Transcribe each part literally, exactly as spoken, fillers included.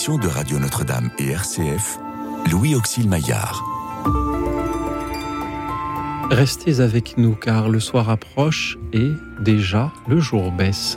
émission de Radio Notre-Dame et R C F, Louis Auxil Maillard. Restez avec nous car le soir approche et déjà le jour baisse.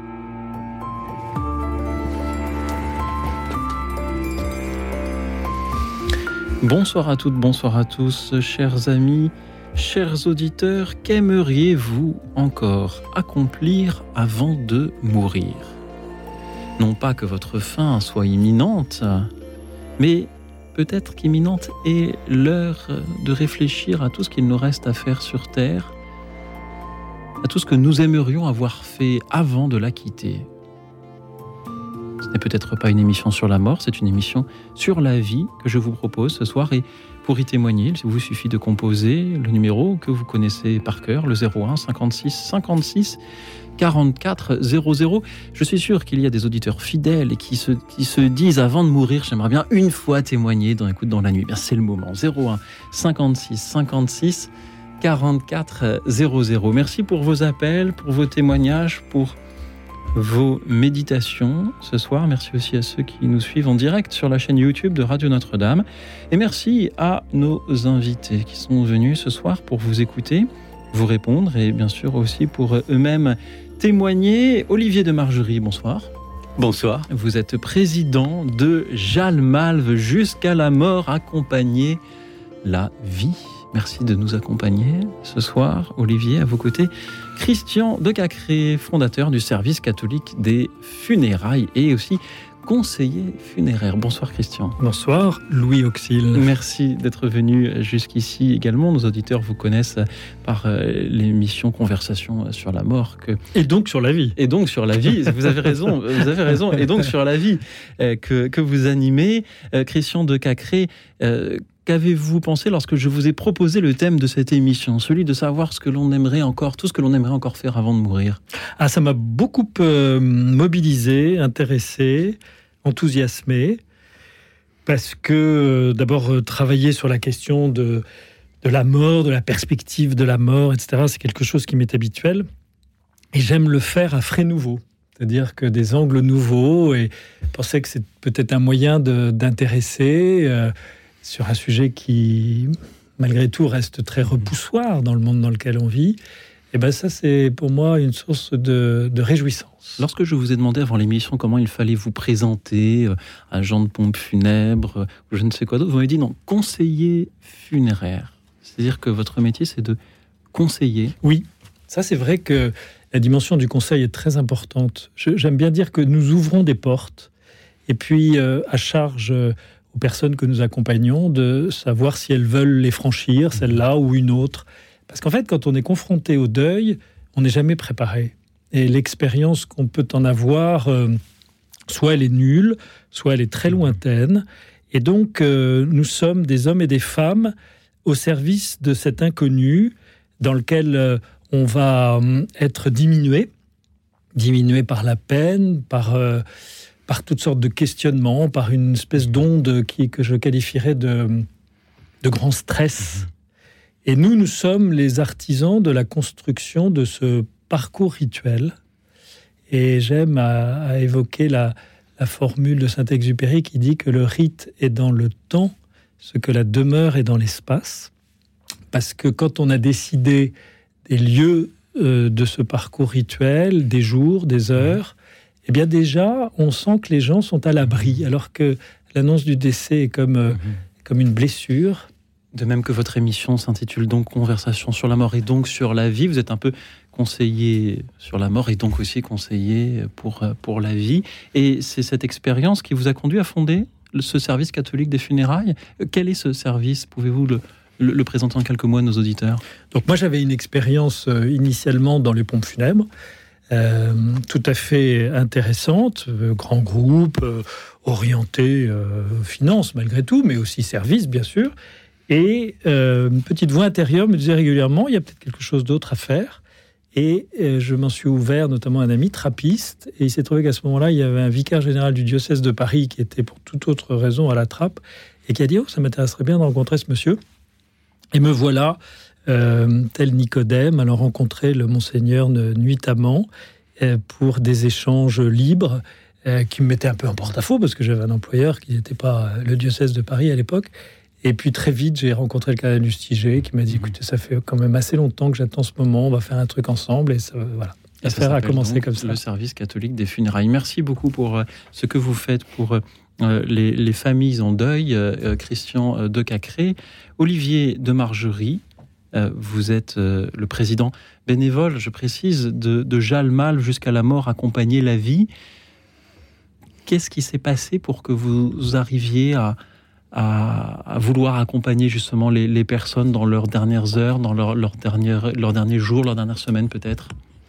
Bonsoir à toutes, bonsoir à tous, chers amis, chers auditeurs, qu'aimeriez-vous encore accomplir avant de mourir ? Non pas que votre fin soit imminente, mais peut-être qu'imminente est l'heure de réfléchir à tout ce qu'il nous reste à faire sur Terre, à tout ce que nous aimerions avoir fait avant de la quitter. Ce n'est peut-être pas une émission sur la mort, c'est une émission sur la vie que je vous propose ce soir. Et pour y témoigner, il vous suffit de composer le numéro que vous connaissez par cœur, le zéro un cinquante-six cinquante-six quarante-quatre zéro zéro. Je suis sûr qu'il y a des auditeurs fidèles et qui se, qui se disent avant de mourir, j'aimerais bien une fois témoigner dans Écoute dans la nuit. Bien, c'est le moment. zéro un cinquante-six cinquante-six quarante-quatre zéro zéro. Merci pour vos appels, pour vos témoignages, pour vos méditations ce soir. Merci aussi à ceux qui nous suivent en direct sur la chaîne YouTube de Radio Notre-Dame. Et merci à nos invités qui sont venus ce soir pour vous écouter, vous répondre et bien sûr aussi pour eux-mêmes témoigner. Olivier de Margerie, bonsoir. Bonsoir. Vous êtes président de Jalmalve jusqu'à la mort, accompagner la vie. Merci de nous accompagner ce soir, Olivier, à vos côtés. Christian de Cacré, fondateur du service catholique des funérailles et aussi conseiller funéraire. Bonsoir Christian. Bonsoir, Louis Auxil. Merci d'être venu jusqu'ici également. Nos auditeurs vous connaissent par l'émission Conversation sur la mort. Que... Et donc sur la vie. Et donc sur la vie, vous avez raison, vous avez raison. Et donc sur la vie que, que vous animez. Christian de Cacré, euh, qu'avez-vous pensé lorsque je vous ai proposé le thème de cette émission, celui de savoir ce que l'on aimerait encore, tout ce que l'on aimerait encore faire avant de mourir ? Ah, ça m'a beaucoup euh, mobilisé, intéressé, enthousiasmé, parce que euh, d'abord euh, travailler sur la question de, de la mort, de la perspective de la mort, et cetera, c'est quelque chose qui m'est habituel, et j'aime le faire à frais nouveaux. C'est-à-dire que des angles nouveaux, et je pensais que c'est peut-être un moyen de, d'intéresser euh, sur un sujet qui, malgré tout, reste très repoussoir dans le monde dans lequel on vit. Et ben ça, c'est pour moi une source de, de réjouissance. Lorsque je vous ai demandé avant l'émission comment il fallait vous présenter, euh, agent de pompe funèbre, euh, ou je ne sais quoi d'autre, vous m'avez dit non, conseiller funéraire. C'est-à-dire que votre métier, c'est de conseiller. Oui, ça c'est vrai que la dimension du conseil est très importante. Je, j'aime bien dire que nous ouvrons des portes, et puis euh, à charge... Euh, aux personnes que nous accompagnons de savoir si elles veulent les franchir, celle-là ou une autre. Parce qu'en fait, quand on est confronté au deuil, on n'est jamais préparé. Et l'expérience qu'on peut en avoir, euh, soit elle est nulle, soit elle est très lointaine. Et donc, euh, nous sommes des hommes et des femmes au service de cet inconnu dans lequel euh, on va euh, être diminué, diminué par la peine, par... Euh, par toutes sortes de questionnements, par une espèce d'onde qui, que je qualifierais de, de grand stress. Et nous, nous sommes les artisans de la construction de ce parcours rituel. Et j'aime à, à évoquer la, la formule de Saint-Exupéry qui dit que le rite est dans le temps, ce que la demeure est dans l'espace. Parce que quand on a décidé des lieux euh, de ce parcours rituel, des jours, des heures, eh bien déjà, on sent que les gens sont à l'abri, alors que l'annonce du décès est comme, euh, mmh. comme une blessure. De même que votre émission s'intitule donc Conversation sur la mort et donc sur la vie, vous êtes un peu conseiller sur la mort et donc aussi conseiller pour, pour la vie. Et c'est cette expérience qui vous a conduit à fonder ce service catholique des funérailles. Quel est ce service ? Pouvez-vous le, le, le présenter en quelques mots à nos auditeurs ? Donc moi, j'avais une expérience euh, initialement dans les pompes funèbres, Euh, tout à fait intéressante, euh, grand groupe, euh, orienté euh, finance malgré tout, mais aussi service bien sûr. Et euh, une petite voix intérieure me disait régulièrement, il y a peut-être quelque chose d'autre à faire. Et euh, je m'en suis ouvert notamment à un ami trappiste. Et il s'est trouvé qu'à ce moment-là, il y avait un vicaire général du diocèse de Paris qui était pour toute autre raison à la trappe et qui a dit, oh, ça m'intéresserait bien de rencontrer ce monsieur. Et me voilà... Euh, tel Nicodème, allant rencontrer le monseigneur nuitamment euh, pour des échanges libres euh, qui me mettait un peu en porte-à-faux parce que j'avais un employeur qui n'était pas le diocèse de Paris à l'époque. Et puis très vite, j'ai rencontré le cardinal Lustiger qui m'a dit, écoutez, ça fait quand même assez longtemps que j'attends ce moment, on va faire un truc ensemble. Et ça, voilà. L'affaire a commencé comme ça. Le service catholique des funérailles. Merci beaucoup pour euh, ce que vous faites pour euh, les, les familles en deuil. Euh, Christian de Cacré, Olivier de Margerie, euh, vous êtes euh, le président bénévole, je précise, de, de Jalmal jusqu'à la mort, accompagner la vie. Qu'est-ce qui s'est passé pour que vous arriviez à À, à vouloir accompagner justement les, les personnes dans leurs dernières heures, dans leurs leur dernière, leur derniers jours, leurs dernières semaines peut-être?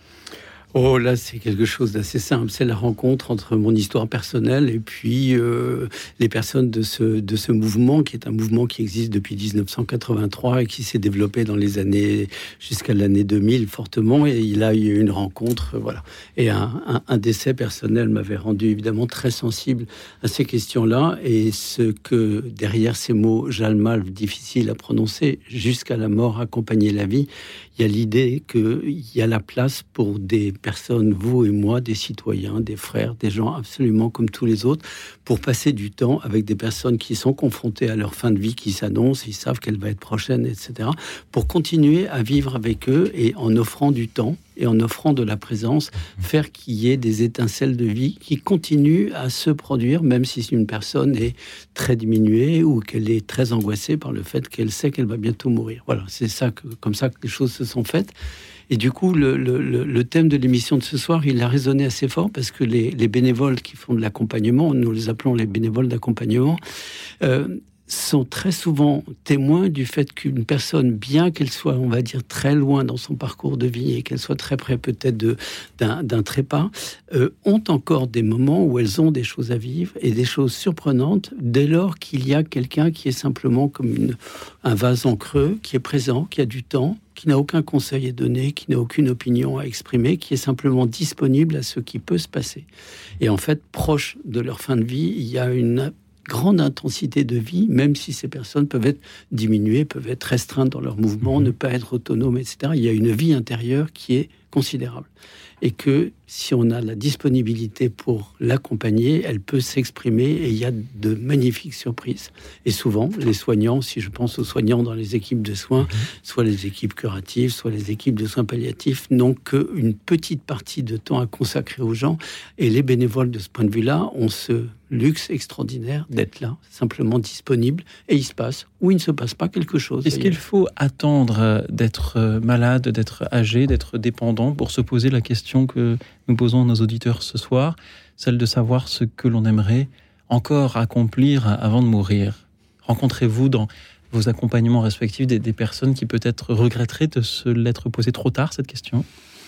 Oh là, c'est quelque chose d'assez simple. C'est la rencontre entre mon histoire personnelle et puis euh, les personnes de ce, de ce mouvement, qui est un mouvement qui existe depuis dix-neuf cent quatre-vingt-trois et qui s'est développé dans les années, jusqu'à l'année deux mille fortement. Et il a eu une rencontre, voilà. Et un, un, un décès personnel m'avait rendu évidemment très sensible à ces questions-là. Et ce que, derrière ces mots jalmal, difficiles à prononcer, jusqu'à la mort, accompagner la vie, il y a l'idée qu'il y a la place pour des personnes, vous et moi, des citoyens, des frères, des gens absolument comme tous les autres, pour passer du temps avec des personnes qui sont confrontées à leur fin de vie qui s'annonce, ils savent qu'elle va être prochaine, et cetera, pour continuer à vivre avec eux et en offrant du temps et en offrant de la présence, faire qu'il y ait des étincelles de vie qui continuent à se produire, même si une personne est très diminuée ou qu'elle est très angoissée par le fait qu'elle sait qu'elle va bientôt mourir. Voilà, c'est ça que, comme ça que les choses se sont faites. Et du coup, le, le, le thème de l'émission de ce soir, il a résonné assez fort parce que les, les bénévoles qui font de l'accompagnement, nous les appelons les bénévoles d'accompagnement, euh, sont très souvent témoins du fait qu'une personne, bien qu'elle soit, on va dire, très loin dans son parcours de vie et qu'elle soit très près peut-être de, d'un, d'un trépas, euh, ont encore des moments où elles ont des choses à vivre et des choses surprenantes dès lors qu'il y a quelqu'un qui est simplement comme une, un vase en creux, qui est présent, qui a du temps, qui n'a aucun conseil à donner, qui n'a aucune opinion à exprimer, qui est simplement disponible à ce qui peut se passer. Et en fait, proche de leur fin de vie, il y a une grande intensité de vie, même si ces personnes peuvent être diminuées, peuvent être restreintes dans leur mouvement, ne pas être autonomes, et cetera. Il y a une vie intérieure qui est considérable. Et que si on a la disponibilité pour l'accompagner, elle peut s'exprimer et il y a de magnifiques surprises. Et souvent, les soignants, si je pense aux soignants dans les équipes de soins, soit les équipes curatives, soit les équipes de soins palliatifs, n'ont qu'une petite partie de temps à consacrer aux gens. Et les bénévoles, de ce point de vue-là, ont ce luxe extraordinaire d'être là, simplement disponible, et il se passe ou il ne se passe pas quelque chose. Est-ce qu'il faut attendre d'être malade, d'être âgé, d'être dépendant pour se poser la question que nous posons à nos auditeurs ce soir, celle de savoir ce que l'on aimerait encore accomplir avant de mourir? Rencontrez-vous dans vos accompagnements respectifs des, des personnes qui peut-être regretteraient de se l'être posée trop tard, cette question?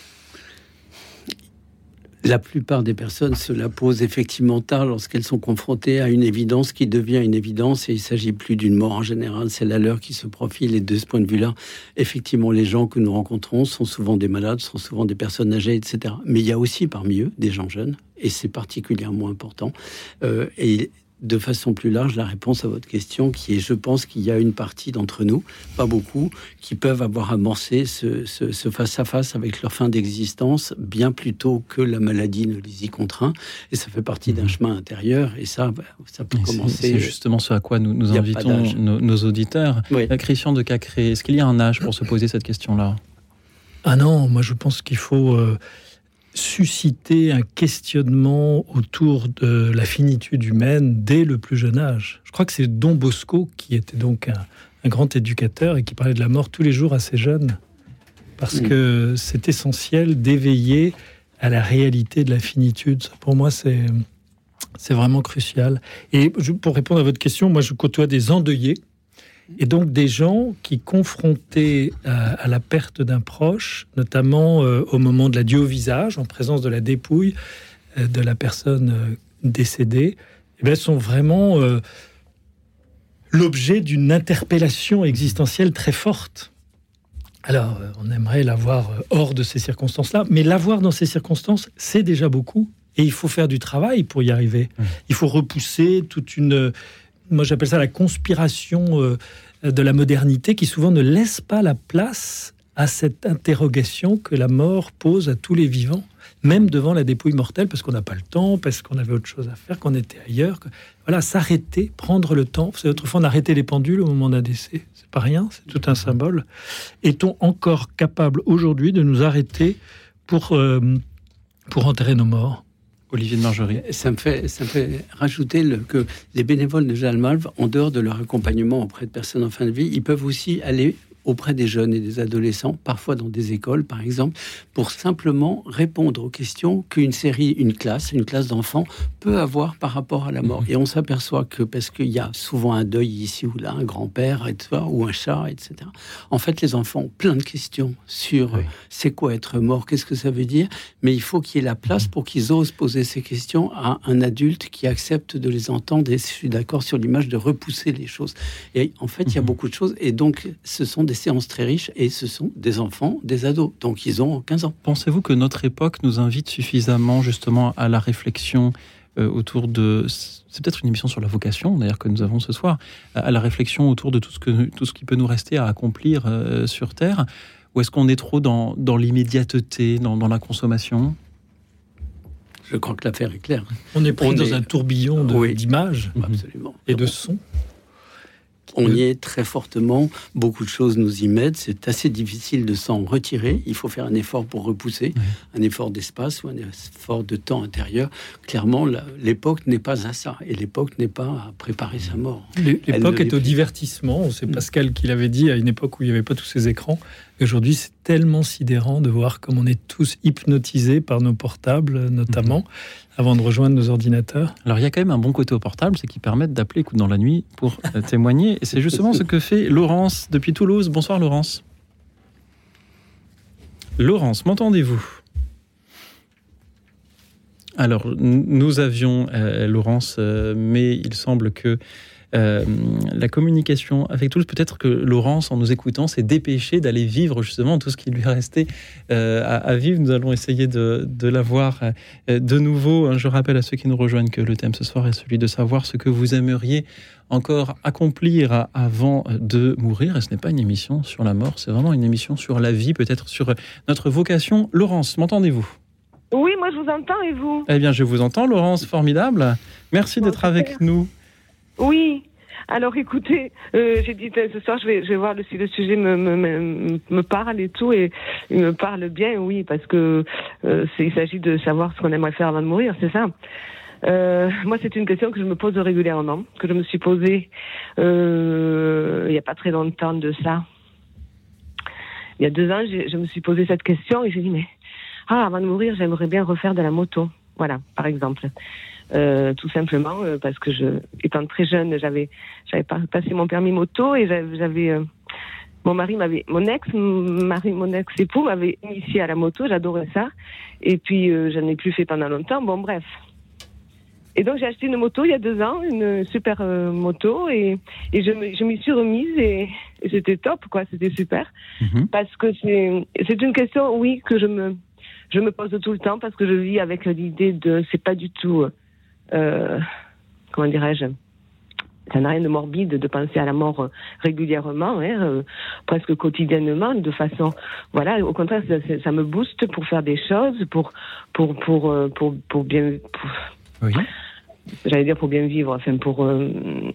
La plupart des personnes se la posent effectivement tard lorsqu'elles sont confrontées à une évidence qui devient une évidence, et il ne s'agit plus d'une mort en général, c'est la leur qui se profile. Et de ce point de vue-là, effectivement, les gens que nous rencontrons sont souvent des malades, sont souvent des personnes âgées, et cetera. Mais il y a aussi parmi eux des gens jeunes, et c'est particulièrement important. Euh, et de façon plus large, la réponse à votre question, qui est, je pense qu'il y a une partie d'entre nous, pas beaucoup, qui peuvent avoir amorcé ce, ce, ce face-à-face avec leur fin d'existence bien plus tôt que la maladie ne les y contraint. Et ça fait partie d'un chemin intérieur. Et ça, ça peut et commencer... C'est, c'est justement ce à quoi nous, nous invitons nos, nos auditeurs. Oui. Christian de Cacré, est-ce qu'il y a un âge pour se poser cette question-là? Ah non, moi je pense qu'il faut... Euh... susciter un questionnement autour de la finitude humaine dès le plus jeune âge. Je crois que c'est Don Bosco qui était donc un, un grand éducateur et qui parlait de la mort tous les jours à ses jeunes, parce mmh. que c'est essentiel d'éveiller à la réalité de la finitude. Ça, pour moi, c'est, c'est vraiment crucial. Et je, pour répondre à votre question, moi, je côtoie des endeuillés, et donc des gens qui, confrontés à, à la perte d'un proche, notamment euh, au moment de l'adieu au visage, en présence de la dépouille euh, de la personne euh, décédée, eh bien, sont vraiment euh, l'objet d'une interpellation existentielle très forte. Alors, euh, on aimerait l'avoir euh, hors de ces circonstances-là, mais l'avoir dans ces circonstances, c'est déjà beaucoup. Et il faut faire du travail pour y arriver. Mmh. Il faut repousser toute une... Moi, j'appelle ça la conspiration euh, de la modernité qui souvent ne laisse pas la place à cette interrogation que la mort pose à tous les vivants, même devant la dépouille mortelle, parce qu'on n'a pas le temps, parce qu'on avait autre chose à faire, qu'on était ailleurs. Que... Voilà, s'arrêter, prendre le temps. C'est autrefois, on arrêtait les pendules au moment d'un décès. C'est pas rien, c'est tout un symbole. Est-on encore capable aujourd'hui de nous arrêter pour, euh, pour enterrer nos morts ? Olivier de Margerie. Ça me fait, ça me fait rajouter le, que les bénévoles de Jeanne Malve, en dehors de leur accompagnement auprès de personnes en fin de vie, ils peuvent aussi aller auprès des jeunes et des adolescents, parfois dans des écoles, par exemple, pour simplement répondre aux questions qu'une série, une classe, une classe d'enfants peut avoir par rapport à la mort. Et on s'aperçoit que, parce qu'il y a souvent un deuil ici ou là, un grand-père, et cetera, ou un chat, et cetera. En fait, les enfants ont plein de questions sur oui. c'est quoi être mort, qu'est-ce que ça veut dire, mais il faut qu'il y ait la place pour qu'ils osent poser ces questions à un adulte qui accepte de les entendre. Et je suis d'accord sur l'image de repousser les choses. Et en fait, il y a beaucoup de choses, et donc, ce sont des séances très riches, et ce sont des enfants, des ados, donc ils ont quinze ans. Pensez-vous que notre époque nous invite suffisamment justement à la réflexion euh, autour de... C'est peut-être une émission sur la vocation, d'ailleurs, que nous avons ce soir, à la réflexion autour de tout ce, que, tout ce qui peut nous rester à accomplir euh, sur Terre, ou est-ce qu'on est trop dans, dans l'immédiateté, dans, dans la consommation ? Je crois que l'affaire est claire. On est pris On dans est... un tourbillon de, oui. d'images Absolument. et de sons. On y est très fortement, beaucoup de choses nous y mettent, c'est assez difficile de s'en retirer, il faut faire un effort pour repousser, oui. un effort d'espace ou un effort de temps intérieur. Clairement, la, l'époque n'est pas à ça, et l'époque n'est pas à préparer sa mort. L'époque est au divertissement, c'est Pascal qui l'avait dit à une époque où il n'y avait pas tous ces écrans. Et aujourd'hui, c'est tellement sidérant de voir comme on est tous hypnotisés par nos portables, notamment, mmh. avant de rejoindre nos ordinateurs. Alors, il y a quand même un bon côté au portable, c'est qu'ils permettent d'appeler Écoute dans la nuit pour euh, témoigner. Et c'est justement ce que fait Laurence depuis Toulouse. Bonsoir, Laurence. Laurence, m'entendez-vous ? Alors, nous avions euh, Laurence, euh, mais il semble que Euh, la communication avec Toulouse, peut-être que Laurence, en nous écoutant, s'est dépêchée d'aller vivre justement tout ce qui lui restait euh, à, à vivre. Nous allons essayer de, de la voir euh, de nouveau. Je rappelle à ceux qui nous rejoignent que le thème ce soir est celui de savoir ce que vous aimeriez encore accomplir avant de mourir. Et ce n'est pas une émission sur la mort, c'est vraiment une émission sur la vie, peut-être sur notre vocation. Laurence, m'entendez-vous ? Oui, moi je vous entends, et vous ? Eh bien, je vous entends, Laurence, formidable. Merci bon, d'être super. Avec nous. Oui, alors écoutez, euh, j'ai dit ce soir je vais, je vais voir si le sujet me, me, me, me parle et tout, et il me parle bien, oui, parce que euh, c'est, il s'agit de savoir ce qu'on aimerait faire avant de mourir, c'est ça. Euh, moi, c'est une question que je me pose régulièrement, que je me suis posée euh, il n'y a pas très longtemps de ça. Il y a deux ans, j'ai, je me suis posé cette question et j'ai dit, mais ah, avant de mourir, j'aimerais bien refaire de la moto, voilà, par exemple. Euh, tout simplement euh, parce que je, étant très jeune, j'avais, j'avais pas passé mon permis moto et j'avais, j'avais euh, mon mari m'avait, mon ex, mari, mon ex-époux m'avait initié à la moto, j'adorais ça, et puis euh, j'en ai plus fait pendant longtemps. Bon, bref. Et donc j'ai acheté une moto il y a deux ans, une super euh, moto, et, et je, me, je m'y suis remise et, et c'était top, quoi, c'était super, mm-hmm. parce que c'est, c'est une question, oui, que je me, je me pose tout le temps parce que je vis avec l'idée de, c'est pas du tout Euh, comment dirais-je, ça n'a rien de morbide de penser à la mort régulièrement, hein, euh, presque quotidiennement, de façon, voilà, au contraire, ça, ça me booste pour faire des choses, pour pour pour pour, pour, pour bien, pour, oui. j'allais dire pour bien vivre, enfin pour. Euh...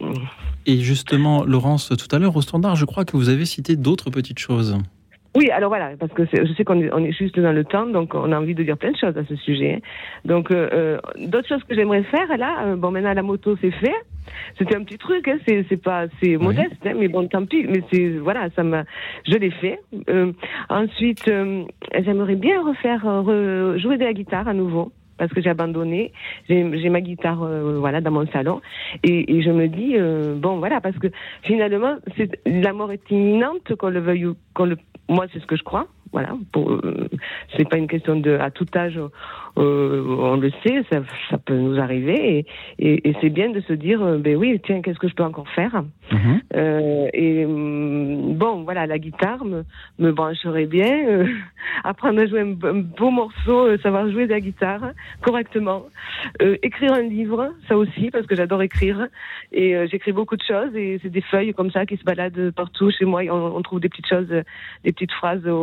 Et justement, Laurence, tout à l'heure au standard, je crois que vous avez cité d'autres petites choses. Oui, alors voilà, parce que c'est, je sais qu'on est, on est juste dans le temps, donc on a envie de dire plein de choses à ce sujet. Hein. Donc, euh, d'autres choses que j'aimerais faire, là, euh, bon, maintenant la moto, c'est fait. C'était un petit truc, hein, c'est, c'est pas, c'est oui. modeste, hein, mais bon, tant pis. Mais c'est, voilà, ça m'a, je l'ai fait. Euh, ensuite, euh, j'aimerais bien refaire, re, jouer de la guitare à nouveau. Parce que j'ai abandonné, j'ai, j'ai ma guitare euh, voilà dans mon salon et, et je me dis euh, bon voilà parce que finalement c'est, la mort est imminente qu'on le veuille ou qu'on le moi c'est ce que je crois voilà pour, euh, c'est pas une question de à tout âge euh, on le sait, ça, ça peut nous arriver, et, et, et c'est bien de se dire, euh, ben oui, tiens, qu'est-ce que je peux encore faire? Mmh. euh, Et hum, bon, voilà, la guitare me, me brancherait bien, euh, apprendre à jouer un, un beau morceau, euh, savoir jouer de la guitare correctement, euh, écrire un livre, ça aussi, parce que j'adore écrire, et euh, j'écris beaucoup de choses, et c'est des feuilles comme ça qui se baladent partout chez moi, on, on trouve des petites choses, des petites phrases euh,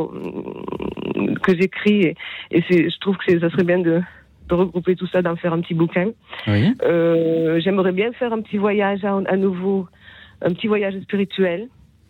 que j'écris, et, et c'est, je trouve que c'est, ça serait bien de, de regrouper tout ça, d'en faire un petit bouquin. Oui. Euh, j'aimerais bien faire un petit voyage à, à nouveau, un petit voyage spirituel.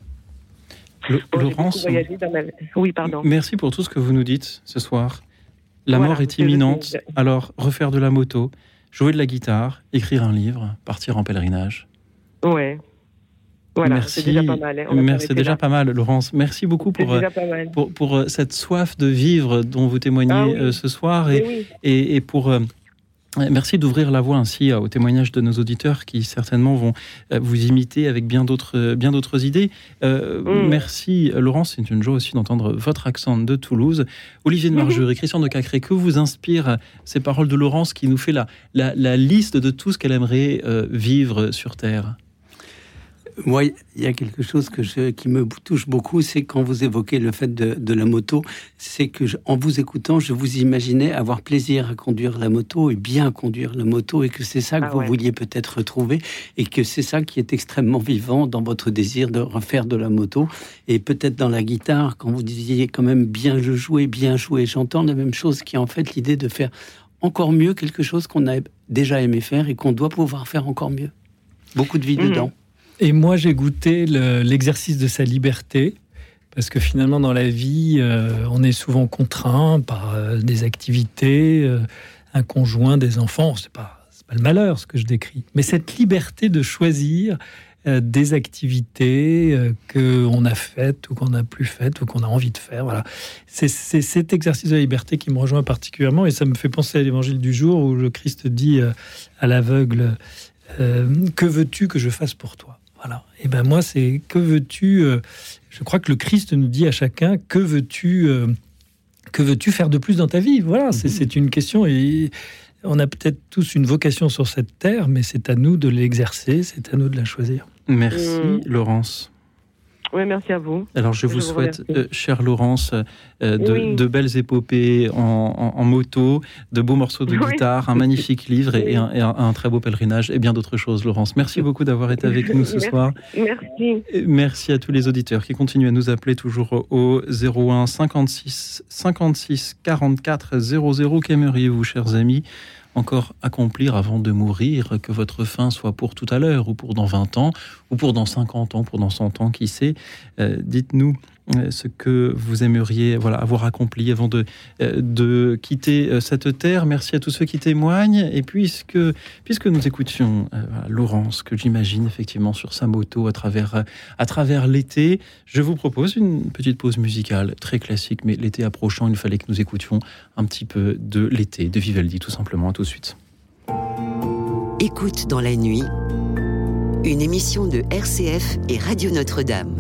Le, bon, Laurence, ma... oui, pardon. Merci pour tout ce que vous nous dites ce soir. La voilà, mort est imminente, le... alors refaire de la moto, jouer de la guitare, écrire un livre, partir en pèlerinage. Ouais. Voilà, merci, c'est déjà pas mal. Hein, merci, c'est déjà là. Pas mal, Laurence. Merci beaucoup pour, euh, pour, pour euh, cette soif de vivre dont vous témoignez ah, oui. euh, ce soir. Et, oui. et, et pour... Euh, Merci d'ouvrir la voie ainsi au témoignage de nos auditeurs qui certainement vont vous imiter avec bien d'autres, bien d'autres idées. Euh, mmh. Merci Laurence, c'est une joie aussi d'entendre votre accent de Toulouse. Olivier de Margerie, mmh. Christian de Cacré, que vous inspirent ces paroles de Laurence qui nous fait la, la, la liste de tout ce qu'elle aimerait euh, vivre sur Terre? Moi, il y a quelque chose que je, qui me touche beaucoup, c'est quand vous évoquez le fait de, de la moto, c'est que je, en vous écoutant, je vous imaginais avoir plaisir à conduire la moto et bien conduire la moto, et que c'est ça que ah vous ouais. vouliez peut-être retrouver, et que c'est ça qui est extrêmement vivant dans votre désir de refaire de la moto. Et peut-être dans la guitare, quand vous disiez quand même bien jouer, bien jouer, j'entends la même chose, qui est en fait l'idée de faire encore mieux quelque chose qu'on a déjà aimé faire et qu'on doit pouvoir faire encore mieux. Beaucoup de vie mmh. dedans. Et moi, j'ai goûté le, l'exercice de sa liberté, parce que finalement, dans la vie, euh, on est souvent contraint par euh, des activités, euh, un conjoint, des enfants. C'est pas, c'est pas le malheur, ce que je décris. Mais cette liberté de choisir euh, des activités euh, qu'on a faites ou qu'on n'a plus faites ou qu'on a envie de faire. Voilà. C'est, c'est cet exercice de la liberté qui me rejoint particulièrement, et ça me fait penser à l'évangile du jour où le Christ dit euh, à l'aveugle euh, « Que veux-tu que je fasse pour toi ?» Voilà. Et ben moi, c'est que veux-tu euh, je crois que le Christ nous dit à chacun que veux-tu, euh, que veux-tu faire de plus dans ta vie. Voilà, c'est, c'est une question, et on a peut-être tous une vocation sur cette terre, mais c'est à nous de l'exercer, c'est à nous de la choisir. Merci, mmh. Laurence. Oui, merci à vous. Alors, je, je vous souhaite, euh, chère Laurence, euh, de, oui. de belles épopées en, en, en moto, de beaux morceaux de oui. guitare, un magnifique livre oui. et, un, et un, un très beau pèlerinage, et bien d'autres choses, Laurence. Merci beaucoup d'avoir été avec nous ce merci. soir. Merci. Et merci à tous les auditeurs qui continuent à nous appeler toujours au zéro un cinquante-six cinquante-six quarante-quatre zéro zéro. Qu'aimeriez-vous, chers amis, encore accomplir avant de mourir, que votre fin soit pour tout à l'heure, ou pour dans vingt ans, ou pour dans cinquante ans, pour dans cent ans, qui sait. Euh, dites-nous euh, ce que vous aimeriez voilà, avoir accompli avant de, euh, de quitter euh, cette terre. Merci à tous ceux qui témoignent. Et puisque, puisque nous écoutions euh, Laurence, que j'imagine effectivement sur sa moto à travers, à travers l'été, je vous propose une petite pause musicale très classique, mais l'été approchant, il fallait que nous écoutions un petit peu de l'été, de Vivaldi, tout simplement. À tout de suite. Écoute dans la nuit, une émission de R C F et Radio Notre-Dame.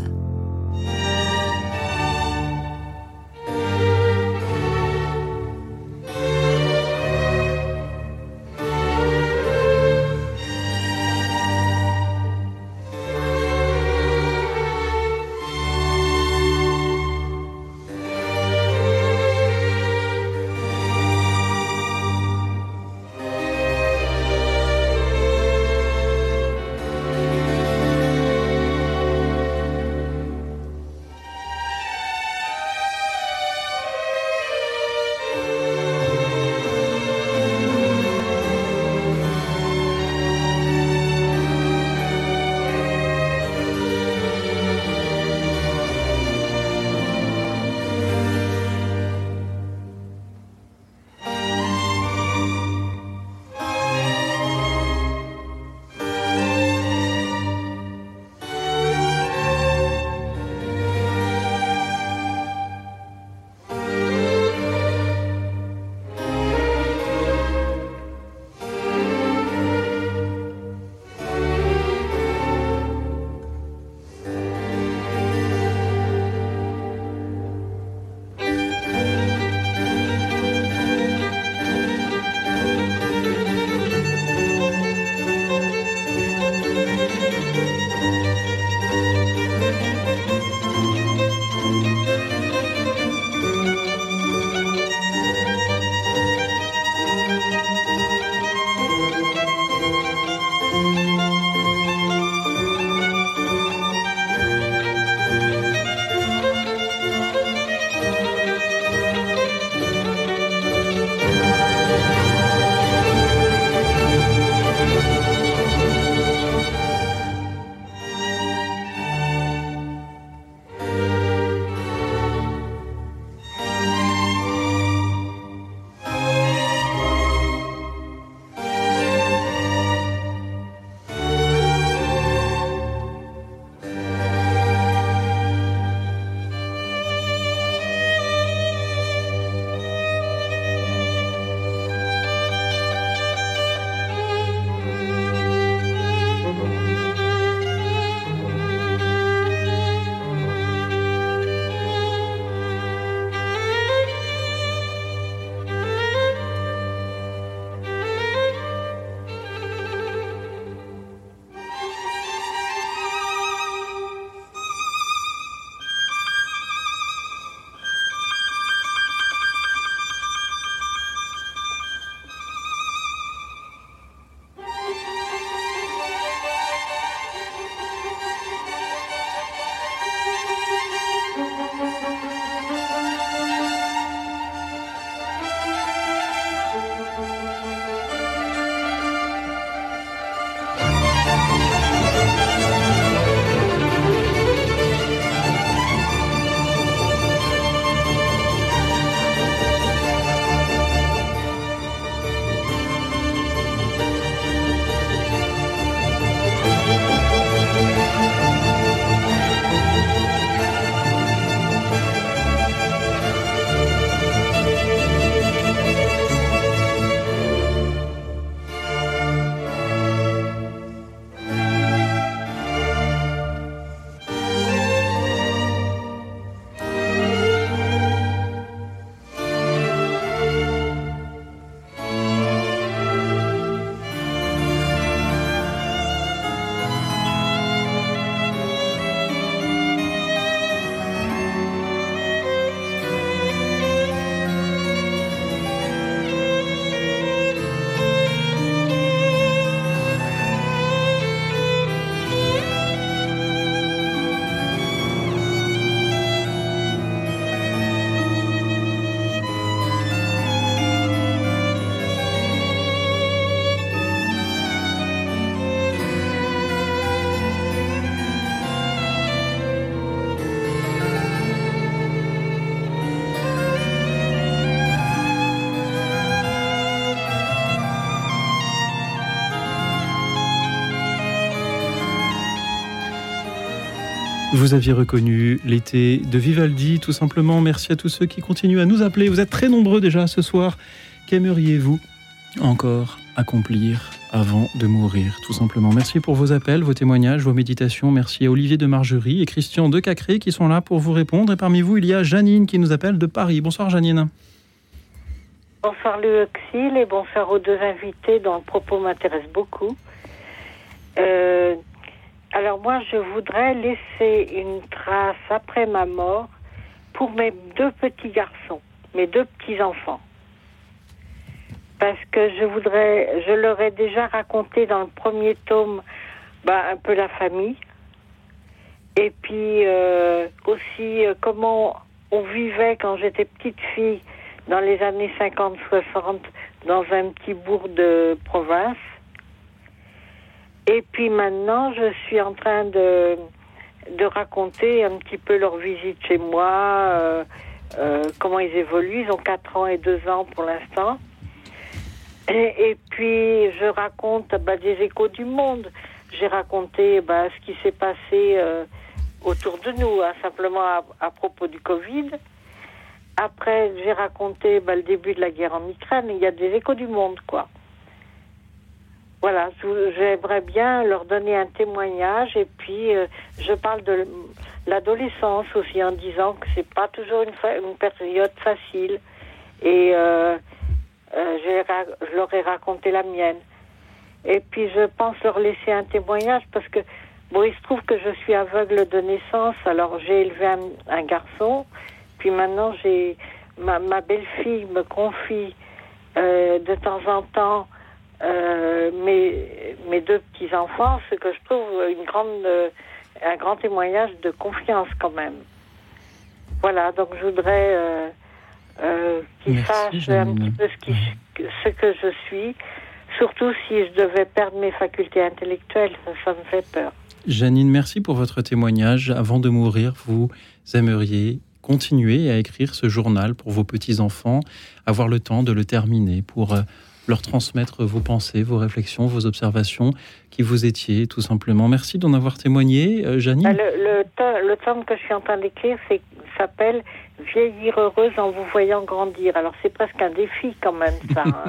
Vous aviez reconnu l'été de Vivaldi, tout simplement. Merci à tous ceux qui continuent à nous appeler. Vous êtes très nombreux déjà ce soir. Qu'aimeriez-vous encore accomplir avant de mourir, tout simplement? Merci pour vos appels, vos témoignages, vos méditations. Merci à Olivier de Margerie et Christian de Cacré qui sont là pour vous répondre. Et parmi vous, il y a Janine qui nous appelle de Paris. Bonsoir Janine. Bonsoir Louis Auxil et bonsoir aux deux invités dont le propos m'intéresse beaucoup. Euh, alors moi, je voudrais laisser une trace après ma mort pour mes deux petits garçons, mes deux petits-enfants. Parce que je voudrais, je leur ai déjà raconté dans le premier tome, bah, un peu la famille. Et puis euh, aussi euh, comment on vivait quand j'étais petite fille dans les années cinquante soixante dans un petit bourg de province. Et puis maintenant, je suis en train de, de raconter un petit peu leur visite chez moi, euh, euh, comment ils évoluent. Ils ont quatre ans et deux ans pour l'instant. Et, et puis, je raconte bah, des échos du monde. J'ai raconté bah, ce qui s'est passé euh, autour de nous, hein, simplement à, à propos du Covid. Après, j'ai raconté bah, le début de la guerre en Ukraine. Il y a des échos du monde, quoi. Voilà, j'aimerais bien leur donner un témoignage. Et puis, euh, je parle de l'adolescence aussi en disant que c'est pas toujours une, fa- une période facile. Et... Euh, Euh, je, je leur ai raconté la mienne. Et puis je pense leur laisser un témoignage parce que, bon, il se trouve que je suis aveugle de naissance, alors j'ai élevé un, un garçon, puis maintenant j'ai ma, ma belle-fille me confie euh, de temps en temps euh, mes, mes deux petits-enfants, ce que je trouve une grande, euh, un grand témoignage de confiance quand même. Voilà, donc je voudrais... Euh, Euh, qu'ils sachent un petit peu ce, qui, ce que je suis, surtout si je devais perdre mes facultés intellectuelles, ça, ça me fait peur. Janine, merci pour votre témoignage. Avant de mourir, vous aimeriez continuer à écrire ce journal pour vos petits-enfants, avoir le temps de le terminer pour leur transmettre vos pensées, vos réflexions, vos observations, qui vous étiez tout simplement. Merci d'en avoir témoigné, euh, Janine. Le, le, le, le tome que je suis en train d'écrire c'est, s'appelle « Vieillir heureuse en vous voyant grandir ». Alors c'est presque un défi quand même, ça. Hein.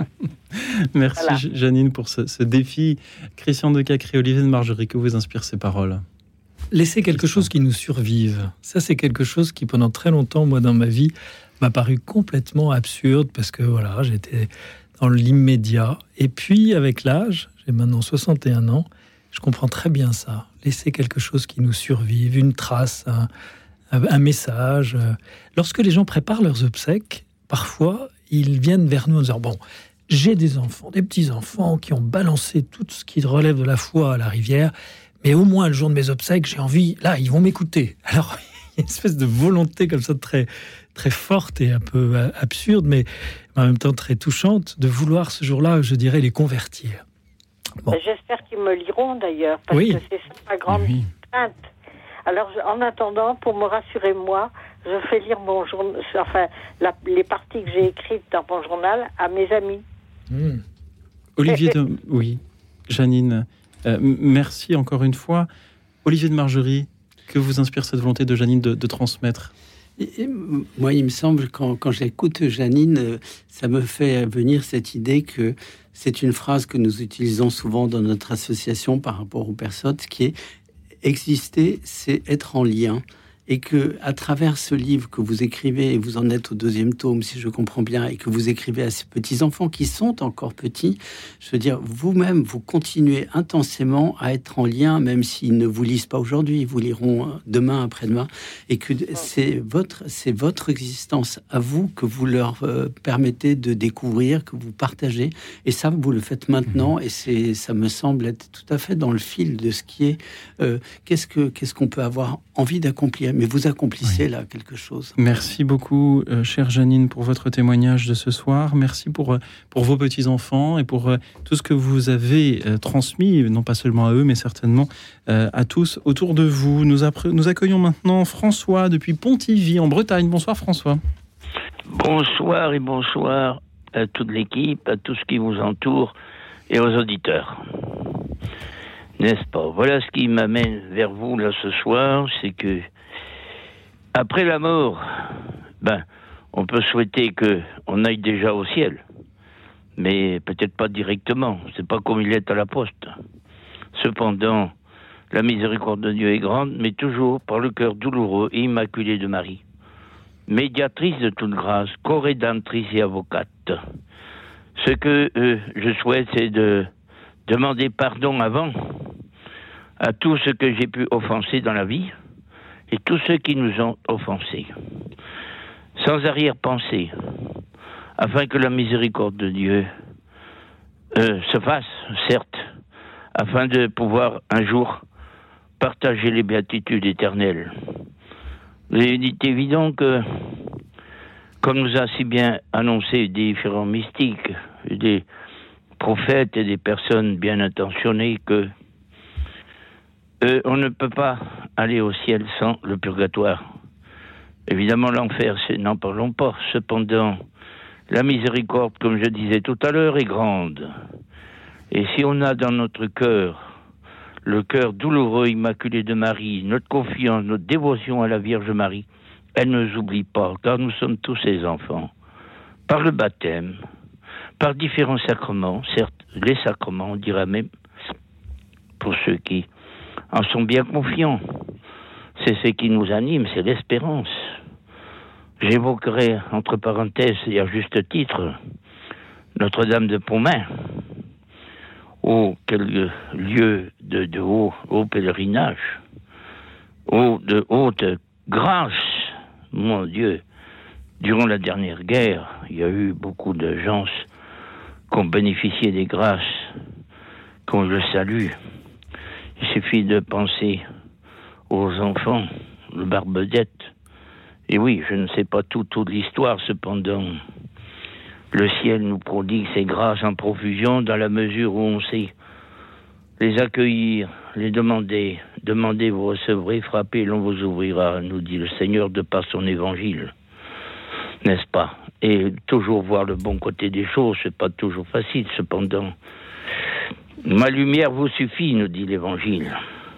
Merci voilà. Janine pour ce, ce défi. Christian de Cacré, Olivier de Margerie, que vous inspirent ces paroles? Laisser quelque chose qui nous survive. Ça, c'est quelque chose qui, pendant très longtemps, moi, dans ma vie, m'a paru complètement absurde parce que, voilà, j'étais dans l'immédiat. Et puis, avec l'âge, j'ai maintenant soixante et un ans, je comprends très bien ça. Laisser quelque chose qui nous survive, une trace, un, un message. Lorsque les gens préparent leurs obsèques, parfois, ils viennent vers nous en disant « Bon, j'ai des enfants, des petits-enfants qui ont balancé tout ce qui relève de la foi à la rivière, mais au moins, le jour de mes obsèques, j'ai envie... Là, ils vont m'écouter. » Alors, il y a une espèce de volonté comme ça très, très forte et un peu absurde, mais en même temps très touchante, de vouloir ce jour-là, je dirais, les convertir. Bon. J'espère qu'ils me liront d'ailleurs, parce oui. que c'est ça ma grande oui. crainte. Alors, en attendant, pour me rassurer moi, je fais lire mon journal, enfin, la, les parties que j'ai écrites dans mon journal à mes amis. Mmh. Olivier de... Oui, Janine, euh, merci encore une fois. Olivier de Margerie, que vous inspire cette volonté de Janine de, de transmettre? Et, et, moi, il me semble, quand, quand j'écoute Janine, ça me fait venir cette idée que c'est une phrase que nous utilisons souvent dans notre association par rapport aux personnes, qui est « exister, c'est être en lien ». Et que, à travers ce livre que vous écrivez, et vous en êtes au deuxième tome, si je comprends bien, et que vous écrivez à ces petits-enfants qui sont encore petits, je veux dire, vous-même, vous continuez intensément à être en lien, même s'ils ne vous lisent pas aujourd'hui, ils vous liront demain, après-demain, et que c'est votre, c'est votre existence à vous que vous leur euh, permettez de découvrir, que vous partagez, et ça, vous le faites maintenant, et c'est, ça me semble être tout à fait dans le fil de ce qui est, euh, qu'est-ce que, qu'est-ce qu'on peut avoir envie d'accomplir. Mais vous accomplissez oui. là quelque chose. Merci beaucoup, euh, chère Janine, pour votre témoignage de ce soir. Merci pour, euh, pour vos petits-enfants et pour euh, tout ce que vous avez euh, transmis, non pas seulement à eux, mais certainement euh, à tous autour de vous. Nous, appre- nous accueillons maintenant François depuis Pontivy, en Bretagne. Bonsoir François. Bonsoir et bonsoir à toute l'équipe, à tout ce qui vous entoure et aux auditeurs. N'est-ce pas? Voilà ce qui m'amène vers vous là ce soir, c'est que après la mort, ben, on peut souhaiter que on aille déjà au ciel, mais peut-être pas directement. C'est pas comme il est à la poste. Cependant, la miséricorde de Dieu est grande, mais toujours par le cœur douloureux et immaculé de Marie, médiatrice de toute grâce, co-rédemptrice et avocate. Ce que euh, je souhaite, c'est de demander pardon avant à tous ceux que j'ai pu offenser dans la vie et tous ceux qui nous ont offensés, sans arrière-pensée, afin que la miséricorde de Dieu euh, se fasse, certes, afin de pouvoir un jour partager les béatitudes éternelles. Il est évident que, comme nous a si bien annoncé des différents mystiques, des prophètes et des personnes bien intentionnées, que euh, on ne peut pas aller au ciel sans le purgatoire. Évidemment, l'enfer, c'est, n'en parlons pas. Cependant, la miséricorde, comme je disais tout à l'heure, est grande. Et si on a dans notre cœur le cœur douloureux, immaculé de Marie, notre confiance, notre dévotion à la Vierge Marie, elle ne nous oublie pas, car nous sommes tous ses enfants. Par le baptême, par différents sacrements, certes, les sacrements, on dira même, pour ceux qui en sont bien confiants, c'est ce qui nous anime, c'est l'espérance. J'évoquerai, entre parenthèses, et à juste titre, Notre-Dame de Pontmain, ou quelques lieux de, de haut, haut pèlerinage, ou de haute grâce, mon Dieu. Durant la dernière guerre, il y a eu beaucoup de gens qui ont bénéficié des grâces, qu'on le salue. Il suffit de penser aux enfants, le Barbedette. Et oui, je ne sais pas tout, toute l'histoire, cependant, le ciel nous prodigue ses grâces en profusion dans la mesure où on sait les accueillir, les demander. Demandez, vous recevrez, frappez, l'on vous ouvrira, nous dit le Seigneur de par son évangile. N'est-ce pas? Et toujours voir le bon côté des choses, c'est pas toujours facile, cependant. Ma lumière vous suffit, nous dit l'évangile.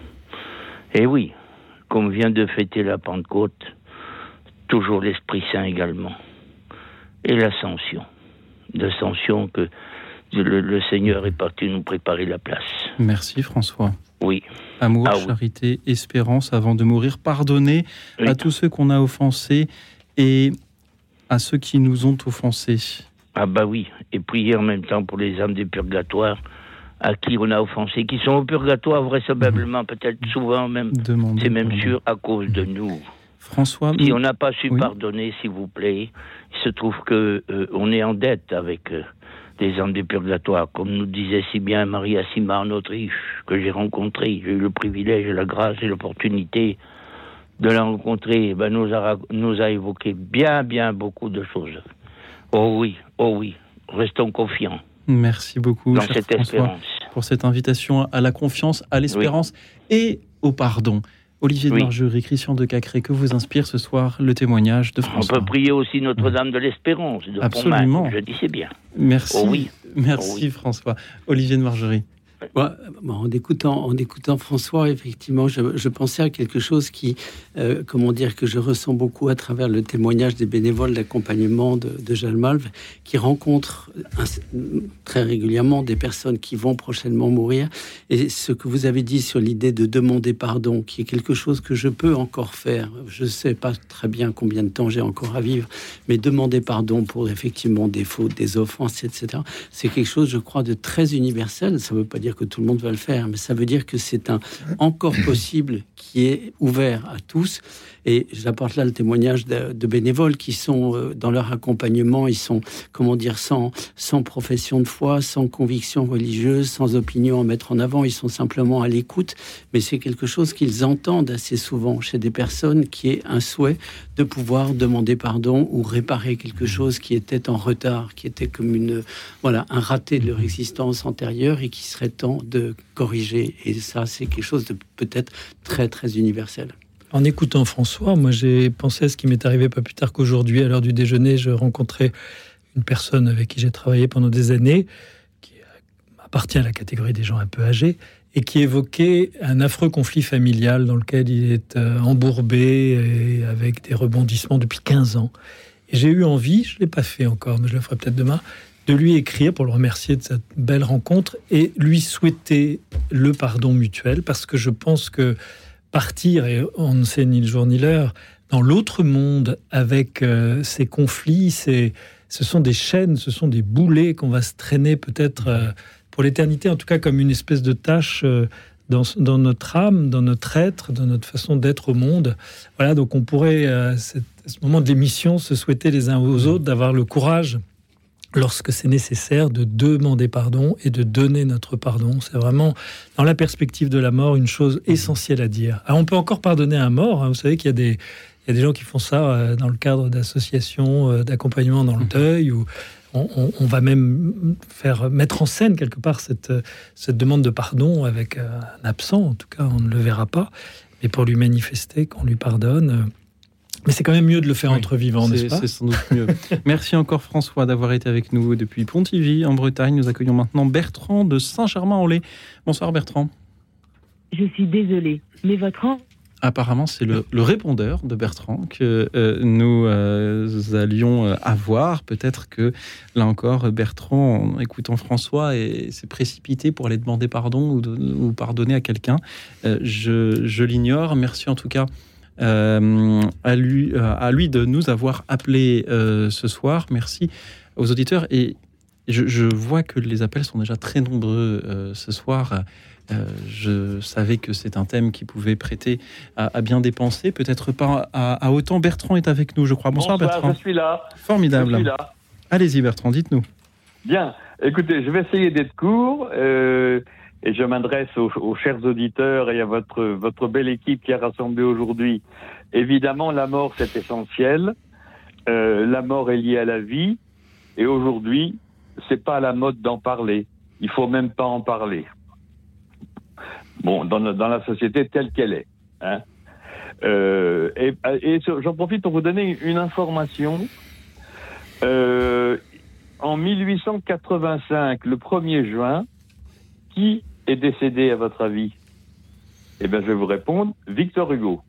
Et oui, comme vient de fêter la Pentecôte, toujours l'Esprit Saint également. Et l'ascension. L'ascension que le, le Seigneur est parti nous préparer la place. Merci François. Oui. Amour, ah, charité, oui. Espérance avant de mourir. Pardonner oui. à tous ceux qu'on a offensés et à ceux qui nous ont offensés. Ah bah oui. Et prier en même temps pour les âmes des purgatoires à qui on a offensé, qui sont au purgatoire vraisemblablement, mmh. peut-être souvent même, Demandez c'est même pardon. sûr à cause de nous. François, si on n'a pas su oui. pardonner, s'il vous plaît, il se trouve que euh, on est en dette avec euh, les âmes des purgatoires, comme nous disait si bien Marie Assima en Autriche, que j'ai rencontrée. J'ai eu le privilège, la grâce et l'opportunité de la rencontrer. Ben, nous a nous a évoqué bien, bien beaucoup de choses. Oh oui, oh oui, restons confiants. Merci beaucoup, dans cher cette François, espérance. pour cette invitation à la confiance, à l'espérance oui. et au pardon. Olivier de oui. Margerie, Christian de Cacré, que vous inspire ce soir le témoignage de François? On peut prier aussi Notre-Dame de l'Espérance. De Absolument. Pontmain, je dis c'est bien. Merci, oh oui. merci oh oui. François. Olivier de Margerie. Ouais, bon, en écoutant, en écoutant François, effectivement, je, je pensais à quelque chose qui, euh, comment dire, que je ressens beaucoup à travers le témoignage des bénévoles d'accompagnement de, de Jeanne Malve, qui rencontrent un, très régulièrement des personnes qui vont prochainement mourir. Et ce que vous avez dit sur l'idée de demander pardon, qui est quelque chose que je peux encore faire. Je ne sais pas très bien combien de temps j'ai encore à vivre, mais demander pardon pour effectivement des fautes, des offenses, et cetera. C'est quelque chose, je crois, de très universel. Ça ne veut pas dire que tout le monde va le faire, mais ça veut dire que c'est un encore possible qui est ouvert à tous. Et j'apporte là le témoignage de, de bénévoles qui sont euh, dans leur accompagnement, ils sont, comment dire, sans, sans profession de foi, sans conviction religieuse, sans opinion à mettre en avant, ils sont simplement à l'écoute, mais c'est quelque chose qu'ils entendent assez souvent chez des personnes qui est un souhait de pouvoir demander pardon ou réparer quelque chose qui était en retard, qui était comme une, voilà, un raté de leur existence antérieure et qui serait temps de corriger. Et ça, c'est quelque chose de peut-être très, très universel. En écoutant François, moi j'ai pensé à ce qui m'est arrivé pas plus tard qu'aujourd'hui. À l'heure du déjeuner, je rencontrais une personne avec qui j'ai travaillé pendant des années, qui appartient à la catégorie des gens un peu âgés, et qui évoquait un affreux conflit familial dans lequel il est euh, embourbé et avec des rebondissements depuis quinze ans. Et j'ai eu envie, je ne l'ai pas fait encore, mais je le ferai peut-être demain, de lui écrire pour le remercier de cette belle rencontre et lui souhaiter le pardon mutuel, parce que je pense que partir, et on ne sait ni le jour ni l'heure, dans l'autre monde avec euh, ces conflits, ces, ce sont des chaînes, ce sont des boulets qu'on va se traîner peut-être euh, pour l'éternité, en tout cas comme une espèce de tâche euh, dans, dans notre âme, dans notre être, dans notre façon d'être au monde. Voilà, donc on pourrait, euh, cette, à ce moment de l'émission, se souhaiter les uns aux autres d'avoir le courage, lorsque c'est nécessaire, de demander pardon et de donner notre pardon. C'est vraiment, dans la perspective de la mort, une chose essentielle à dire. Alors, on peut encore pardonner un mort. Hein. Vous savez qu'il y a des, il y a des gens qui font ça euh, dans le cadre d'associations euh, d'accompagnement dans le deuil, où on, on, on va même faire mettre en scène quelque part cette, cette demande de pardon avec euh, un absent. En tout cas, on ne le verra pas. Mais pour lui manifester qu'on lui pardonne... Euh, Mais c'est quand même mieux de le faire oui, entre vivants, n'est-ce pas ? C'est sans doute mieux. Merci encore François d'avoir été avec nous depuis Pontivy, en Bretagne. Nous accueillons maintenant Bertrand de Saint-Germain-en-Laye. Bonsoir Bertrand. Je suis désolée, mais votre... Apparemment, c'est le, le répondeur de Bertrand que euh, nous euh, allions avoir. Peut-être que, là encore, Bertrand, en écoutant François, et, s'est précipité pour aller demander pardon ou, de, ou pardonner à quelqu'un. Euh, je, je l'ignore. Merci en tout cas euh, à, lui, euh, à lui de nous avoir appelés euh, ce soir. Merci aux auditeurs. Et je, je vois que les appels sont déjà très nombreux euh, ce soir. Euh, je savais que c'est un thème qui pouvait prêter à, à bien des pensées, peut-être pas à, à autant. Bertrand est avec nous, je crois. Bonsoir, Bonsoir Bertrand. Je suis là. Formidable. Je suis là. Allez-y Bertrand, dites-nous. Bien. Écoutez, je vais essayer d'être court euh, et je m'adresse aux, aux chers auditeurs et à votre, votre belle équipe qui a rassemblé aujourd'hui. Évidemment, la mort, c'est essentiel. Euh, la mort est liée à la vie. Et aujourd'hui, c'est pas à la mode d'en parler. Il faut même pas en parler. Bon, dans, dans la société telle qu'elle est. Hein. Euh, et, et j'en profite pour vous donner une information. Euh, en mille huit cent quatre-vingt-cinq, le premier juin, qui est décédé à votre avis ? Eh bien, je vais vous répondre, Victor Hugo.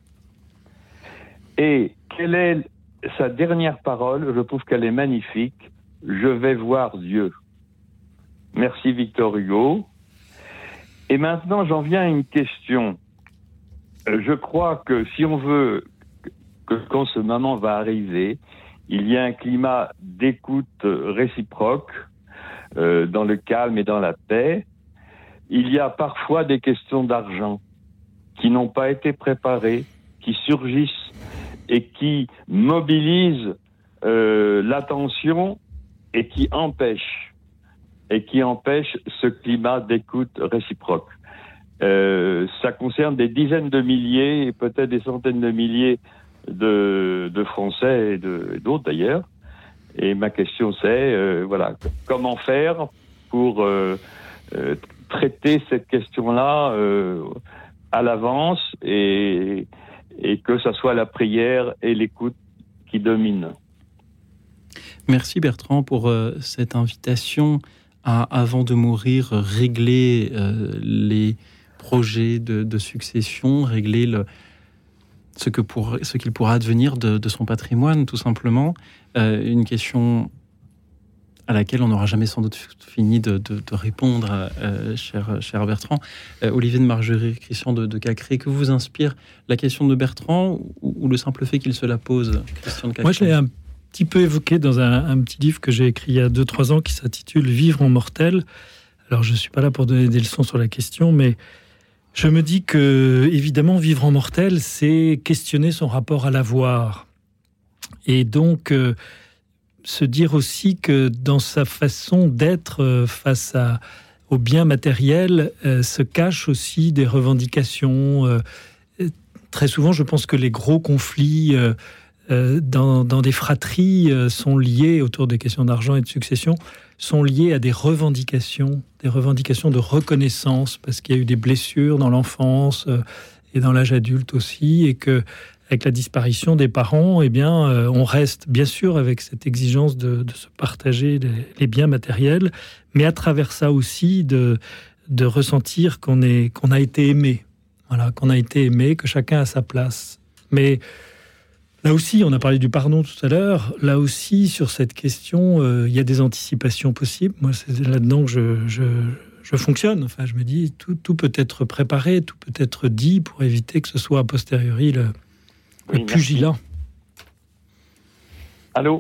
Et quelle est sa dernière parole ? Je trouve qu'elle est magnifique. Je vais voir Dieu. Merci Victor Hugo. Et maintenant, j'en viens à une question. Euh, je crois que si on veut que quand ce moment va arriver, il y a un climat d'écoute réciproque, euh, dans le calme et dans la paix. Il y a parfois des questions d'argent qui n'ont pas été préparées, qui surgissent et qui mobilisent euh, l'attention et qui empêchent et qui empêche ce climat d'écoute réciproque. Euh, ça concerne des dizaines de milliers et peut-être des centaines de milliers de, de Français et, de, et d'autres d'ailleurs. Et ma question c'est, euh, voilà, comment faire pour euh, euh, traiter cette question-là euh, à l'avance et, et que ça soit la prière et l'écoute qui dominent. Merci Bertrand pour euh, cette invitation à, avant de mourir, régler euh, les projets de, de succession, régler le, ce, que pour, ce qu'il pourra advenir de, de son patrimoine, tout simplement. Euh, une question à laquelle on n'aura jamais sans doute fini de, de, de répondre, euh, cher, cher Bertrand. Euh, Olivier de Margerie, Christian de, de Cacré, que vous inspire la question de Bertrand ou, ou le simple fait qu'il se la pose, Christian de Cacré ? Moi, je l'ai un petit peu évoqué dans un, un petit livre que j'ai écrit il y a deux trois ans qui s'intitule « Vivre en mortel ». Alors, je ne suis pas là pour donner des leçons sur la question, mais je me dis que, évidemment, vivre en mortel, c'est questionner son rapport à l'avoir. Et donc, euh, se dire aussi que dans sa façon d'être euh, face à, aux biens matériels, euh, se cachent aussi des revendications. Euh, très souvent, je pense que les gros conflits euh, Dans, dans des fratries euh, sont liées, autour des questions d'argent et de succession, sont liées à des revendications, des revendications de reconnaissance, parce qu'il y a eu des blessures dans l'enfance euh, et dans l'âge adulte aussi, et que avec la disparition des parents, eh bien, euh, on reste bien sûr avec cette exigence de, de se partager les, les biens matériels, mais à travers ça aussi de de ressentir qu'on est, qu'on a été aimé. Voilà, qu'on a été aimé, que chacun a sa place. Mais là aussi, on a parlé du pardon tout à l'heure. Là aussi, sur cette question, euh, il y a des anticipations possibles. Moi, c'est là-dedans que je, je, je fonctionne. Enfin, je me dis, tout, tout peut être préparé, tout peut être dit pour éviter que ce soit a posteriori le, oui, le pugilat. Allô ?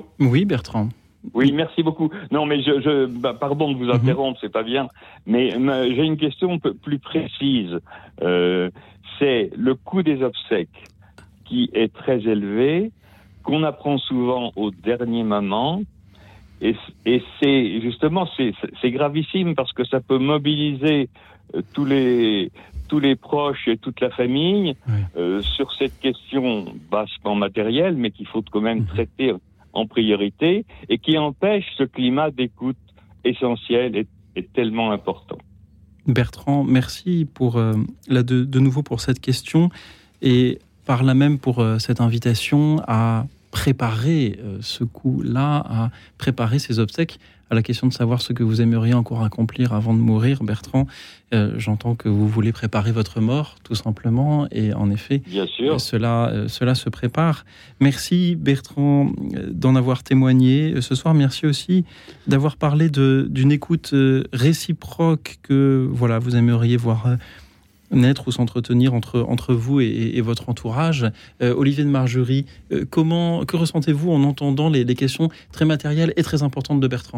Oui, Bertrand. Oui, merci beaucoup. Non, mais je, je bah, pardon de vous interrompre, mm-hmm. c'est pas bien, mais euh, j'ai une question un peu plus précise. Euh, c'est le coût des obsèques qui est très élevé, qu'on apprend souvent au dernier moment, et, et c'est justement c'est, c'est gravissime parce que ça peut mobiliser euh, tous les tous les proches et toute la famille oui. euh, sur cette question bassement matérielle, mais qu'il faut quand même mm-hmm. traiter en priorité, et qui empêche ce climat d'écoute essentiel et, et tellement important. Bertrand, merci pour, euh, là de, de nouveau pour cette question, et par là même pour euh, cette invitation à préparer euh, ce coup-là, à préparer ces obsèques. À la question de savoir ce que vous aimeriez encore accomplir avant de mourir, Bertrand, euh, j'entends que vous voulez préparer votre mort, tout simplement, et en effet, Bien sûr. Euh, cela, euh, cela se prépare. Merci Bertrand d'en avoir témoigné ce soir. Merci aussi d'avoir parlé de, d'une écoute réciproque que voilà, vous aimeriez voir euh, naître ou s'entretenir entre, entre vous et, et votre entourage. Euh, Olivier de Margerie, euh, comment, que ressentez-vous en entendant les, les questions très matérielles et très importantes de Bertrand ?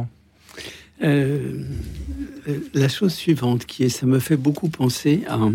Euh, la chose suivante, qui est, ça me fait beaucoup penser à,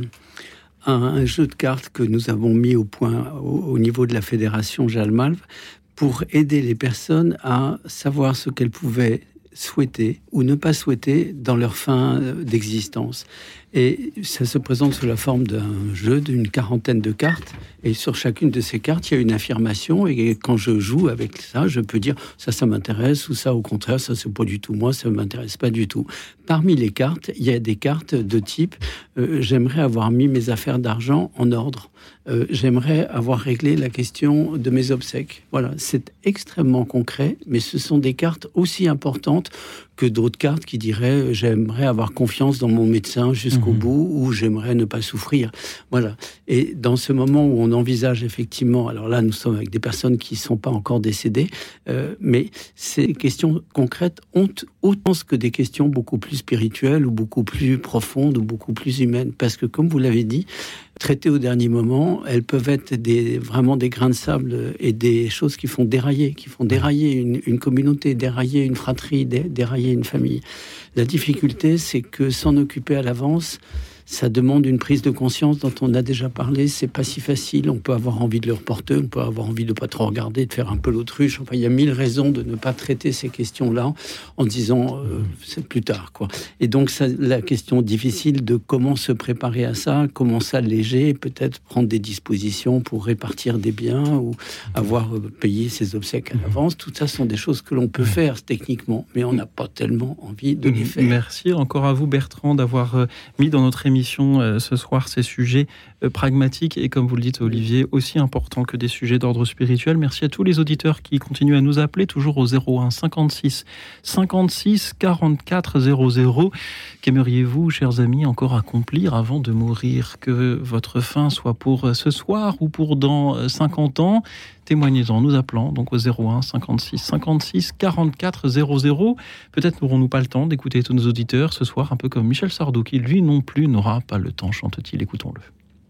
à un jeu de cartes que nous avons mis au point au, au niveau de la fédération Jalmalve pour aider les personnes à savoir ce qu'elles pouvaient souhaiter ou ne pas souhaiter dans leur fin d'existence. Et ça se présente sous la forme d'un jeu d'une quarantaine de cartes. Et sur chacune de ces cartes, il y a une affirmation. Et quand je joue avec ça, je peux dire ça, ça m'intéresse, ou ça, au contraire, ça, c'est pas du tout moi, ça m'intéresse pas du tout. Parmi les cartes, il y a des cartes de type euh, j'aimerais avoir mis mes affaires d'argent en ordre. Euh, j'aimerais avoir réglé la question de mes obsèques. Voilà, c'est extrêmement concret, mais ce sont des cartes aussi importantes que d'autres cartes qui diraient j'aimerais avoir confiance dans mon médecin jusqu'au mmh. bout, ou j'aimerais ne pas souffrir. Voilà. Et dans ce moment où on envisage effectivement, alors là nous sommes avec des personnes qui ne sont pas encore décédées, euh, mais ces questions concrètes ont autant que des questions beaucoup plus spirituelles ou beaucoup plus profondes ou beaucoup plus humaines. Parce que comme vous l'avez dit, traitées au dernier moment, elles peuvent être des, vraiment des grains de sable et des choses qui font dérailler, qui font dérailler une, une communauté, dérailler une fratrie, dé, dérailler une famille. La difficulté, c'est que s'en occuper à l'avance, ça demande une prise de conscience dont on a déjà parlé. C'est pas si facile. On peut avoir envie de le reporter, on peut avoir envie de pas trop regarder, de faire un peu l'autruche. Enfin, il y a mille raisons de ne pas traiter ces questions-là en disant euh, c'est plus tard, quoi. Et donc, ça, la question difficile de comment se préparer à ça, comment s'alléger, peut-être prendre des dispositions pour répartir des biens ou avoir euh, payé ses obsèques à l'avance. Tout ça sont des choses que l'on peut faire techniquement, mais on n'a pas tellement envie de les faire. Merci encore à vous, Bertrand, d'avoir euh, mis dans notre émission Euh, ce soir ces sujets euh, pragmatiques et, comme vous le dites, Olivier, aussi importants que des sujets d'ordre spirituel. Merci à tous les auditeurs qui continuent à nous appeler, toujours au zéro un cinquante-six cinquante-six quarante-quatre zéro zéro. Qu'aimeriez-vous, chers amis, encore accomplir avant de mourir? Que votre fin soit pour ce soir ou pour dans cinquante ans? Témoignez-en, nous appelant donc au zéro un cinquante-six cinquante-six quarante-quatre zéro zéro. Peut-être n'aurons-nous pas le temps d'écouter tous nos auditeurs ce soir, un peu comme Michel Sardou, qui lui non plus n'aura pas le temps, chante-t-il. Écoutons-le.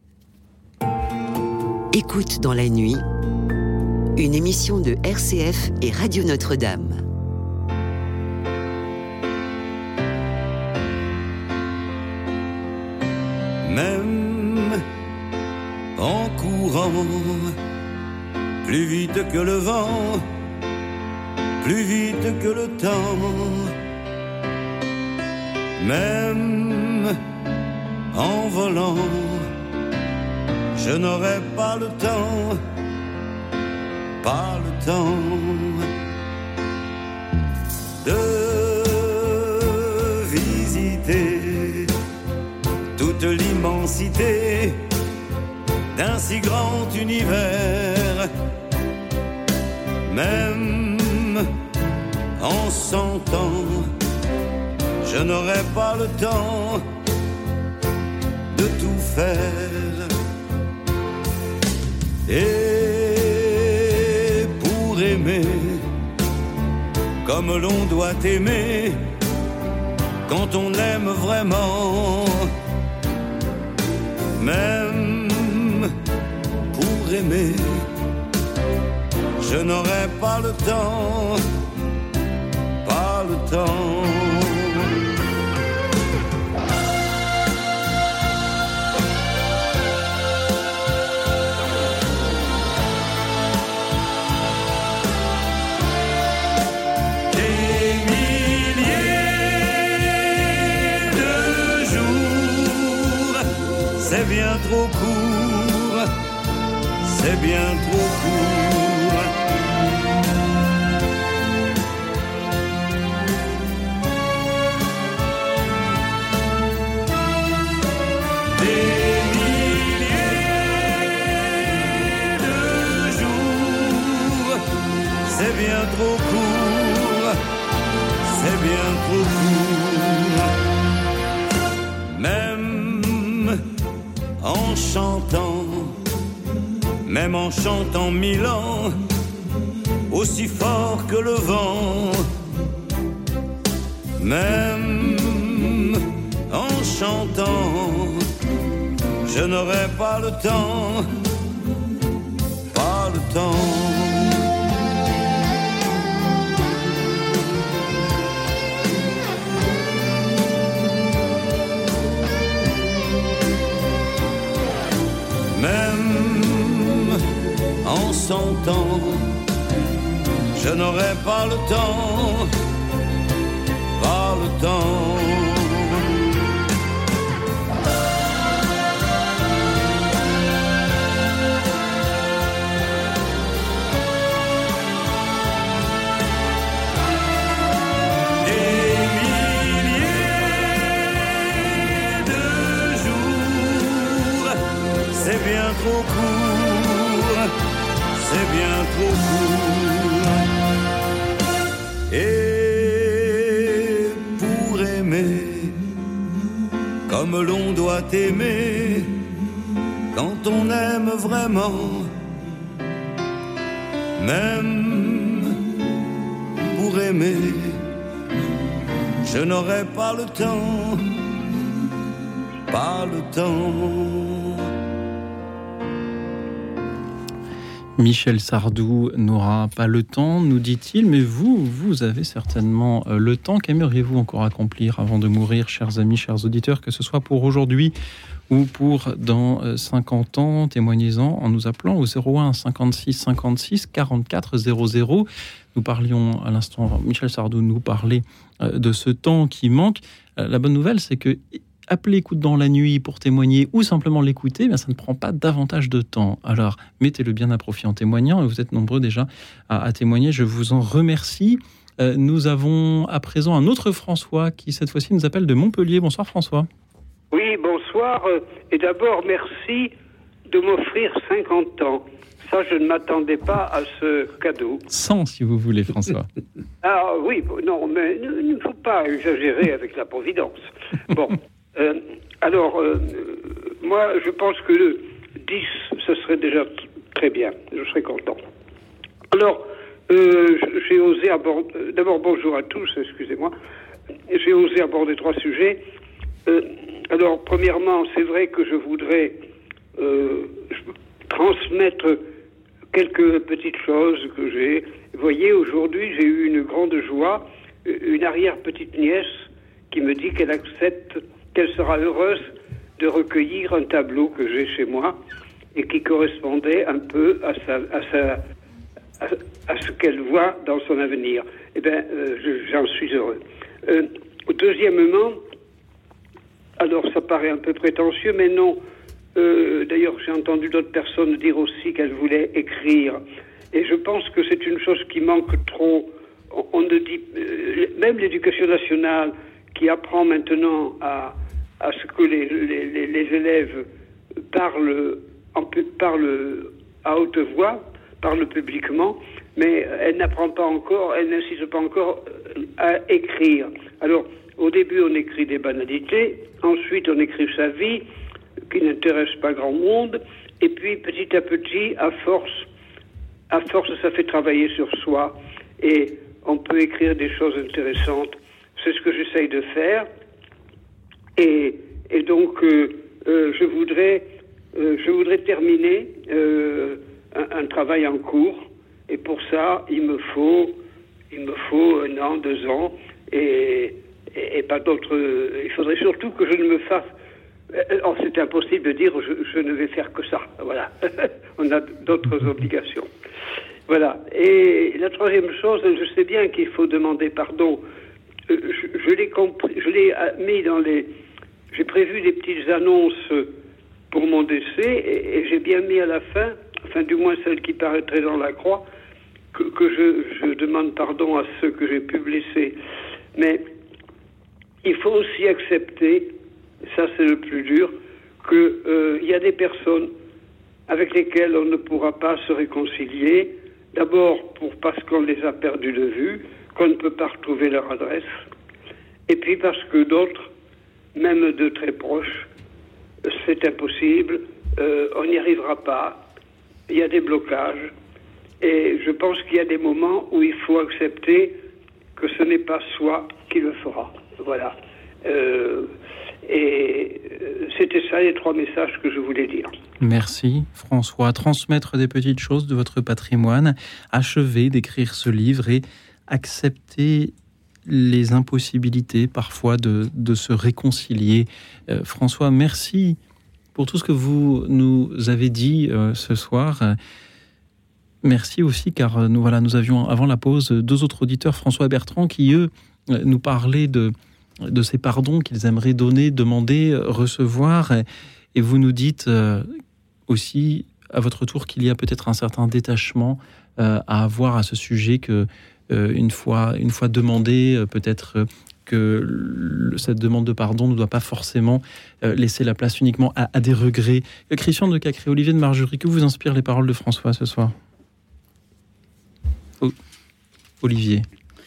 Écoute dans la nuit, une émission de R C F et Radio Notre-Dame. Même en courant plus vite que le vent, plus vite que le temps, même en volant, je n'aurai pas le temps, pas le temps de visiter toute l'immensité d'un si grand univers. Même en cent ans, je n'aurai pas le temps, de tout faire. Et pour aimer comme l'on doit aimer, quand on aime vraiment, même pour aimer, je n'aurai pas le temps, pas le temps. C'est bien trop court, c'est bien trop court. Des milliers de jours, c'est bien trop court, c'est bien trop court. Même en chantant, même en chantant mille ans, aussi fort que le vent, même en chantant, je n'aurai pas le temps, pas le temps. Même en cent ans, je n'aurai pas le temps, pas le temps. C'est bien trop court, c'est bien trop court. Et pour aimer comme l'on doit aimer, quand on aime vraiment, même pour aimer, je n'aurai pas le temps, pas le temps. Michel Sardou n'aura pas le temps, nous dit-il, mais vous, vous avez certainement le temps. Qu'aimeriez-vous encore accomplir avant de mourir, chers amis, chers auditeurs, que ce soit pour aujourd'hui ou pour dans cinquante ans? Témoignez-en en nous appelant au zéro un cinquante-six cinquante-six quarante-quatre zéro zéro. Nous parlions à l'instant, Michel Sardou nous parlait de ce temps qui manque. La bonne nouvelle, c'est que appeler Écoute dans la nuit pour témoigner ou simplement l'écouter, eh bien, ça ne prend pas davantage de temps. Alors, mettez-le bien à profit en témoignant, et vous êtes nombreux déjà à, à témoigner. Je vous en remercie. Euh, nous avons à présent un autre François qui, cette fois-ci, nous appelle de Montpellier. Bonsoir François. Oui, bonsoir. Et d'abord, merci de m'offrir cinquante ans. Ça, je ne m'attendais pas à ce cadeau. cent, si vous voulez, François. Ah oui, non, mais il ne faut pas exagérer avec la providence. Bon. Euh, alors, euh, moi, je pense que le dix, ce serait déjà t- très bien. Je serais content. Alors, euh, j'ai osé aborder... D'abord, bonjour à tous, excusez-moi. J'ai osé aborder trois sujets. Euh, alors, premièrement, c'est vrai que je voudrais euh, transmettre quelques petites choses que j'ai. Vous voyez, aujourd'hui, j'ai eu une grande joie. Une arrière-petite-nièce qui me dit qu'elle accepte... qu'elle sera heureuse de recueillir un tableau que j'ai chez moi et qui correspondait un peu à, sa, à, sa, à, à ce qu'elle voit dans son avenir. Eh bien, euh, je, j'en suis heureux. Euh, deuxièmement, alors ça paraît un peu prétentieux, mais non. Euh, d'ailleurs, j'ai entendu d'autres personnes dire aussi qu'elles voulaient écrire. Et je pense que c'est une chose qui manque trop. On, on ne dit... Euh, même l'éducation nationale qui apprend maintenant à, à ce que les, les, les élèves parlent, en, parlent à haute voix, parlent publiquement, mais elle n'apprend pas encore, elle n'insiste pas encore à écrire. Alors, au début, on écrit des banalités, ensuite on écrit sa vie, qui n'intéressent pas grand monde. Et puis, petit à petit, à force, à force, ça fait travailler sur soi. Et on peut écrire des choses intéressantes. C'est ce que j'essaye de faire. Et, et donc, euh, euh, je voudrais, euh, je voudrais terminer euh, un, un travail en cours. Et pour ça, il me faut, il me faut un an, deux ans, et, et, et pas d'autres. Il faudrait surtout que je ne me fasse. Oh, c'est impossible de dire je, je ne vais faire que ça. Voilà, on a d'autres obligations. Voilà. Et la troisième chose, je sais bien qu'il faut demander pardon. Je, je l'ai compris, je l'ai mis dans les. J'ai prévu des petites annonces pour mon décès, et, et j'ai bien mis à la fin, enfin du moins celle qui paraîtrait dans la croix, que, que je, je demande pardon à ceux que j'ai pu blesser. Mais il faut aussi accepter, ça c'est le plus dur, qu'il euh, y a des personnes avec lesquelles on ne pourra pas se réconcilier. D'abord pour, parce qu'on les a perdus de vue, qu'on ne peut pas retrouver leur adresse, et puis parce que d'autres, même de très proches, c'est impossible, euh, on n'y arrivera pas, il y a des blocages, et je pense qu'il y a des moments où il faut accepter que ce n'est pas soi qui le fera. Voilà. Euh, et c'était ça les trois messages que je voulais dire. Merci François. Transmettre des petites choses de votre patrimoine, achever d'écrire ce livre et accepter les impossibilités parfois de, de se réconcilier. Euh, François, merci pour tout ce que vous nous avez dit euh, ce soir. Merci aussi car nous, voilà, nous avions avant la pause deux autres auditeurs, François et Bertrand, qui eux nous parlaient de, de ces pardons qu'ils aimeraient donner, demander, recevoir. Et vous nous dites euh, aussi à votre tour qu'il y a peut-être un certain détachement euh, à avoir à ce sujet, que euh, une fois, une fois demandé, euh, peut-être que le, cette demande de pardon ne doit pas forcément euh, laisser la place uniquement à, à des regrets. Euh, Christian de Cacré, Olivier de Margerie, que vous inspirent les paroles de François ce soir? oh. Olivier.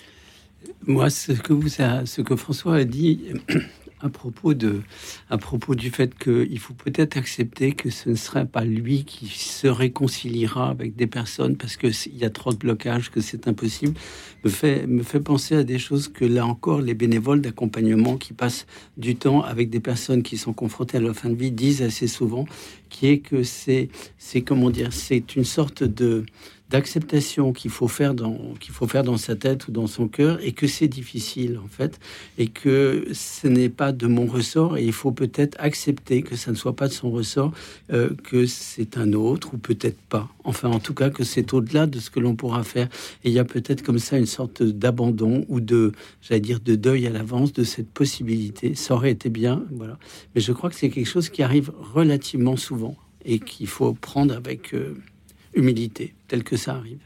Moi, ce que, vous a, ce que François a dit à propos, de, à propos du fait qu'il faut peut-être accepter que ce ne serait pas lui qui se réconciliera avec des personnes parce qu'il y a trop de blocages, que c'est impossible, me fait, me fait penser à des choses que, là encore, les bénévoles d'accompagnement qui passent du temps avec des personnes qui sont confrontées à leur fin de vie disent assez souvent, qui est que c'est, c'est comment dire, c'est une sorte de... d'acceptation qu'il faut faire dans qu'il faut faire dans sa tête ou dans son cœur, et que c'est difficile en fait, et que ce n'est pas de mon ressort, et il faut peut-être accepter que ça ne soit pas de son ressort, euh, que c'est un autre, ou peut-être pas. Enfin, en tout cas, que c'est au-delà de ce que l'on pourra faire. Et il y a peut-être comme ça une sorte d'abandon ou de, j'allais dire, de deuil à l'avance de cette possibilité. Ça aurait été bien, voilà. Mais je crois que c'est quelque chose qui arrive relativement souvent et qu'il faut prendre avec euh, humilité, tel que ça arrive.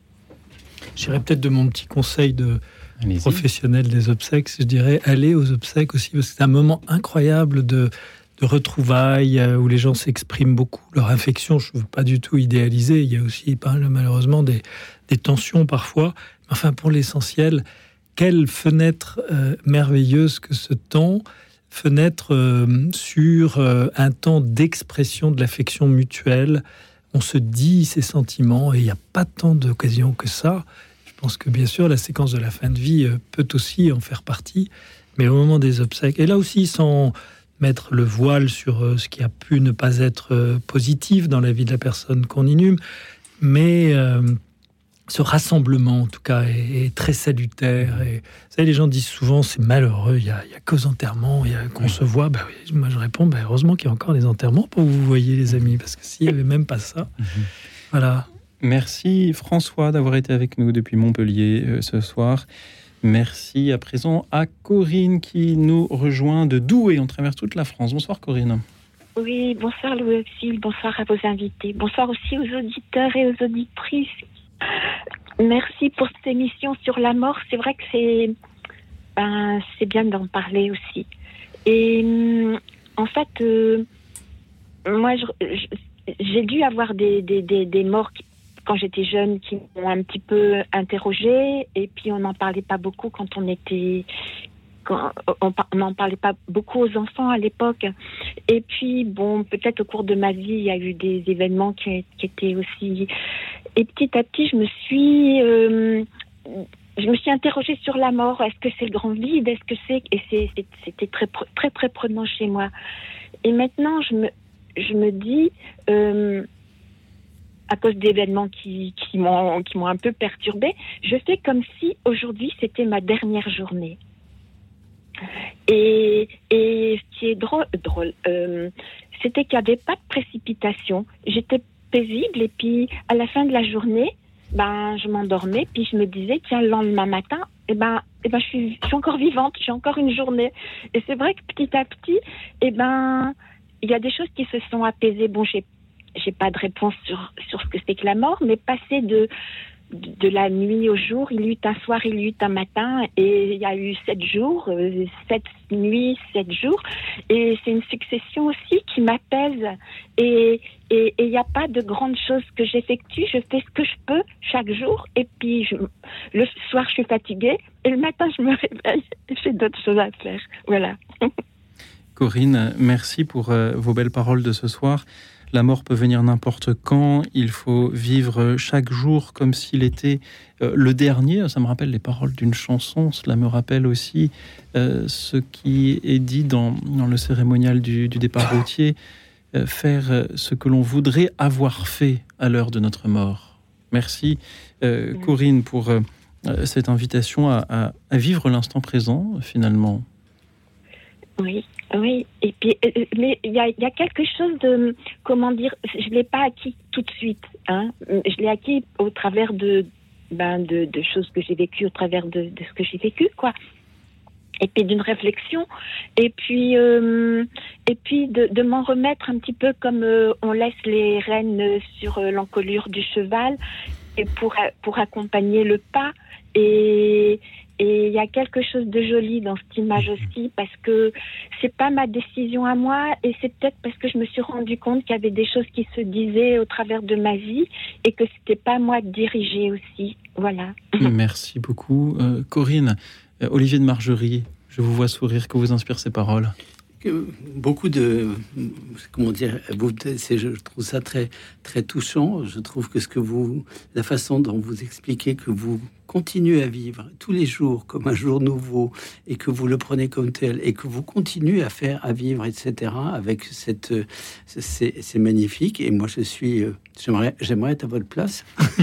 J'irais peut-être de mon petit conseil de Allez-y. professionnel des obsèques, je dirais aller aux obsèques aussi, parce que c'est un moment incroyable de, de retrouvailles où les gens s'expriment beaucoup leur affection. Je ne veux pas du tout idéaliser, il y a aussi malheureusement des, des tensions parfois. Enfin, pour l'essentiel, quelle fenêtre euh, merveilleuse que ce temps, fenêtre euh, sur euh, un temps d'expression de l'affection mutuelle. On se dit ses sentiments et il n'y a pas tant d'occasions que ça. Je pense que bien sûr la séquence de la fin de vie peut aussi en faire partie, mais au moment des obsèques, et là aussi sans mettre le voile sur ce qui a pu ne pas être positif dans la vie de la personne qu'on inhume, mais euh, ce rassemblement en tout cas est, est très salutaire. Et, vous savez, les gens disent souvent c'est malheureux, il n'y a, a qu'aux enterrements il y a, qu'on oui. se voit. Ben oui, moi je réponds ben heureusement qu'il y a encore des enterrements pour que vous voyez les amis, parce que s'il n'y avait même pas ça, mmh. voilà. Merci François d'avoir été avec nous depuis Montpellier euh, ce soir. Merci à présent à Corinne qui nous rejoint de Douai. On traverse toute la France. Bonsoir Corinne. Oui, bonsoir Louis Auxil, bonsoir à vos invités. Bonsoir aussi aux auditeurs et aux auditrices. Merci pour cette émission sur la mort. C'est vrai que c'est, ben, c'est bien d'en parler aussi. Et en fait, euh, moi, je, je, j'ai dû avoir des, des, des, des morts qui, quand j'étais jeune, qui m'ont un petit peu interrogée. Et puis, on n'en parlait pas beaucoup quand on était, quand on n'en parlait pas beaucoup aux enfants à l'époque. Et puis, bon, peut-être au cours de ma vie, il y a eu des événements qui, qui étaient aussi... Et petit à petit, je me suis... Euh, je me suis interrogée sur la mort. Est-ce que c'est le grand vide? Est-ce que c'est... Et c'est, c'est, c'était très, très, très prenant chez moi. Et maintenant, je me, je me dis... Euh, à cause d'événements qui, qui, m'ont, qui m'ont un peu perturbée, je fais comme si aujourd'hui c'était ma dernière journée. Et, et ce qui est drôle, drôle euh, c'était qu'il n'y avait pas de précipitation. J'étais paisible et puis à la fin de la journée, ben, je m'endormais puis je me disais, tiens, le lendemain matin, eh ben, eh ben, je suis, je suis encore vivante, j'ai encore une journée. Et c'est vrai que petit à petit, eh ben, il y a des choses qui se sont apaisées. Bon, j'ai J'ai pas de réponse sur, sur ce que c'est que la mort, mais passer de, de, de la nuit au jour, il y eut un soir, il y eut un matin, et il y a eu sept jours, euh, sept nuits, sept jours, et c'est une succession aussi qui m'apaise. Et et il n'y a pas de grandes choses que j'effectue, je fais ce que je peux chaque jour, et puis je, le soir je suis fatiguée, et le matin je me réveille, et j'ai d'autres choses à faire. Voilà. Corinne, merci pour euh, vos belles paroles de ce soir. La mort peut venir n'importe quand, il faut vivre chaque jour comme s'il était euh, le dernier. Ça me rappelle les paroles d'une chanson, cela me rappelle aussi euh, ce qui est dit dans, dans le cérémonial du, du départ routier, euh, faire ce que l'on voudrait avoir fait à l'heure de notre mort. Merci euh, Corinne pour euh, cette invitation à, à, à vivre l'instant présent finalement. Oui, oui. Et puis, euh, mais il y a, y a quelque chose de, comment dire, je l'ai pas acquis tout de suite. Hein. Je l'ai acquis au travers de, ben, de, de choses que j'ai vécues, au travers de, de ce que j'ai vécu, quoi. Et puis d'une réflexion. Et puis, euh, et puis de, de m'en remettre un petit peu comme euh, on laisse les rênes sur euh, l'encolure du cheval, et pour pour accompagner le pas. Et Et il y a quelque chose de joli dans cette image aussi, parce que c'est pas ma décision à moi, et c'est peut-être parce que je me suis rendu compte qu'il y avait des choses qui se disaient au travers de ma vie, et que c'était pas moi de diriger aussi. Voilà. Merci beaucoup. Euh, Corinne, euh, Olivier de Margerie, je vous vois sourire, que vous inspirent ces paroles? Beaucoup de, comment dire, c'est, je trouve ça très très touchant. Je trouve que ce que vous, la façon dont vous expliquez que vous continuez à vivre tous les jours comme un jour nouveau, et que vous le prenez comme tel, et que vous continuez à faire, à vivre, et cetera. Avec cette, c'est, c'est magnifique. Et moi, je suis, j'aimerais, j'aimerais être à votre place.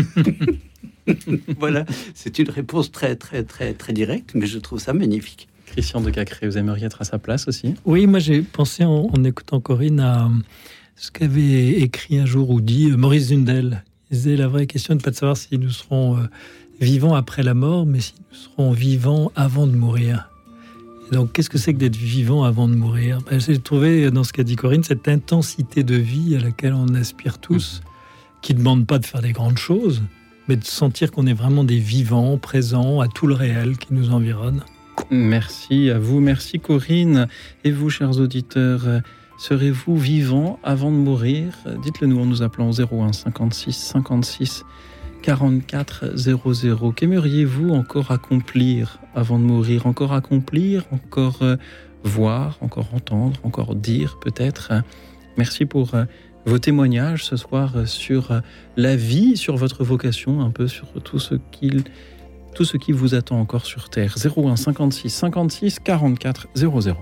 Voilà, c'est une réponse très très très très directe, mais je trouve ça magnifique. Christian de Cacré, vous aimeriez être à sa place aussi? Oui, moi j'ai pensé en, en écoutant Corinne à ce qu'avait écrit un jour ou dit Maurice Zundel. Il disait la vraie question n'est pas de savoir si nous serons euh, vivants après la mort, mais si nous serons vivants avant de mourir. Et donc, qu'est-ce que c'est que d'être vivant avant de mourir? Ben, j'ai trouvé dans ce qu'a dit Corinne cette intensité de vie à laquelle on aspire tous, qui ne demande pas de faire des grandes choses, mais de sentir qu'on est vraiment des vivants, présents à tout le réel qui nous environne. Merci à vous, merci Corinne. Et vous, chers auditeurs, serez-vous vivants avant de mourir? Dites-le nous en nous appelant au zéro un cinquante-six cinquante-six quarante-quatre zéro zéro. Qu'aimeriez-vous encore accomplir avant de mourir? Encore accomplir, encore euh, voir, encore entendre, encore dire peut-être. Merci pour euh, vos témoignages ce soir sur euh, la vie, sur votre vocation, un peu sur tout ce qu'il... tout ce qui vous attend encore sur Terre. zéro un cinquante-six cinquante-six quarante-quatre zéro zéro.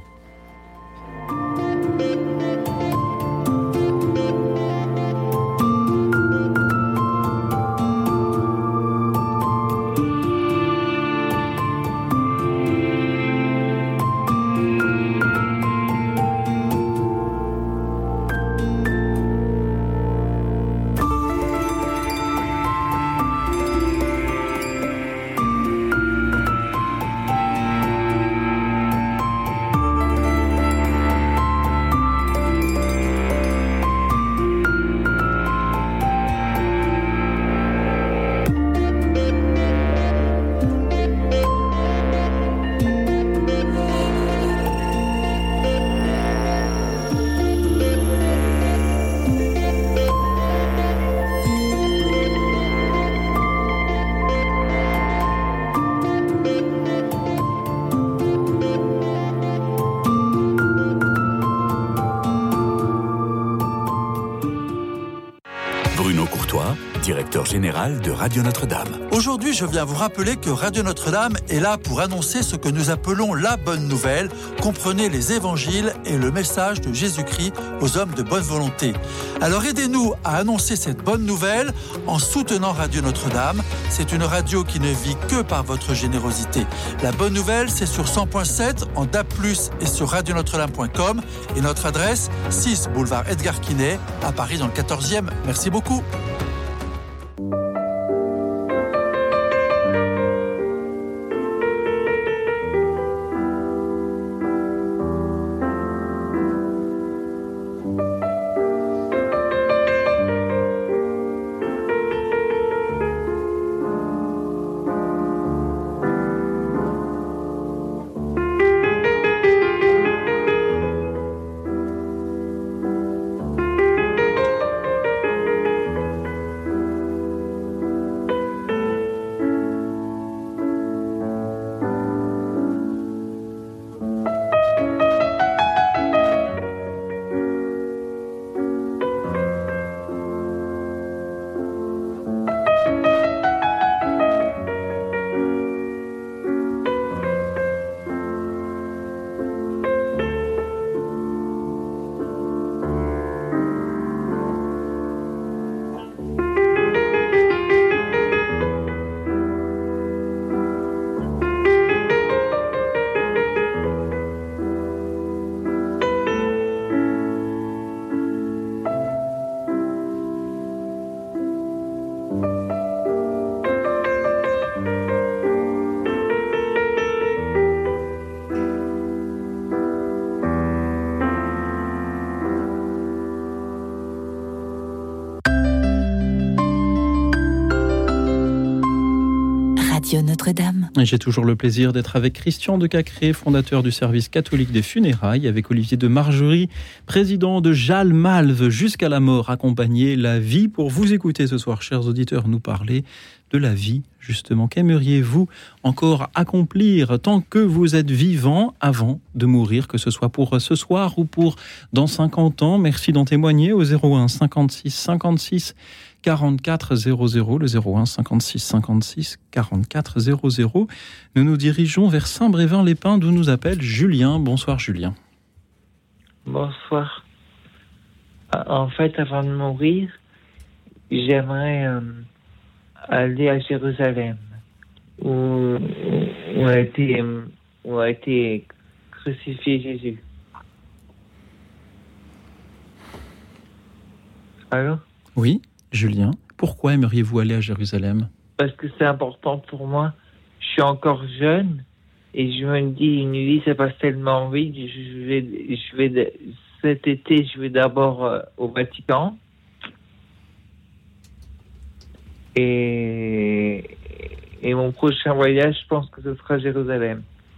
directeur général de Radio Notre-Dame. Aujourd'hui, je viens vous rappeler que Radio Notre-Dame est là pour annoncer ce que nous appelons la bonne nouvelle. Comprenez les évangiles et le message de Jésus-Christ aux hommes de bonne volonté. Alors aidez-nous à annoncer cette bonne nouvelle en soutenant Radio Notre-Dame. C'est une radio qui ne vit que par votre générosité. La bonne nouvelle, c'est sur cent point sept en D A B plus, et sur radio notre dame point com. Et notre adresse, six boulevard Edgar Quinet, à Paris dans le quatorzième. Merci beaucoup. Notre-Dame. J'ai toujours le plaisir d'être avec Christian de Cacré, fondateur du service catholique des funérailles, avec Olivier de Margerie, président de Jalles Malves jusqu'à la mort, accompagner la vie. Pour vous écouter ce soir, chers auditeurs, nous parler de la vie, justement. Qu'aimeriez-vous encore accomplir tant que vous êtes vivant avant de mourir, que ce soit pour ce soir ou pour dans cinquante ans? Merci d'en témoigner au zéro un cinquante-six cinquante-six quarante-quatre zéro zéro, le zéro un cinquante-six cinquante-six quarante-quatre zéro zéro. Nous nous dirigeons vers Saint-Brévin-les-Pins, d'où nous appelle Julien. Bonsoir Julien. Bonsoir. En fait, avant de mourir, j'aimerais euh, aller à Jérusalem, où, où, a été, où a été crucifié Jésus. Allô ? Oui, Julien. Pourquoi aimeriez-vous aller à Jérusalem ? Parce que c'est important pour moi. Je suis encore jeune et je me dis, une vie, ça passe tellement vite. Je vais, je vais, cet été, je vais d'abord euh, au Vatican. Et, et mon prochain voyage, je pense que ce sera Jérusalem.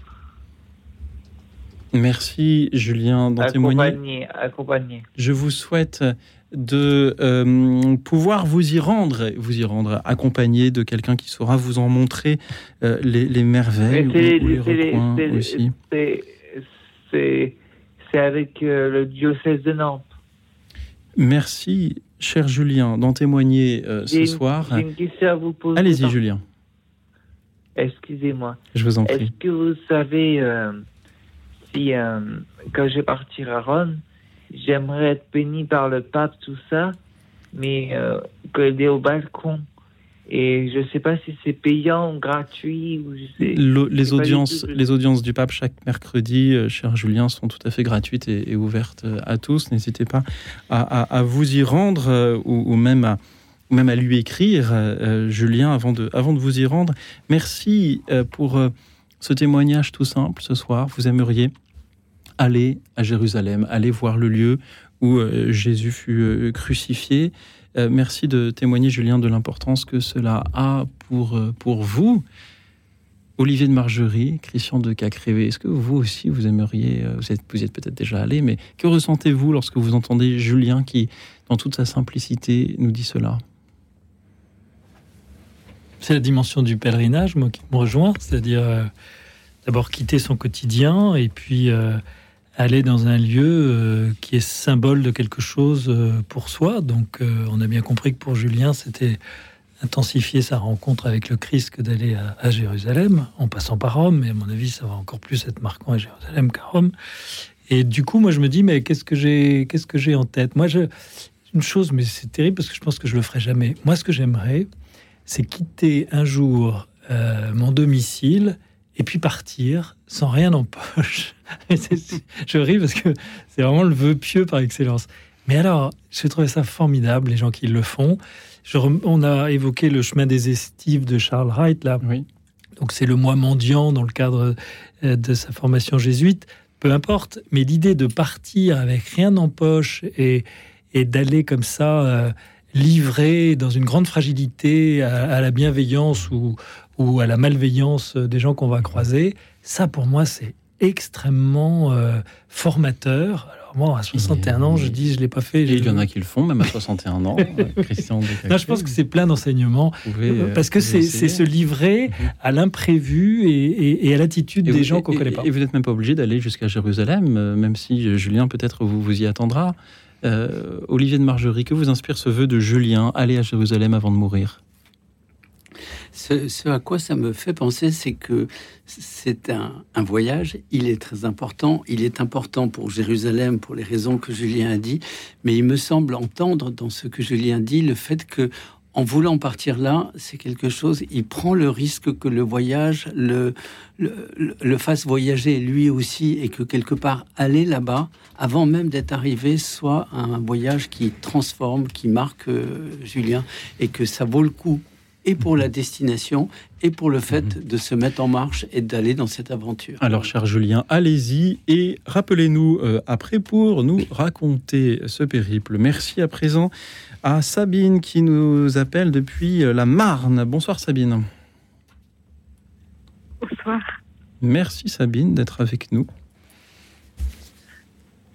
Merci Julien d'en témoigner. Accompagné, accompagné. Je vous souhaite de euh, pouvoir vous y rendre, vous y rendre accompagné de quelqu'un qui saura vous en montrer euh, les, les merveilles ou, ou les recoins c'est, aussi. C'est, c'est, c'est avec euh, le diocèse de Nantes. Merci, cher Julien, d'en témoigner euh, ce j'ai soir. J'ai une question à vous poser. Allez-y, dans... Julien. Excusez-moi. Je vous en prie. Est-ce que vous savez euh, si, euh, quand je vais partir à Rome, j'aimerais être béni par le pape, tout ça, mais euh, qu'il est au balcon. Et je ne sais pas si c'est payant ou gratuit. Ou je sais, le, je les, sais audiences, les audiences du pape chaque mercredi, euh, cher Julien, sont tout à fait gratuites et, et ouvertes à tous. N'hésitez pas à, à, à vous y rendre euh, ou, ou, même à, ou même à lui écrire, euh, Julien, avant de, avant de vous y rendre. Merci euh, pour euh, ce témoignage tout simple ce soir. Vous aimeriez aller à Jérusalem, aller voir le lieu où euh, Jésus fut euh, crucifié. Euh, merci de témoigner, Julien, de l'importance que cela a pour, euh, pour vous. Olivier de Margerie, Christian de Cacré, est-ce que vous aussi, vous aimeriez, euh, vous, êtes, vous y êtes peut-être déjà allé, mais que ressentez-vous lorsque vous entendez Julien qui, dans toute sa simplicité, nous dit cela ? C'est la dimension du pèlerinage, moi, qui me rejoint, c'est-à-dire euh, d'abord quitter son quotidien et puis... Euh, aller dans un lieu euh, qui est symbole de quelque chose euh, pour soi. Donc, euh, on a bien compris que pour Julien, c'était intensifier sa rencontre avec le Christ que d'aller à, à Jérusalem, en passant par Rome. Mais à mon avis, ça va encore plus être marquant à Jérusalem qu'à Rome. Et du coup, moi, je me dis, mais qu'est-ce que j'ai, qu'est-ce que j'ai en tête ? Moi, je, une chose, mais c'est terrible parce que je pense que je le ferai jamais. Moi, ce que j'aimerais, c'est quitter un jour euh, mon domicile et puis partir sans rien en poche. Je ris parce que c'est vraiment le vœu pieux par excellence. Mais alors, j'ai trouvé ça formidable, les gens qui le font. Je, on a évoqué le chemin des estives de Charles Wright, là. Oui. Donc, c'est le mois mendiant dans le cadre de sa formation jésuite. Peu importe, mais l'idée de partir avec rien en poche et, et d'aller comme ça, euh, livré dans une grande fragilité à, à la bienveillance ou, ou à la malveillance des gens qu'on va croiser, ça pour moi c'est extrêmement euh, formateur. Alors moi à soixante et un ans je dis je l'ai pas fait. Et il y en a qui le font même à soixante et un ans. Christian Decaquet. Non, je pense que c'est plein d'enseignements pouvez, parce que c'est, c'est se livrer à l'imprévu et, et, et à l'attitude et des vous, gens qu'on ne connaît pas. Et vous n'êtes même pas obligé d'aller jusqu'à Jérusalem, même si Julien peut-être vous, vous y attendra. Euh, Olivier de Margerie, que vous inspire ce vœu de Julien, aller à Jérusalem avant de mourir ? Ce, ce à quoi ça me fait penser, c'est que c'est un, un voyage, il est très important, il est important pour Jérusalem, pour les raisons que Julien a dit, mais il me semble entendre dans ce que Julien dit, le fait que en voulant partir là, c'est quelque chose, il prend le risque que le voyage le, le, le fasse voyager lui aussi, et que quelque part aller là-bas, avant même d'être arrivé, soit un voyage qui transforme, qui marque euh, Julien, et que ça vaut le coup, et pour la destination, et pour le fait mmh. de se mettre en marche et d'aller dans cette aventure. Alors, cher Julien, allez-y, et rappelez-nous euh, après pour nous raconter ce périple. Merci à présent à Sabine qui nous appelle depuis la Marne. Bonsoir Sabine. Bonsoir. Merci Sabine d'être avec nous. M'entendez-vous ?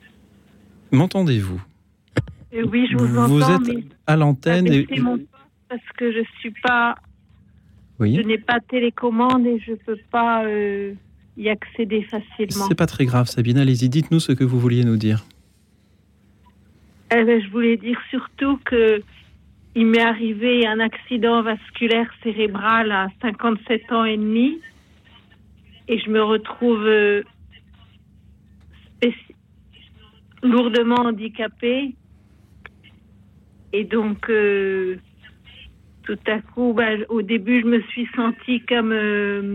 euh, Oui, je vous, vous entends. Vous êtes mais à l'antenne. Et... mon poste parce que je suis pas... Oui. Je n'ai pas de télécommande et je ne peux pas euh, y accéder facilement. C'est pas très grave Sabine, allez-y, dites-nous ce que vous vouliez nous dire. Eh ben, je voulais dire surtout que il m'est arrivé un accident vasculaire cérébral à cinquante-sept ans et demi et je me retrouve euh, spéci- lourdement handicapée et donc euh, tout à coup, bah, au début, je me suis sentie comme euh,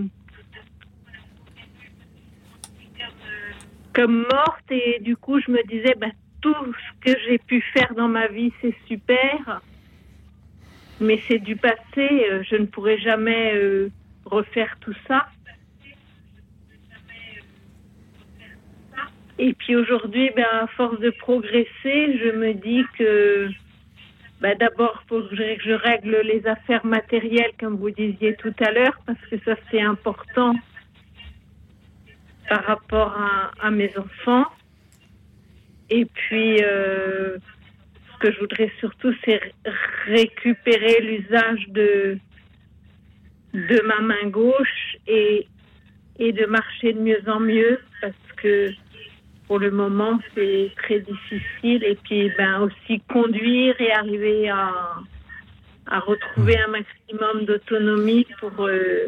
comme morte et du coup, je me disais, bah, tout ce que j'ai pu faire dans ma vie, c'est super, mais c'est du passé, je ne pourrai jamais euh, refaire tout ça. Et puis aujourd'hui, ben, à force de progresser, je me dis que ben, d'abord, il faut que je, je règle les affaires matérielles, comme vous disiez tout à l'heure, parce que ça, c'est important par rapport à, à mes enfants. Et puis, euh, ce que je voudrais surtout, c'est récupérer l'usage de, de ma main gauche et, et de marcher de mieux en mieux, parce que pour le moment, c'est très difficile. Et puis, ben, aussi conduire et arriver à, à retrouver un maximum d'autonomie pour... Euh...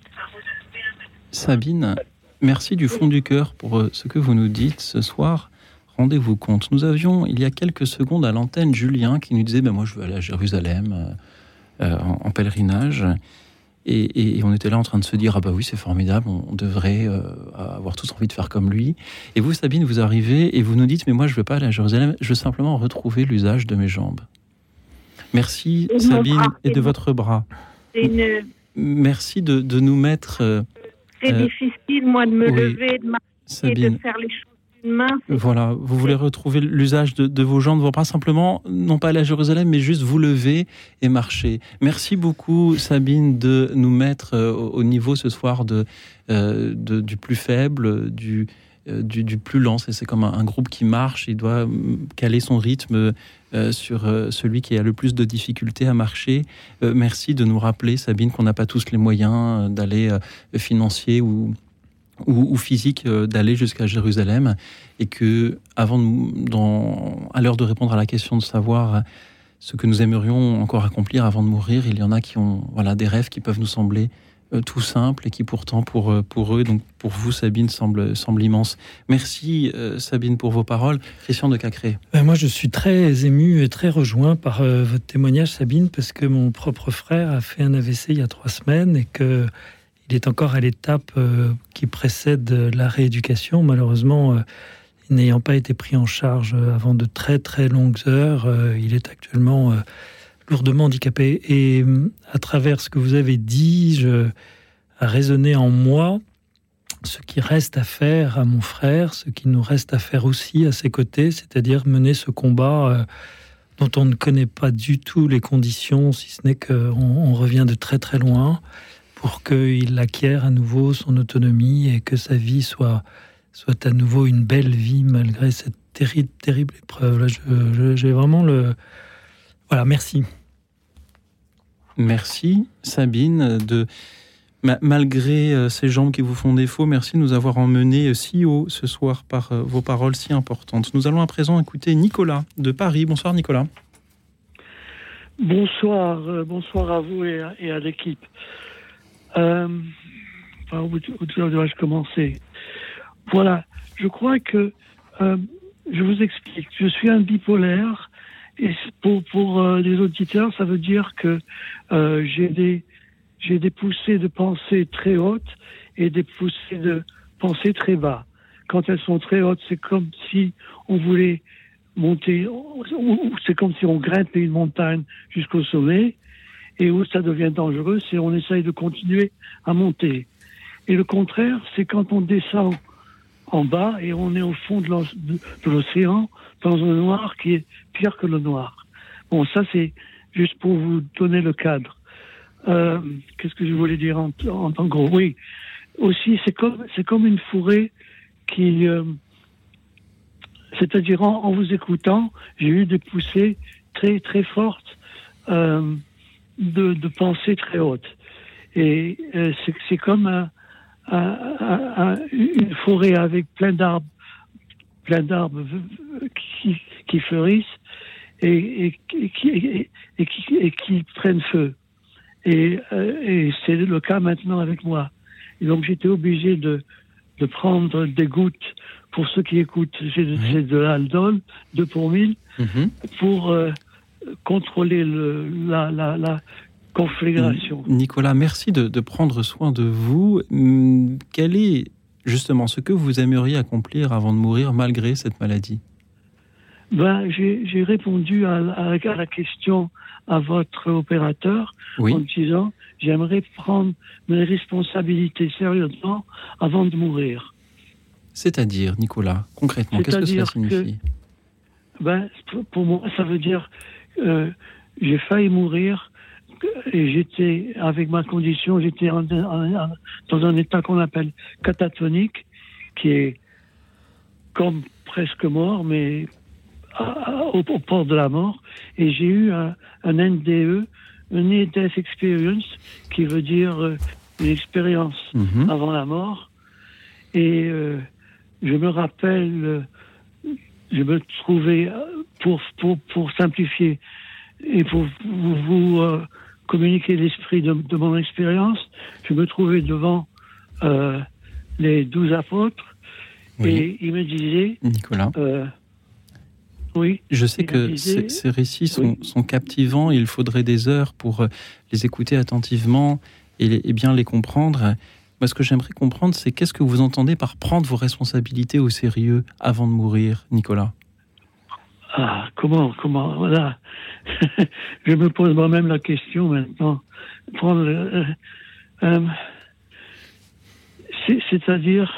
Sabine, merci du fond du cœur pour ce que vous nous dites ce soir. Rendez-vous compte, nous avions, il y a quelques secondes à l'antenne, Julien qui nous disait ben, « moi, je veux aller à Jérusalem euh, en, en pèlerinage ». Et, et on était là en train de se dire « Ah bah oui, c'est formidable, on devrait euh, avoir tous envie de faire comme lui ». Et vous, Sabine, vous arrivez et vous nous dites « Mais moi, je ne veux pas aller à Jérusalem, je veux simplement retrouver l'usage de mes jambes ». Merci, et Sabine, et de votre bras. C'est une... Merci de, de nous mettre... Euh, c'est euh, difficile, moi, de me oui, lever, de marcher, de faire les choses d'une main. Voilà, vous voulez retrouver l'usage de, de vos jambes, pas simplement, non pas aller à Jérusalem, mais juste vous lever et marcher. Merci beaucoup, Sabine, de nous mettre euh, au niveau ce soir de, euh, de, du plus faible, du, euh, du, du plus lent. C'est, c'est comme un, un groupe qui marche, il doit caler son rythme euh, sur euh, celui qui a le plus de difficultés à marcher. Euh, merci de nous rappeler, Sabine, qu'on n'a pas tous les moyens d'aller euh, financiers ou... ou, ou physique euh, d'aller jusqu'à Jérusalem, et que avant de, dans, à l'heure de répondre à la question de savoir ce que nous aimerions encore accomplir avant de mourir, il y en a qui ont voilà, des rêves qui peuvent nous sembler euh, tout simples et qui pourtant pour, pour eux, donc pour vous Sabine, semblent semble immenses. Merci euh, Sabine pour vos paroles. Christian de Cacré. Ben moi je suis très ému et très rejoint par euh, votre témoignage Sabine, parce que mon propre frère a fait un A V C il y a trois semaines et que il est encore à l'étape euh, qui précède la rééducation, malheureusement, euh, n'ayant pas été pris en charge avant de très très longues heures. Euh, il est actuellement euh, lourdement handicapé. Et euh, à travers ce que vous avez dit, je, a résonné en moi ce qui reste à faire à mon frère, ce qui nous reste à faire aussi à ses côtés, c'est-à-dire mener ce combat euh, dont on ne connaît pas du tout les conditions, si ce n'est qu'on on revient de très très loin, pour qu'il acquiert à nouveau son autonomie et que sa vie soit, soit à nouveau une belle vie malgré cette terrible, terrible épreuve. Là, je, je, j'ai vraiment le... Voilà, merci. Merci Sabine, de, ma, malgré euh, ces jambes qui vous font défaut, merci de nous avoir emmenés si haut ce soir par euh, vos paroles si importantes. Nous allons à présent écouter Nicolas de Paris. Bonsoir Nicolas. Bonsoir, euh, bonsoir à vous et à, et à l'équipe. Euh, enfin, où, où dois-je commencer ? Voilà, je crois que euh, je vous explique. Je suis un bipolaire et pour pour euh, les auditeurs, ça veut dire que euh, j'ai des j'ai des poussées de pensée très hautes et des poussées de pensée très bas. Quand elles sont très hautes, c'est comme si on voulait monter, c'est comme si on grimpait une montagne jusqu'au sommet. Et où ça devient dangereux, c'est on essaye de continuer à monter. Et le contraire, c'est quand on descend en bas et on est au fond de l'océan, dans un noir qui est pire que le noir. Bon, ça c'est juste pour vous donner le cadre. Euh, qu'est-ce que je voulais dire en, en, en gros ? Oui, aussi c'est comme, c'est comme une forêt qui... Euh, c'est-à-dire en, en vous écoutant, j'ai eu des poussées très très fortes euh, De, de pensée très haute. Et euh, c'est, c'est comme un, un, un, une forêt avec plein d'arbres, plein d'arbres qui, qui fleurissent et, et, et, qui, et, et, qui, et qui prennent feu. Et, euh, et c'est le cas maintenant avec moi. Et donc j'étais obligé de, de prendre des gouttes, pour ceux qui écoutent, c'est de, c'est de l'aldol, deux pour mille, mm-hmm. pour... Euh, contrôler le, la, la, la conflagration. Nicolas, merci de, de prendre soin de vous. Quel est justement ce que vous aimeriez accomplir avant de mourir malgré cette maladie ? Ben, j'ai, j'ai répondu à, à, à la question à votre opérateur oui. en disant j'aimerais prendre mes responsabilités sérieusement avant de mourir. C'est-à-dire, Nicolas, concrètement, C'est-à-dire qu'est-ce que cela signifie ? que, ben, pour moi, ça veut dire Euh, j'ai failli mourir et j'étais, avec ma condition, j'étais en, en, en, dans un état qu'on appelle catatonique, qui est comme presque mort, mais à, à, au, au port de la mort. Et j'ai eu un, un N D E, un Near Death Experience, qui veut dire euh, une expérience mm-hmm. avant la mort. Et euh, je me rappelle... Euh, je me trouvais, pour, pour, pour simplifier et pour vous, vous euh, communiquer l'esprit de, de mon expérience, je me trouvais devant euh, les douze apôtres oui. et ils me disaient... Nicolas euh, Oui. Je sais que disait, ces, ces récits sont, oui. sont captivants, il faudrait des heures pour les écouter attentivement et, les, et bien les comprendre. Moi, ce que j'aimerais comprendre, c'est qu'est-ce que vous entendez par prendre vos responsabilités au sérieux avant de mourir, Nicolas ? Ah, comment, comment, voilà. Je me pose moi-même la question maintenant. Prendre, euh, euh, c'est, c'est-à-dire,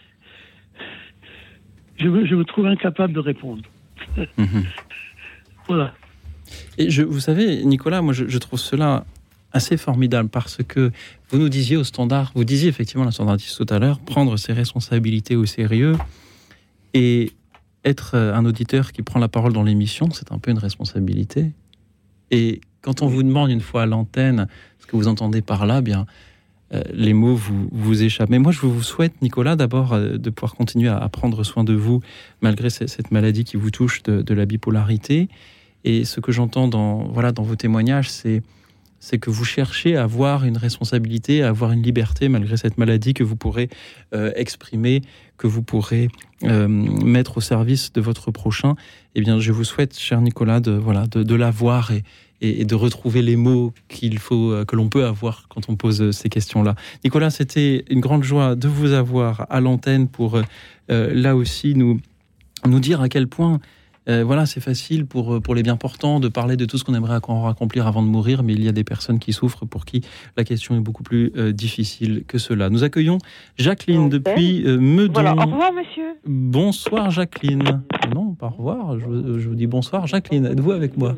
je me, je me trouve incapable de répondre. Mm-hmm. Voilà. Et je, vous savez, Nicolas, moi, je, je trouve cela assez formidable parce que vous nous disiez au standard, vous disiez effectivement la standardiste tout à l'heure, prendre ses responsabilités au sérieux et être un auditeur qui prend la parole dans l'émission, c'est un peu une responsabilité. Et quand on vous demande une fois à l'antenne ce que vous entendez par là, bien, euh, les mots vous, vous échappent. Mais moi, je vous souhaite, Nicolas, d'abord euh, de pouvoir continuer à, à prendre soin de vous, malgré c- cette maladie qui vous touche de, de la bipolarité. Et ce que j'entends dans, voilà, dans vos témoignages, c'est, c'est que vous cherchez à avoir une responsabilité, à avoir une liberté, malgré cette maladie, que vous pourrez euh, exprimer, que vous pourrez euh, mettre au service de votre prochain. Eh bien, je vous souhaite, cher Nicolas, de, voilà, de, de l'avoir et, et, et de retrouver les mots qu'il faut, que l'on peut avoir quand on pose ces questions-là. Nicolas, c'était une grande joie de vous avoir à l'antenne pour, euh, là aussi, nous, nous dire à quel point Euh, voilà, c'est facile pour, pour les bien portants de parler de tout ce qu'on aimerait accomplir avant de mourir, mais il y a des personnes qui souffrent pour qui la question est beaucoup plus euh, difficile que cela. Nous accueillons Jacqueline depuis euh, Meudon. Voilà, au revoir monsieur. Bonsoir Jacqueline. Non, pas au revoir, je, je vous dis bonsoir Jacqueline. Êtes-vous avec moi?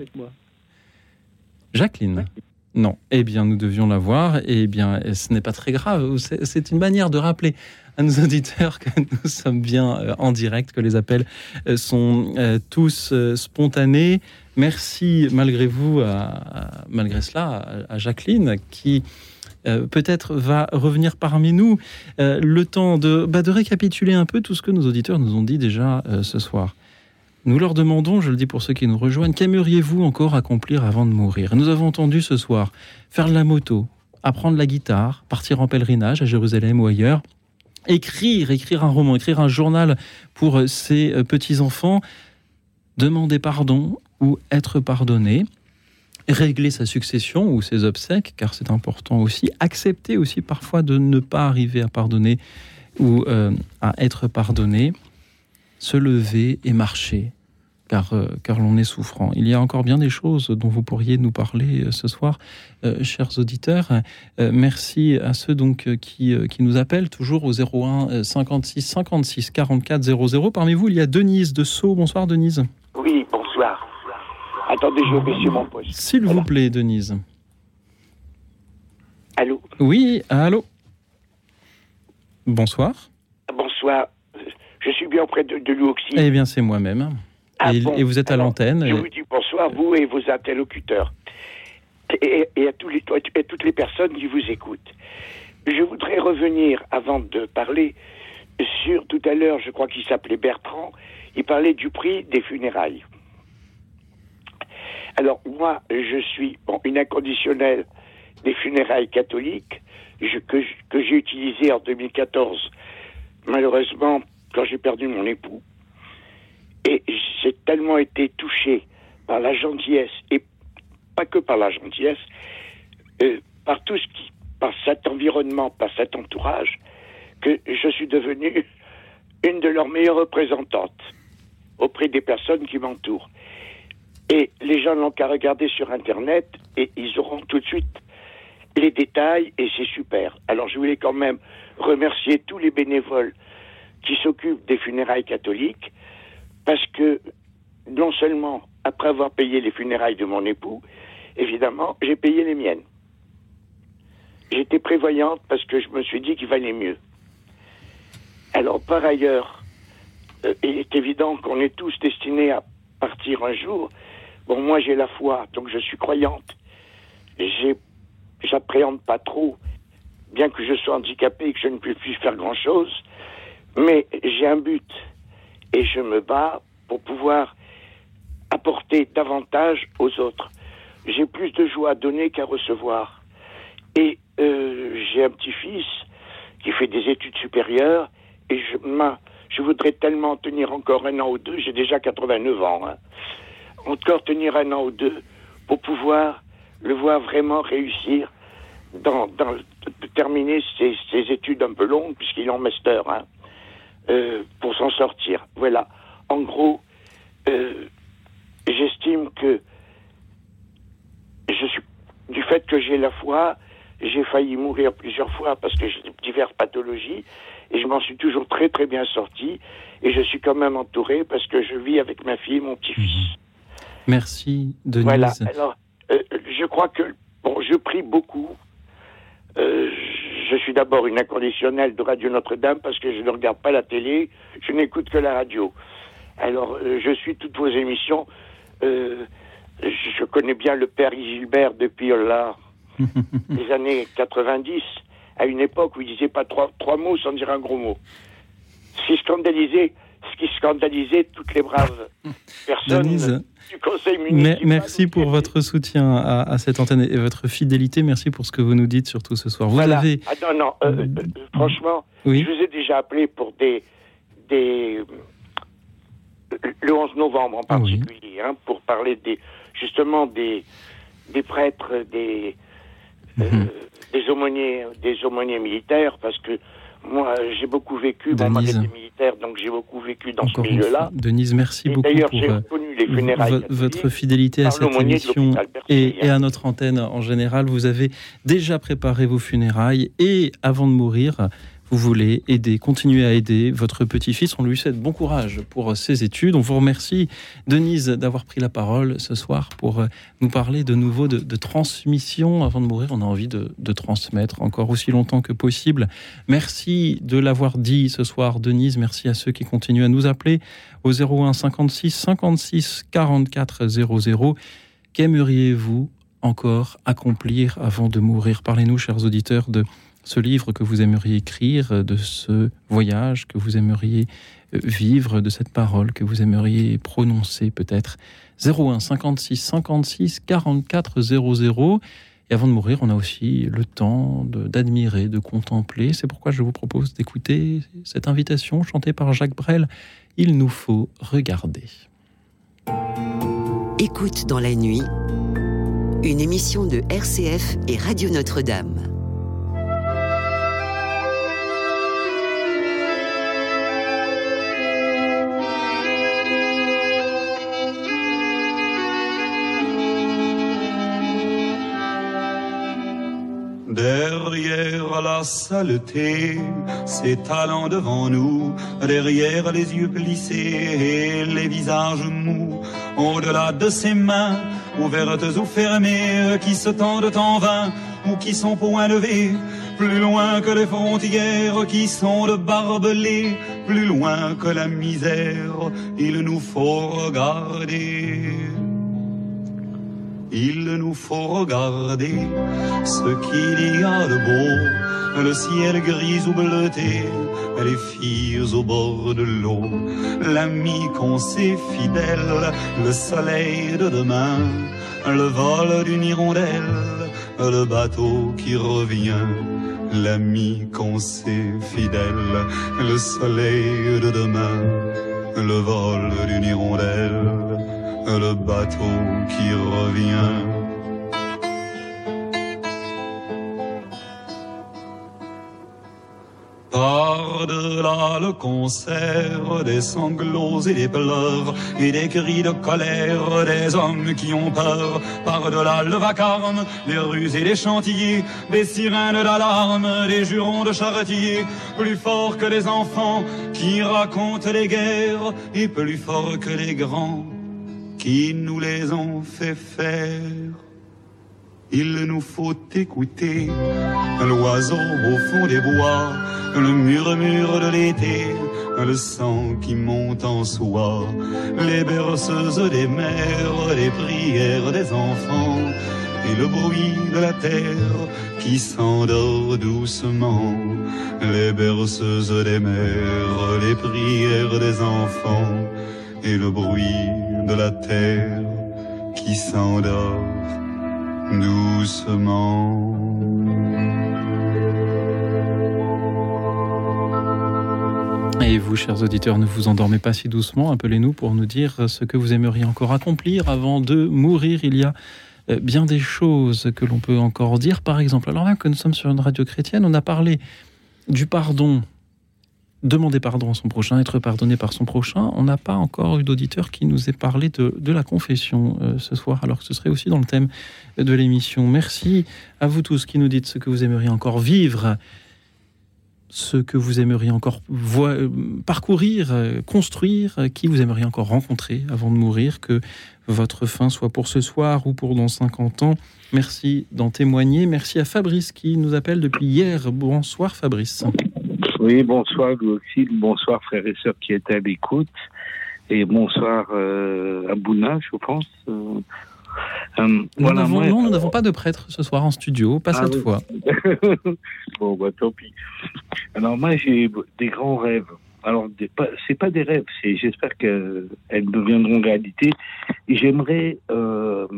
Jacqueline? Non. Eh bien, nous devions la voir. Eh bien, ce n'est pas très grave. C'est, c'est une manière de rappeler à nos auditeurs que nous sommes bien euh, en direct, que les appels euh, sont euh, tous euh, spontanés. Merci, malgré vous, à, à, malgré cela, à, à Jacqueline, qui euh, peut-être va revenir parmi nous. Euh, le temps de, bah, de récapituler un peu tout ce que nos auditeurs nous ont dit déjà euh, ce soir. Nous leur demandons, je le dis pour ceux qui nous rejoignent, qu'aimeriez-vous encore accomplir avant de mourir? Nous avons entendu ce soir faire de la moto, apprendre la guitare, partir en pèlerinage à Jérusalem ou ailleurs, écrire, écrire un roman, écrire un journal pour ses petits-enfants, demander pardon ou être pardonné, régler sa succession ou ses obsèques, car c'est important aussi, accepter aussi parfois de ne pas arriver à pardonner ou euh, à être pardonné, se lever et marcher. Car, euh, car l'on est souffrant. Il y a encore bien des choses dont vous pourriez nous parler euh, ce soir, euh, chers auditeurs. Euh, merci à ceux donc, euh, qui, euh, qui nous appellent toujours au zéro un cinquante-six cinquante-six quarante-quatre zéro zéro. Parmi vous, il y a Denise de Sceaux. Bonsoir Denise. Oui, bonsoir. Attendez, je vais baisser mon poste. S'il voilà. vous plaît, Denise. Allô? Oui, allô. Bonsoir. Bonsoir. Je suis bien auprès de, de Louis Auxil. Eh bien, c'est moi-même. Ah et, bon, et vous êtes à alors, l'antenne. Je et... vous dis bonsoir, vous et vos interlocuteurs. Et, et, à, tous les, et à toutes les personnes qui vous écoutent. Je voudrais revenir, avant de parler, sur tout à l'heure, je crois qu'il s'appelait Bertrand, il parlait du prix des funérailles. Alors, moi, je suis bon, une inconditionnelle des funérailles catholiques je, que, que j'ai utilisées en deux mille quatorze. Malheureusement, quand j'ai perdu mon époux, et j'ai tellement été touché par la gentillesse, et pas que par la gentillesse, euh, par tout ce qui, par cet environnement, par cet entourage, que je suis devenu une de leurs meilleures représentantes auprès des personnes qui m'entourent. Et les gens n'ont qu'à regarder sur Internet et ils auront tout de suite les détails et c'est super. Alors je voulais quand même remercier tous les bénévoles qui s'occupent des funérailles catholiques, parce que, non seulement, après avoir payé les funérailles de mon époux, évidemment, j'ai payé les miennes. J'étais prévoyante parce que je me suis dit qu'il valait mieux. Alors, par ailleurs, euh, il est évident qu'on est tous destinés à partir un jour. Bon, moi, j'ai la foi, donc je suis croyante. J'ai, j'appréhende pas trop, bien que je sois handicapé et que je ne puisse plus faire grand-chose, mais j'ai un but. Et je me bats pour pouvoir apporter davantage aux autres. J'ai plus de joie à donner qu'à recevoir. Et euh, j'ai un petit-fils qui fait des études supérieures et je, ma, je voudrais tellement tenir encore un an ou deux, j'ai déjà quatre-vingt-neuf ans, hein, encore tenir un an ou deux pour pouvoir le voir vraiment réussir dans, dans, de terminer ses, ses études un peu longues, puisqu'il est en master, hein. Euh, pour s'en sortir. Voilà. En gros, euh, j'estime que je suis, du fait que j'ai la foi, j'ai failli mourir plusieurs fois parce que j'ai diverses pathologies et je m'en suis toujours très très bien sorti et je suis quand même entouré parce que je vis avec ma fille et mon petit-fils. Merci, Denise. Voilà. Alors, euh, je crois que, bon, je prie beaucoup. Euh, je suis d'abord une inconditionnelle de Radio Notre-Dame parce que je ne regarde pas la télé, je n'écoute que la radio. Alors, euh, je suis toutes vos émissions. Euh, je connais bien le père Gilbert depuis là, les années quatre-vingt-dix. à une époque où il disait pas trois, trois mots sans dire un gros mot. Ce qui scandalisait, ce qui scandalisait toutes les braves personnes Denise, du conseil municipal. Merci pour votre soutien à, à cette antenne et votre fidélité. Merci pour ce que vous nous dites, surtout ce soir. Vous voilà. avez... Ah non, non, euh, euh, franchement, oui. je vous ai déjà appelé pour des... des le onze novembre en particulier, oui. hein, pour parler des, justement des, des prêtres, des, mm-hmm. euh, des aumôniers, des aumôniers militaires, parce que moi, j'ai beaucoup vécu, mon mari était militaire, donc j'ai beaucoup vécu dans Encore ce milieu-là. Denise, merci et beaucoup d'ailleurs, pour j'ai reconnu les funérailles v- votre fidélité à cette émission et, et à notre antenne en général. Vous avez déjà préparé vos funérailles et avant de mourir, vous voulez aider, continuer à aider votre petit-fils. On lui souhaite bon courage pour ses études. On vous remercie, Denise, d'avoir pris la parole ce soir pour nous parler de nouveau de, de transmission. Avant de mourir, on a envie de, de transmettre encore aussi longtemps que possible. Merci de l'avoir dit ce soir, Denise. Merci à ceux qui continuent à nous appeler au zéro un cinquante-six cinquante-six quarante-quatre zéro zéro. Qu'aimeriez-vous encore accomplir avant de mourir ? Parlez-nous, chers auditeurs, de ce livre que vous aimeriez écrire, de ce voyage que vous aimeriez vivre, de cette parole que vous aimeriez prononcer peut-être. zéro un cinquante-six cinquante-six quarante-quatre zéro zéro. Et avant de mourir, on a aussi le temps de, d'admirer, de contempler. C'est pourquoi je vous propose d'écouter cette invitation chantée par Jacques Brel. Il nous faut regarder. Écoute dans la nuit, une émission de R C F et Radio Notre-Dame. Derrière la saleté, s'étalant devant nous, derrière les yeux plissés et les visages mous, au-delà de ces mains, ouvertes ou fermées, qui se tendent en vain ou qui sont point levées, plus loin que les frontières qui sont de barbelés, plus loin que la misère, il nous faut regarder. Il nous faut regarder ce qu'il y a de beau, le ciel gris ou bleuté, les filles au bord de l'eau, l'ami qu'on sait fidèle, le soleil de demain, le vol d'une hirondelle, le bateau qui revient, l'ami qu'on sait fidèle, le soleil de demain, le vol d'une hirondelle, le bateau qui revient. Par-delà le concert des sanglots et des pleurs et des cris de colère des hommes qui ont peur, par-delà le vacarme des rues et des chantiers, des sirènes d'alarme, des jurons de charretiers, plus forts que les enfants qui racontent les guerres et plus forts que les grands qui nous les ont fait faire. Il nous faut écouter l'oiseau au fond des bois, le murmure de l'été, le sang qui monte en soi, les berceuses des mères, les prières des enfants, et le bruit de la terre qui s'endort doucement, les berceuses des mères, les prières des enfants, et le bruit de la terre qui s'endort doucement. Et vous, chers auditeurs, ne vous endormez pas si doucement. Appelez-nous pour nous dire ce que vous aimeriez encore accomplir avant de mourir. Il y a bien des choses que l'on peut encore dire. Par exemple, alors même que nous sommes sur une radio chrétienne, on a parlé du pardon. Demander pardon à son prochain, être pardonné par son prochain. On n'a pas encore eu d'auditeur qui nous ait parlé de, de la confession euh, ce soir, alors que ce serait aussi dans le thème de l'émission. Merci à vous tous qui nous dites ce que vous aimeriez encore vivre, ce que vous aimeriez encore vo- parcourir, euh, construire, euh, qui vous aimeriez encore rencontrer avant de mourir, que votre fin soit pour ce soir ou pour dans cinquante ans. Merci d'en témoigner. Merci à Fabrice qui nous appelle depuis hier. Bonsoir Fabrice. Oui, bonsoir Louis Auxil, bonsoir frères et sœurs qui étaient à l'écoute, et bonsoir euh, à Bouna, je pense. Euh, Euh, nous voilà, n'avons, moi, non, nous n'avons pas de prêtre ce soir en studio, pas ah, cette oui. fois. Bon, bah tant pis. Alors moi, j'ai des grands rêves. Alors, des, pas, c'est pas des rêves, c'est, j'espère qu'elles deviendront réalité. Et j'aimerais euh,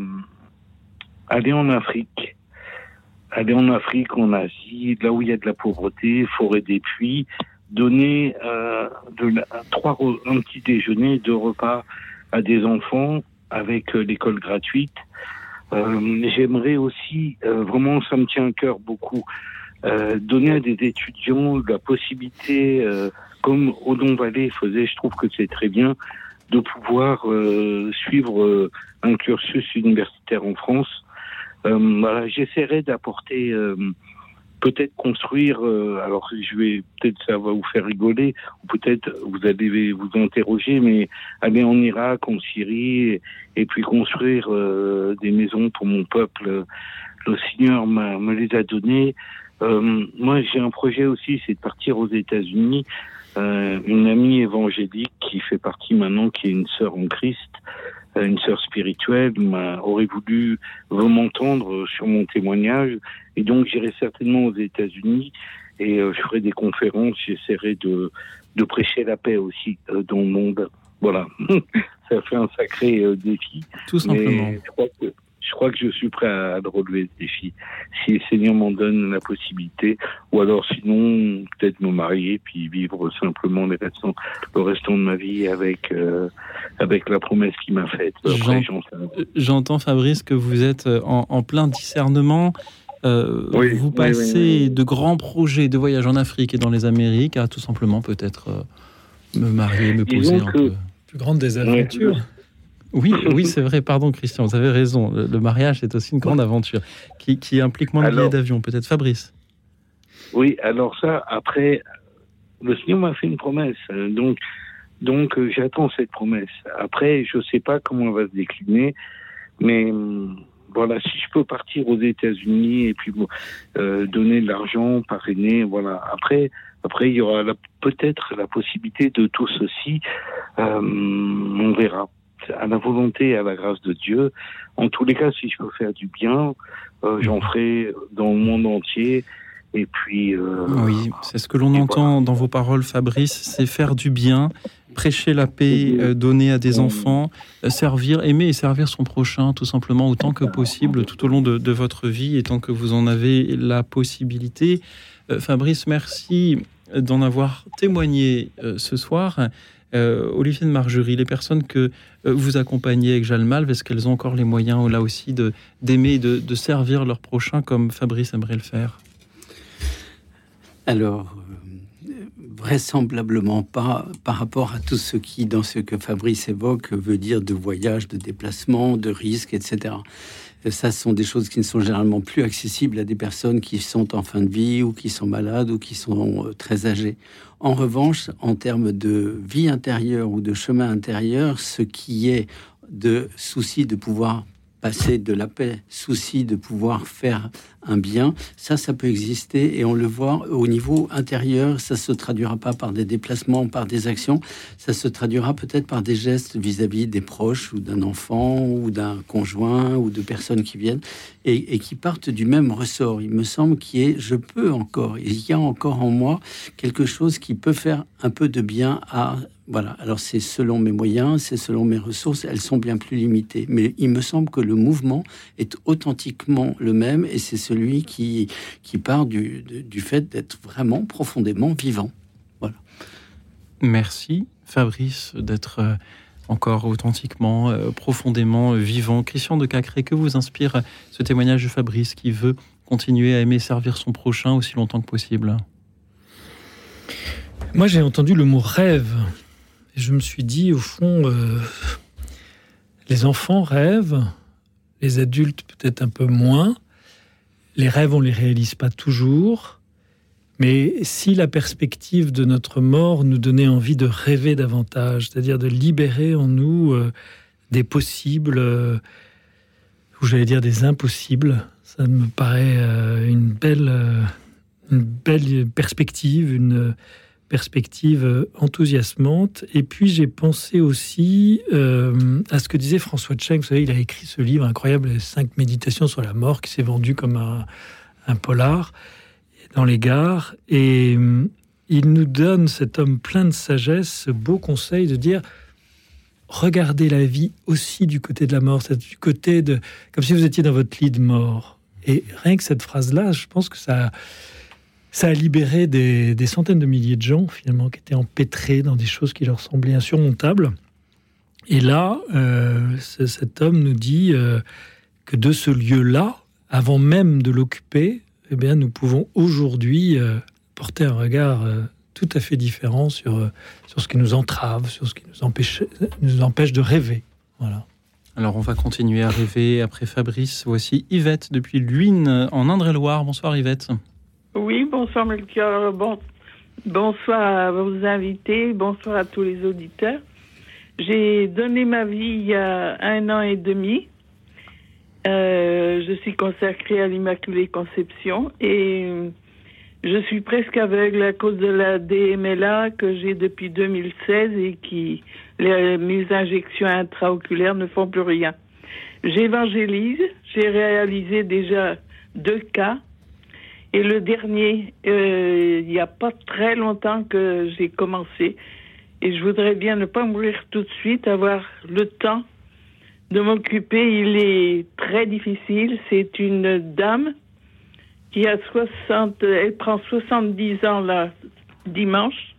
aller en Afrique. Aller en Afrique, en Asie, là où il y a de la pauvreté, forêt des puits, donner euh, de la, trois, un petit déjeuner, deux repas à des enfants avec euh, l'école gratuite. Euh, j'aimerais aussi, euh, vraiment, ça me tient à cœur beaucoup, euh, donner à des étudiants la possibilité, euh, comme Odon Vallée faisait, je trouve que c'est très bien, de pouvoir euh, suivre euh, un cursus universitaire en France. Euh, voilà, j'essaierai d'apporter, euh, peut-être construire, euh, alors je vais, peut-être ça va vous faire rigoler, ou peut-être vous allez vous interroger, mais aller en Irak, en Syrie, et, et puis construire euh, des maisons pour mon peuple. Le Seigneur m'a, me les a données. Euh, moi, j'ai un projet aussi, c'est de partir aux États-Unis. Euh, une amie évangélique qui fait partie maintenant, qui est une sœur en Christ, euh, une sœur spirituelle, m'a, aurait voulu m'entendre sur mon témoignage. Et donc, j'irai certainement aux États-Unis et euh, je ferai des conférences. J'essaierai de, de prêcher la paix aussi euh, dans le monde. Voilà. Ça fait un sacré euh, défi. Tout simplement. Mais je crois que Je crois que je suis prêt à le relever, ce défi. Si le Seigneur m'en donne la possibilité, ou alors sinon, peut-être me marier, puis vivre simplement les restants, le restant de ma vie avec, euh, avec la promesse qu'il m'a faite. Après, J'ent... J'entends, Fabrice, que vous êtes en, en plein discernement. Euh, oui, vous passez oui, oui, oui. de grands projets de voyage en Afrique et dans les Amériques à tout simplement peut-être euh, me marier, me poser un que... peu. Plus grande des aventures. Oui. Oui, oui, c'est vrai, pardon Christian, vous avez raison. Le, le mariage, c'est aussi une grande aventure qui, qui implique moins de billets d'avion, peut-être Fabrice. Oui, alors ça, après, le Seigneur m'a fait une promesse, donc, donc euh, j'attends cette promesse. Après, je ne sais pas comment elle va se décliner, mais voilà, si je peux partir aux États-Unis et puis euh, donner de l'argent, parrainer, voilà. Après, après il y aura la, peut-être la possibilité de tout ceci, euh, on verra. À la volonté et à la grâce de Dieu. En tous les cas, si je peux faire du bien, euh, j'en ferai dans le monde entier. Et puis... Euh, oui, c'est ce que l'on entend voilà. dans vos paroles, Fabrice, c'est faire du bien, prêcher la paix, euh, donner à des enfants, euh, servir, aimer et servir son prochain, tout simplement, autant que possible, tout au long de, de votre vie, et tant que vous en avez la possibilité. Euh, Fabrice, merci d'en avoir témoigné euh, ce soir. Euh, Olivier de Margerie, les personnes que euh, vous accompagnez avec Jalmal, est-ce qu'elles ont encore les moyens là aussi de, d'aimer et de, de servir leurs prochains comme Fabrice aimerait le faire? Alors, euh, vraisemblablement pas par rapport à tout ce qui, dans ce que Fabrice évoque, veut dire de voyage, de déplacement, de risque, et cetera. Ça, ce sont des choses qui ne sont généralement plus accessibles à des personnes qui sont en fin de vie ou qui sont malades ou qui sont très âgées. En revanche, en termes de vie intérieure ou de chemin intérieur, ce qui est de souci de pouvoir passer de la paix, souci de pouvoir faire un bien, ça, ça peut exister et on le voit au niveau intérieur. Ça se traduira pas par des déplacements, par des actions, ça se traduira peut-être par des gestes vis-à-vis des proches ou d'un enfant ou d'un conjoint ou de personnes qui viennent et, et qui partent du même ressort. Il me semble qu'il y ait, je peux encore, il y a encore en moi quelque chose qui peut faire un peu de bien à... Voilà, alors c'est selon mes moyens, c'est selon mes ressources, elles sont bien plus limitées. Mais il me semble que le mouvement est authentiquement le même et c'est celui qui, qui part du, du fait d'être vraiment profondément vivant. Voilà. Merci Fabrice d'être encore authentiquement, euh, profondément vivant. Christian de Cacré, que vous inspire ce témoignage de Fabrice qui veut continuer à aimer servir son prochain aussi longtemps que possible? Moi j'ai entendu le mot rêve. Je me suis dit, au fond, euh, les enfants rêvent, les adultes peut-être un peu moins. Les rêves, on ne les réalise pas toujours. Mais si la perspective de notre mort nous donnait envie de rêver davantage, c'est-à-dire de libérer en nous euh, des possibles, euh, ou j'allais dire des impossibles, ça me paraît euh, une belle, euh, une belle perspective, une... perspective enthousiasmante. Et puis j'ai pensé aussi euh, à ce que disait François Tcheng. Vous savez, il a écrit ce livre incroyable, les cinq méditations sur la mort, qui s'est vendu comme un, un polar dans les gares. Et euh, il nous donne, cet homme plein de sagesse, ce beau conseil de dire: regardez la vie aussi du côté de la mort, c'est du côté de, comme si vous étiez dans votre lit de mort. Et rien que cette phrase-là, je pense que ça Ça a libéré des, des centaines de milliers de gens, finalement, qui étaient empêtrés dans des choses qui leur semblaient insurmontables. Et là, euh, c- cet homme nous dit euh, que de ce lieu-là, avant même de l'occuper, eh bien, nous pouvons aujourd'hui euh, porter un regard euh, tout à fait différent sur, euh, sur ce qui nous entrave, sur ce qui nous empêche, nous empêche de rêver. Voilà. Alors, on va continuer à rêver après Fabrice. Voici Yvette depuis Luynes, en Indre-et-Loire. Bonsoir, Yvette. Oui, bonsoir Melchior, bon, bonsoir à vos invités, bonsoir à tous les auditeurs. J'ai donné ma vie il y a un an et demi. Euh, je suis consacrée à l'Immaculée Conception et je suis presque aveugle à cause de la D M L A que j'ai depuis deux mille seize et qui, les, mes injections intraoculaires ne font plus rien. J'évangélise, j'ai réalisé déjà deux cas. Et le dernier, euh, il n'y a pas très longtemps que j'ai commencé. Et je voudrais bien ne pas mourir tout de suite, avoir le temps de m'occuper. Il est très difficile. C'est une dame qui a soixante, elle prend soixante-dix ans là, dimanche.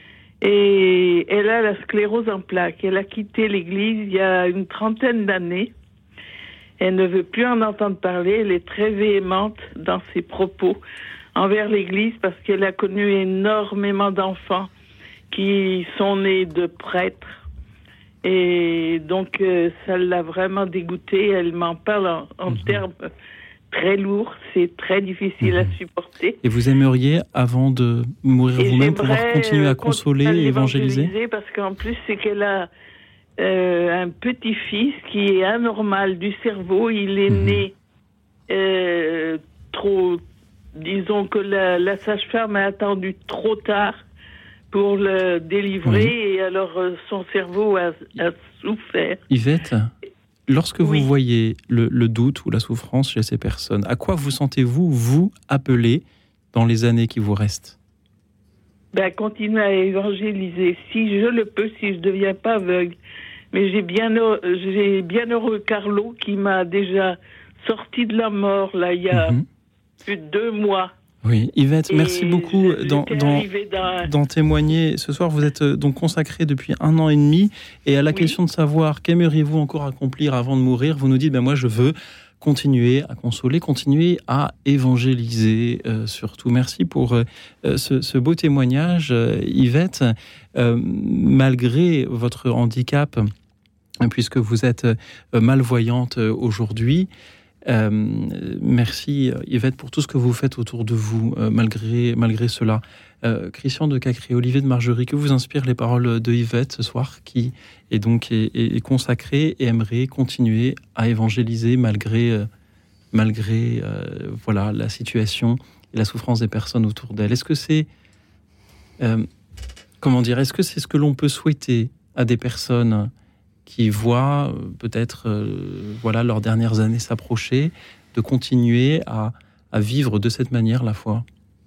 Et elle a la sclérose en plaques. Elle a quitté l'église il y a une trentaine d'années. Elle ne veut plus en entendre parler. Elle est très véhémente dans ses propos envers l'Église parce qu'elle a connu énormément d'enfants qui sont nés de prêtres. Et donc, euh, ça l'a vraiment dégoûtée. Elle m'en parle en, en mmh. termes très lourds. C'est très difficile mmh. à supporter. Et vous aimeriez, avant de mourir et vous-même, pouvoir continuer à consoler et évangéliser ? Parce qu'en plus, c'est qu'elle a Euh, un petit-fils qui est anormal du cerveau. Il est mmh. né euh, trop... Disons que la, la sage-femme a attendu trop tard pour le délivrer. Oui. Et alors euh, son cerveau a, a souffert. Yvette, lorsque oui. vous voyez le, le doute ou la souffrance chez ces personnes, à quoi vous sentez-vous, vous, appelé dans les années qui vous restent ? Ben, continuer à évangéliser. Si je le peux, si je ne deviens pas aveugle. Mais j'ai bien, j'ai bien heureux Carlo qui m'a déjà sorti de la mort, là, il y a mm-hmm. plus de deux mois. Oui, Yvette, et merci beaucoup d'en, d'en, dans... d'en témoigner. Ce soir, vous êtes donc consacrée depuis un an et demi. Et à la oui. question de savoir qu'aimeriez-vous encore accomplir avant de mourir, vous nous dites, ben moi, je veux continuer à consoler, continuer à évangéliser euh, surtout. Merci pour euh, ce, ce beau témoignage, euh, Yvette. Euh, malgré votre handicap, puisque vous êtes euh, malvoyante euh, aujourd'hui, euh, merci Yvette pour tout ce que vous faites autour de vous, euh, malgré, malgré cela. Euh, Christian de Cacré, Olivier de Margerie, que vous inspirent les paroles de Yvette ce soir, qui est donc est, est consacrée et aimerait continuer à évangéliser malgré, euh, malgré euh, voilà, la situation et la souffrance des personnes autour d'elle. Est-ce que c'est euh, comment dire, est-ce que c'est ce que l'on peut souhaiter à des personnes qui voient euh, peut-être euh, voilà, leurs dernières années s'approcher, de continuer à, à vivre de cette manière la foi ?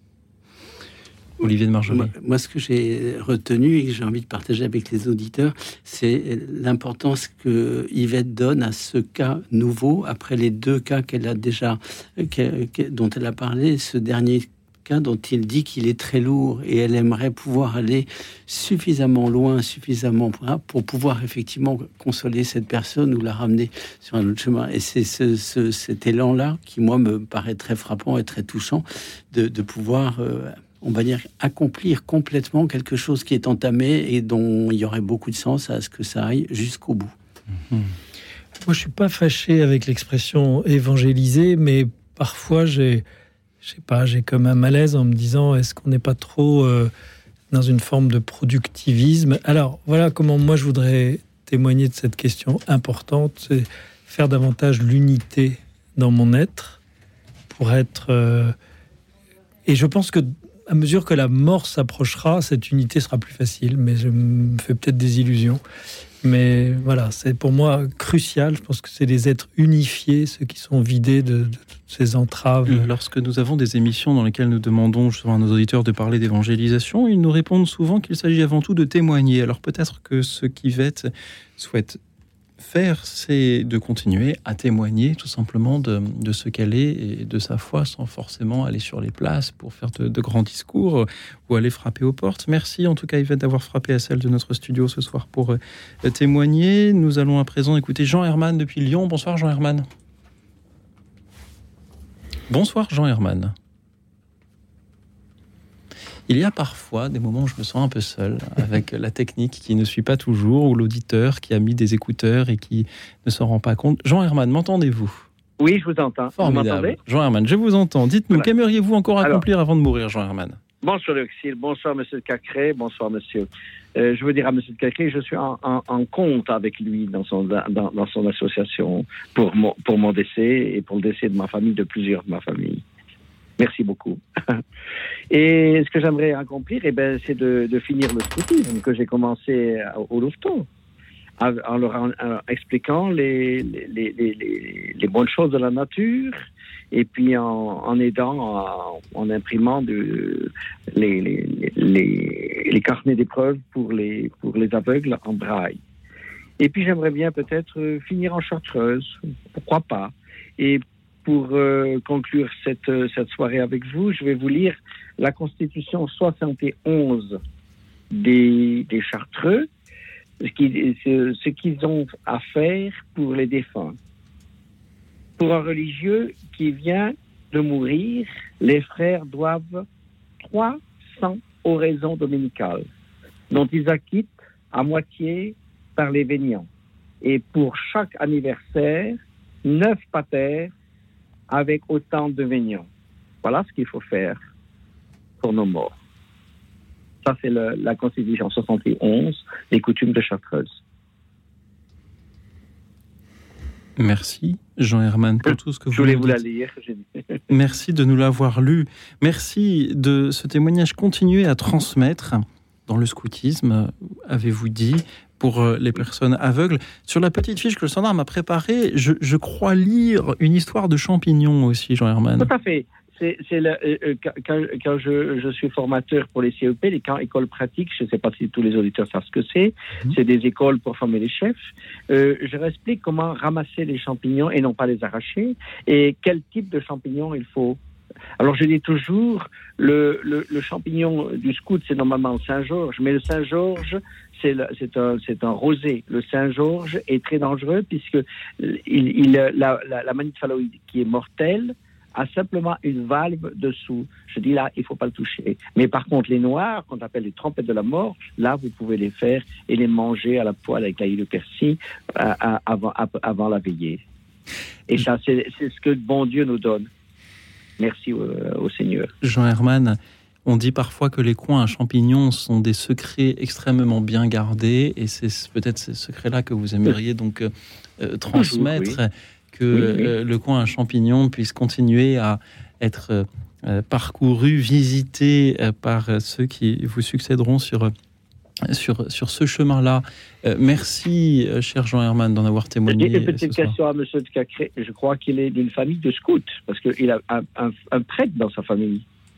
Olivier de Margerie. Moi, moi, ce que j'ai retenu et que j'ai envie de partager avec les auditeurs, c'est l'importance que Yvette donne à ce cas nouveau, après les deux cas qu'elle a déjà, qu'elle, dont elle a parlé, ce dernier cas dont il dit qu'il est très lourd, et elle aimerait pouvoir aller suffisamment loin, suffisamment pour pouvoir effectivement consoler cette personne ou la ramener sur un autre chemin. Et c'est ce, ce, cet élan-là qui, moi, me paraît très frappant et très touchant, de, de pouvoir... Euh, on va dire, accomplir complètement quelque chose qui est entamé et dont il y aurait beaucoup de sens à ce que ça aille jusqu'au bout. Mmh. Moi, je ne suis pas fâché avec l'expression évangéliser, mais parfois, j'ai, je sais pas, j'ai comme un malaise en me disant, est-ce qu'on n'est pas trop euh, dans une forme de productivisme ? Alors, voilà comment moi, je voudrais témoigner de cette question importante, c'est faire davantage l'unité dans mon être pour être... Euh, et je pense que à mesure que la mort s'approchera, cette unité sera plus facile, mais je me fais peut-être des illusions. Mais voilà, c'est pour moi crucial. Je pense que c'est les êtres unifiés, ceux qui sont vidés de, de toutes ces entraves. Lorsque nous avons des émissions dans lesquelles nous demandons justement à nos auditeurs de parler d'évangélisation, ils nous répondent souvent qu'il s'agit avant tout de témoigner. Alors peut-être que ce qu'Yvette souhaite faire, c'est de continuer à témoigner tout simplement de, de ce qu'elle est et de sa foi, sans forcément aller sur les places pour faire de, de grands discours ou aller frapper aux portes. Merci en tout cas Yvette d'avoir frappé à celle de notre studio ce soir pour euh, témoigner. Nous allons à présent écouter Jean Herman depuis Lyon. Bonsoir Jean Herman. Bonsoir Jean Herman. Il y a parfois des moments où je me sens un peu seul avec la technique qui ne suit pas toujours, ou l'auditeur qui a mis des écouteurs et qui ne s'en rend pas compte. Jean Herman, m'entendez-vous ? Oui, je vous entends. Formidable. Vous m'entendez ? Jean Herman, je vous entends. Dites-nous, voilà. Qu'aimeriez-vous encore accomplir Alors, avant de mourir, Jean Herman ? Bonsoir Luxil, bonsoir Monsieur Cacré, bonsoir Monsieur. Euh, je veux dire à Monsieur Cacré, je suis en, en, en compte avec lui dans son, dans, dans son association pour mon, pour mon décès et pour le décès de ma famille, de plusieurs de ma famille. Merci beaucoup. Et ce que j'aimerais accomplir, eh ben, c'est de, de finir le scoutisme que j'ai commencé au Louveteau, en leur en, en expliquant les, les, les, les, les bonnes choses de la nature, et puis en, en aidant, en, en imprimant de, les, les, les, les carnets d'épreuves pour les, pour les aveugles en braille. Et puis j'aimerais bien peut-être finir en chartreuse, pourquoi pas. Et pour euh, conclure cette, cette soirée avec vous, je vais vous lire la Constitution soixante et onze des, des Chartreux, ce, qui, ce, ce qu'ils ont à faire pour les défunts. Pour un religieux qui vient de mourir, les frères doivent trois cents oraisons dominicales, dont ils acquittent à moitié par les véniants. Et pour chaque anniversaire, neuf patères avec autant de véniants. Voilà ce qu'il faut faire pour nos morts. Ça, c'est le, la Constitution soixante et onze des coutumes de Chartreuse. Merci, Jean Herman, pour tout ce que vous Je voulais vous dites. la lire. J'ai dit. Merci de nous l'avoir lu. Merci de ce témoignage continué à transmettre dans le scoutisme, avez-vous dit, pour les personnes aveugles. Sur la petite fiche que le standard m'a préparée, je, je crois lire une histoire de champignons aussi, Jean Herman. Tout à fait. C'est, c'est le, euh, quand, quand je, je suis formateur pour les C E P, les camps écoles pratiques, je ne sais pas si tous les auditeurs savent ce que c'est, mmh. c'est des écoles pour former les chefs. Euh, je leur explique comment ramasser les champignons et non pas les arracher, et quel type de champignons il faut. Alors je dis toujours, le, le, le champignon du scout, c'est normalement le Saint-Georges, mais le Saint-Georges, c'est, le, c'est, un, c'est un rosé. Le Saint-Georges est très dangereux puisque il, il, la, la, la manite phalloïde qui est mortelle a simplement une valve dessous. Je dis là, il ne faut pas le toucher. Mais par contre, les noirs, qu'on appelle les trompettes de la mort, là, vous pouvez les faire et les manger à la poêle avec l'ail de persil euh, avant, avant la veillée. Et ça, c'est, c'est ce que le bon Dieu nous donne. Merci au, au Seigneur. Jean Herman, on dit parfois que les coins à champignons sont des secrets extrêmement bien gardés, et c'est peut-être ces secrets-là que vous aimeriez donc euh, transmettre, oui. que oui, oui. Euh, le coin à champignons puisse continuer à être euh, parcouru, visité euh, par ceux qui vous succéderont sur... Sur, sur ce chemin-là. Euh, merci, euh, cher Jean Herman, d'en avoir témoigné. J'ai une petite question à M. de Cacré. Je crois qu'il est d'une famille de scouts, parce qu'il a un, un, un prêtre dans sa famille.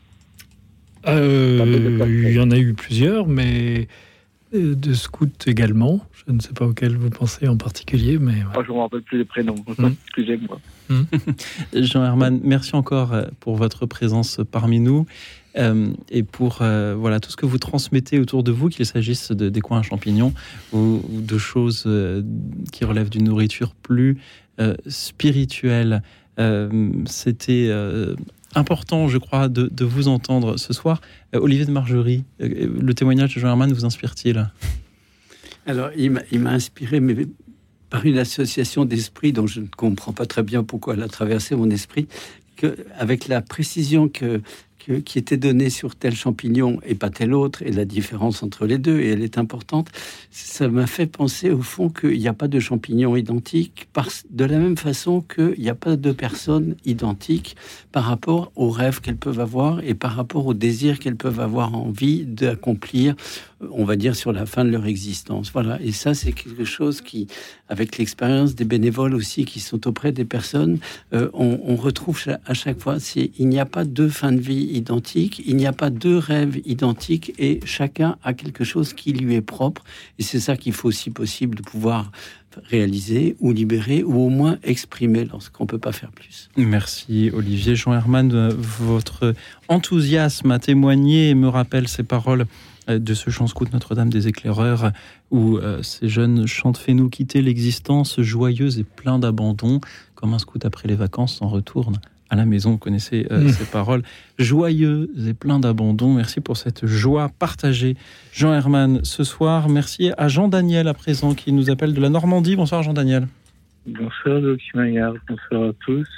Euh, il y en a eu plusieurs, mais de scouts également. Je ne sais pas auquel vous pensez en particulier, mais... Ouais. Oh, je ne me rappelle plus les prénoms. Mmh. Excusez-moi. Mmh. Jean Herman, merci encore pour votre présence parmi nous. Euh, et pour euh, voilà, tout ce que vous transmettez autour de vous, qu'il s'agisse de, des coins à champignons ou, ou de choses euh, qui relèvent d'une nourriture plus euh, spirituelle. Euh, c'était euh, important, je crois, de, de vous entendre ce soir. Euh, Olivier de Margerie, euh, le témoignage de Jean Herman vous inspire-t-il ? Alors, il m'a, il m'a inspiré, mais par une association d'esprit dont je ne comprends pas très bien pourquoi elle a traversé mon esprit, que, avec la précision que que, qui était donné sur tel champignon et pas tel autre, et la différence entre les deux, et elle est importante, ça m'a fait penser au fond qu'il n'y a pas de champignons identiques, par, de la même façon qu'il n'y a pas de personnes identiques par rapport aux rêves qu'elles peuvent avoir et par rapport aux désirs qu'elles peuvent avoir envie d'accomplir, on va dire, sur la fin de leur existence. Voilà, et ça, c'est quelque chose qui, avec l'expérience des bénévoles aussi qui sont auprès des personnes, euh, on, on retrouve à chaque fois, c'est, il n'y a pas deux fins de vie identiques, il n'y a pas deux rêves identiques, et chacun a quelque chose qui lui est propre, et c'est ça qu'il faut, si possible, de pouvoir réaliser ou libérer ou au moins exprimer lorsqu'on ne peut pas faire plus. Merci Olivier. Jean Herman, votre enthousiasme à témoigner me rappelle ces paroles de ce chant scout Notre-Dame des Éclaireurs où euh, ces jeunes chantent « Fais-nous quitter l'existence joyeuse et plein d'abandon, comme un scout après les vacances s'en retourne à la maison ». Vous connaissez euh, mmh. ces paroles joyeux et plein d'abandon. Merci pour cette joie partagée. Jean Herman, ce soir, merci à Jean-Daniel à présent qui nous appelle de la Normandie. Bonsoir Jean-Daniel. Bonsoir Luc Maillard, bonsoir à tous.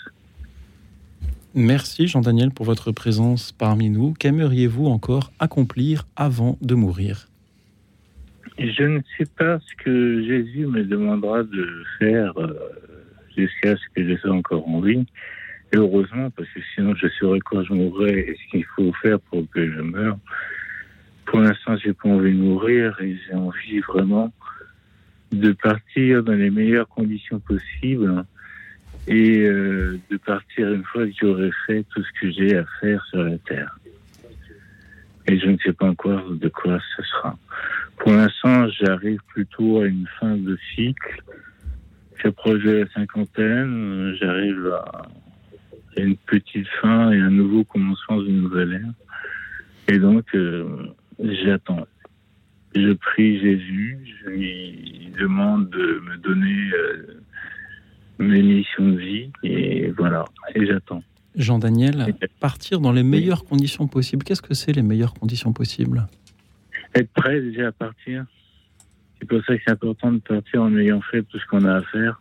Merci Jean-Daniel pour votre présence parmi nous. Qu'aimeriez-vous encore accomplir avant de mourir ? Je ne sais pas ce que Jésus me demandera de faire euh, jusqu'à ce que je sois encore en vie. Et heureusement, parce que sinon je saurais quand je mourrai et ce qu'il faut faire pour que je meure. Pour l'instant, j'ai pas envie de mourir et j'ai envie vraiment de partir dans les meilleures conditions possibles. Et euh, de partir une fois que j'aurai fait tout ce que j'ai à faire sur la Terre. Et je ne sais pas encore de quoi ce sera. Pour l'instant, j'arrive plutôt à une fin de cycle. J'approche de la cinquantaine, j'arrive à une petite fin et un nouveau commencement d'une nouvelle ère. Et donc, euh, j'attends. Je prie Jésus, je lui demande de me donner... Euh, mes missions de vie, et voilà, et j'attends. Jean-Daniel, partir dans les meilleures conditions possibles, qu'est-ce que c'est les meilleures conditions possibles ? Être prêt déjà à partir. C'est pour ça que c'est important de partir en ayant fait tout ce qu'on a à faire.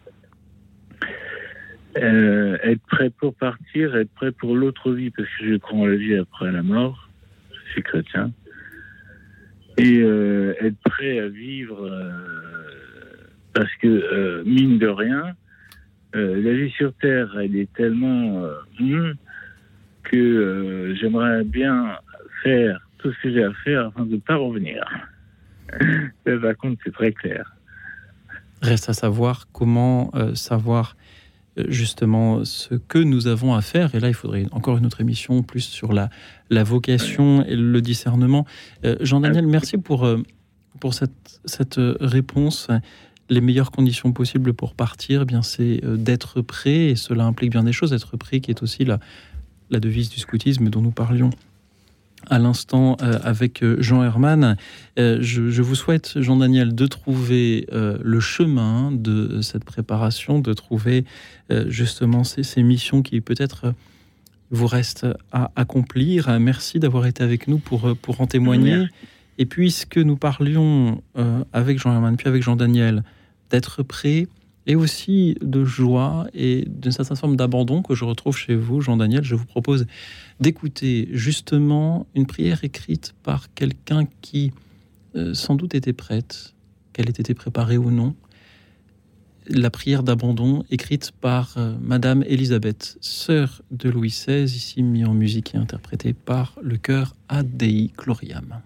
Euh, être prêt pour partir, être prêt pour l'autre vie, parce que je crois en la vie après la mort, je suis chrétien. Et euh, être prêt à vivre... Euh, Parce que, euh, mine de rien, euh, la vie sur Terre, elle est tellement euh, hum, que euh, j'aimerais bien faire tout ce que j'ai à faire afin de ne pas revenir. Mais par contre, c'est très clair. Reste à savoir comment euh, savoir euh, justement ce que nous avons à faire. Et là, il faudrait encore une autre émission plus sur la, la vocation et le discernement. Euh, Jean-Daniel, merci pour, euh, pour cette, cette réponse. Les meilleures conditions possibles pour partir, eh bien, c'est d'être prêt, et cela implique bien des choses. Être prêt, qui est aussi la, la devise du scoutisme dont nous parlions à l'instant euh, avec Jean Herman. Euh, je, je vous souhaite, Jean-Daniel, de trouver euh, le chemin de cette préparation, de trouver euh, justement ces, ces missions qui peut-être vous restent à accomplir. Merci d'avoir été avec nous pour, pour en témoigner. Merci. Et puisque nous parlions euh, avec Jean Herman, puis avec Jean-Daniel, d'être prêt, et aussi de joie et d'une certaine forme d'abandon que je retrouve chez vous, Jean-Daniel, je vous propose d'écouter justement une prière écrite par quelqu'un qui euh, sans doute était prête, qu'elle ait été préparée ou non. La prière d'abandon écrite par euh, Madame Elisabeth, sœur de Louis seize, ici mise en musique et interprétée par le chœur Ad Dei Gloriam.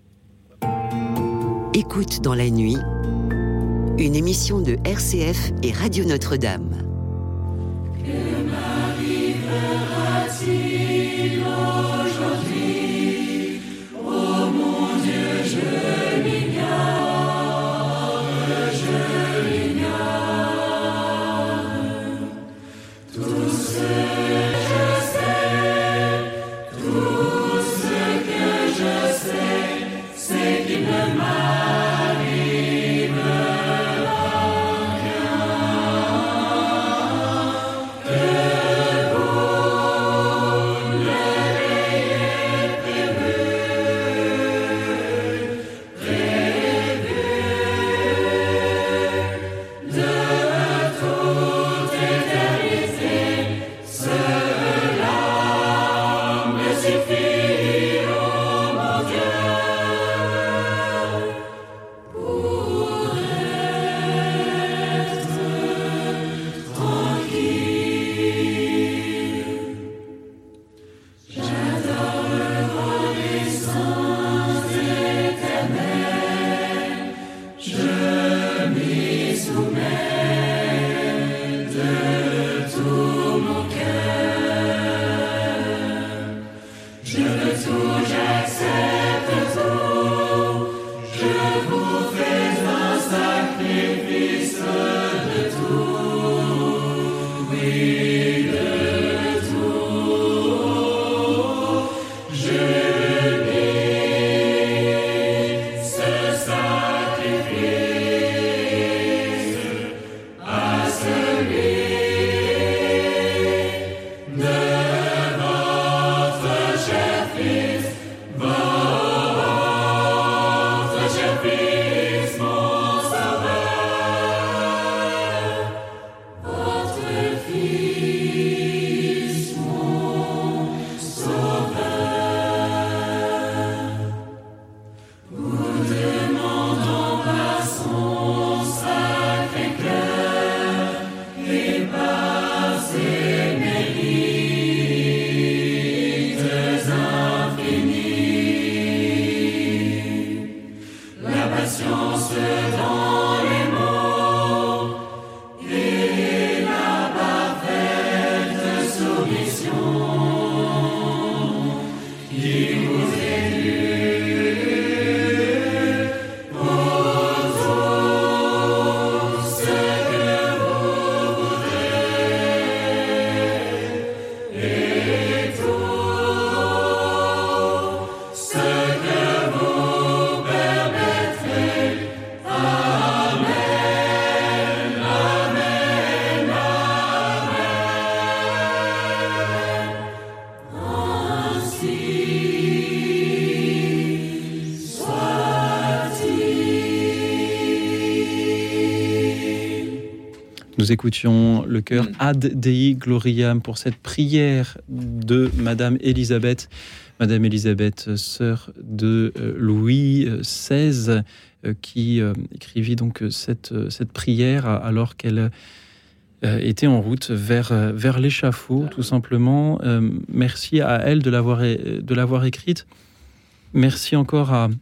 Écoute dans la nuit, une émission de R C F et Radio Notre-Dame. Que m'arrivera-t-il aujourd'hui ? Oh mon Dieu, je l'ignore, je l'ignore. Tout ce que je sais, tout ce que je sais, c'est qu'il ne m'arrive rien. sanctifie, ô mon Dieu. Nous écoutions le chœur Ad Dei Gloriam pour cette prière de Madame Élisabeth, Madame Élisabeth, sœur de Louis seize, qui écrivit donc cette, cette prière alors qu'elle était en route vers, vers l'échafaud, tout simplement. Merci à elle de l'avoir, de l'avoir écrite. Merci encore à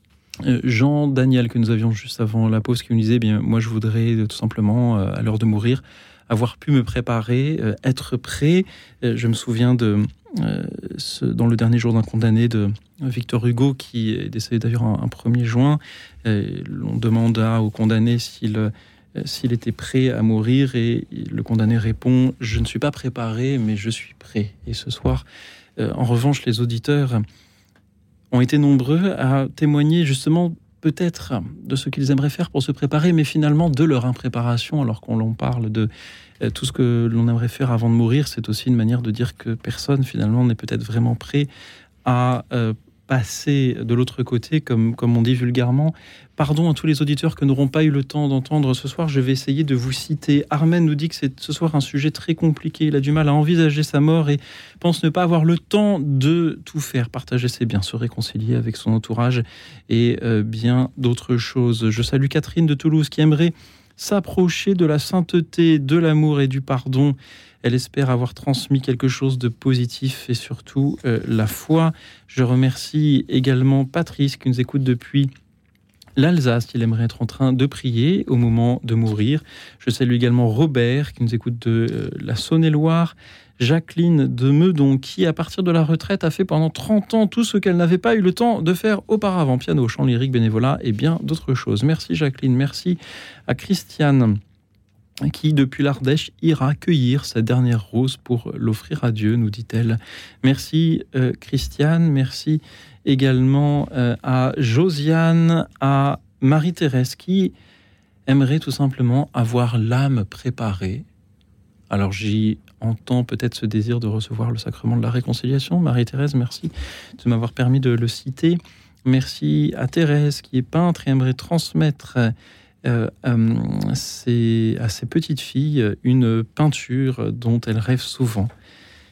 Jean Daniel que nous avions juste avant la pause qui nous disait eh bien moi je voudrais tout simplement à l'heure de mourir avoir pu me préparer, être prêt. Je me souviens de ce, dans le dernier jour d'un condamné de Victor Hugo qui est décédé d'ailleurs un premier juin. On demanda au condamné s'il s'il était prêt à mourir et le condamné répond je ne suis pas préparé mais je suis prêt. Et ce soir en revanche les auditeurs ont été nombreux à témoigner justement peut-être de ce qu'ils aimeraient faire pour se préparer, mais finalement de leur impréparation, alors qu'on l'on parle de tout ce que l'on aimerait faire avant de mourir. C'est aussi une manière de dire que personne finalement n'est peut-être vraiment prêt à euh, passer de l'autre côté, comme, comme on dit vulgairement. Pardon à tous les auditeurs que n'auront pas eu le temps d'entendre ce soir, je vais essayer de vous citer. Armen nous dit que c'est ce soir un sujet très compliqué, il a du mal à envisager sa mort et pense ne pas avoir le temps de tout faire, partager ses biens, se réconcilier avec son entourage et euh, bien d'autres choses. Je salue Catherine de Toulouse qui aimerait s'approcher de la sainteté, de l'amour et du pardon. Elle espère avoir transmis quelque chose de positif et surtout euh, la foi. Je remercie également Patrice qui nous écoute depuis l'Alsace. Il aimerait être en train de prier au moment de mourir. Je salue également Robert qui nous écoute de euh, la Saône-et-Loire. Jacqueline de Meudon qui, à partir de la retraite, a fait pendant trente ans tout ce qu'elle n'avait pas eu le temps de faire auparavant. Piano, chant lyrique, bénévolat et bien d'autres choses. Merci Jacqueline. Merci à Christiane qui, depuis l'Ardèche, ira cueillir sa dernière rose pour l'offrir à Dieu, nous dit-elle. Merci euh, Christiane, merci également euh, à Josiane, à Marie-Thérèse, qui aimerait tout simplement avoir l'âme préparée. Alors j'y entends peut-être ce désir de recevoir le sacrement de la réconciliation. Marie-Thérèse, merci de m'avoir permis de le citer. Merci à Thérèse, qui est peintre et aimerait transmettre Euh, euh, c'est à ses petites filles une peinture dont elle rêve souvent.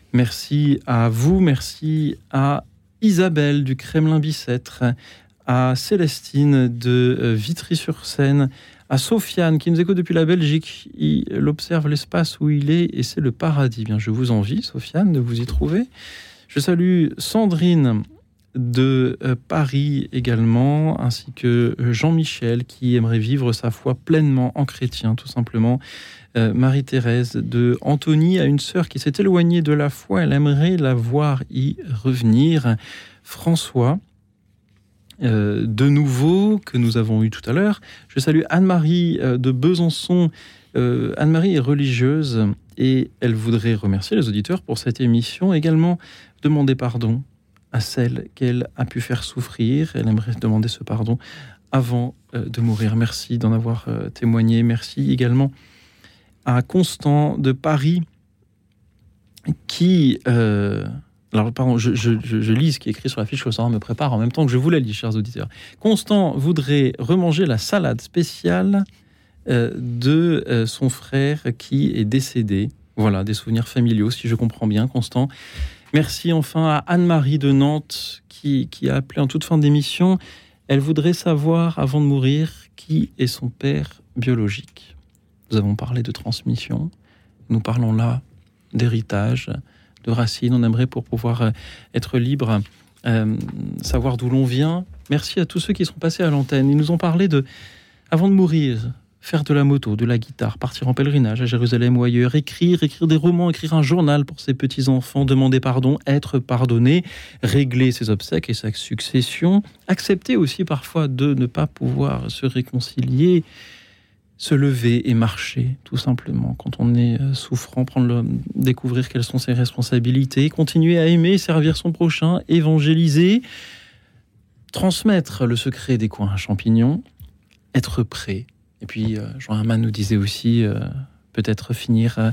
Merci à vous, merci à Isabelle du Kremlin-Bicêtre, à Célestine de Vitry-sur-Seine, à Sofiane qui nous écoute depuis la Belgique. Il observe l'espace où il est et c'est le paradis. Bien, je vous envie, Sofiane, de vous y trouver. Je salue Sandrine de Paris également, ainsi que Jean-Michel qui aimerait vivre sa foi pleinement en chrétien, tout simplement. Euh, Marie-Thérèse de Antony a une sœur qui s'est éloignée de la foi, elle aimerait la voir y revenir. François, euh, de nouveau, que nous avons eu tout à l'heure. Je salue Anne-Marie euh, de Besançon. Euh, Anne-Marie est religieuse et elle voudrait remercier les auditeurs pour cette émission. Également, demander pardon à celle qu'elle a pu faire souffrir. Elle aimerait demander ce pardon avant euh, de mourir. Merci d'en avoir euh, témoigné. Merci également à Constant de Paris qui... Euh, alors, pardon, je, je, je lis ce qui est écrit sur la fiche que Sarah me prépare en même temps que je vous la lis, chers auditeurs. Constant voudrait remanger la salade spéciale euh, de euh, son frère qui est décédé. Voilà, des souvenirs familiaux, si je comprends bien, Constant. Merci enfin à Anne-Marie de Nantes qui, qui a appelé en toute fin d'émission. Elle voudrait savoir, avant de mourir, qui est son père biologique. Nous avons parlé de transmission. Nous parlons là d'héritage, de racines. On aimerait, pour pouvoir être libre, euh, savoir d'où l'on vient. Merci à tous ceux qui sont passés à l'antenne. Ils nous ont parlé de, avant de mourir, faire de la moto, de la guitare, partir en pèlerinage à Jérusalem ou ailleurs, écrire, écrire des romans, écrire un journal pour ses petits-enfants, demander pardon, être pardonné, régler ses obsèques et sa succession, accepter aussi parfois de ne pas pouvoir se réconcilier, se lever et marcher, tout simplement, quand on est souffrant, prendre le, découvrir quelles sont ses responsabilités, continuer à aimer, servir son prochain, évangéliser, transmettre le secret des coins à champignons, être prêt. Et puis, euh, Jean Herman nous disait aussi, euh, peut-être finir euh,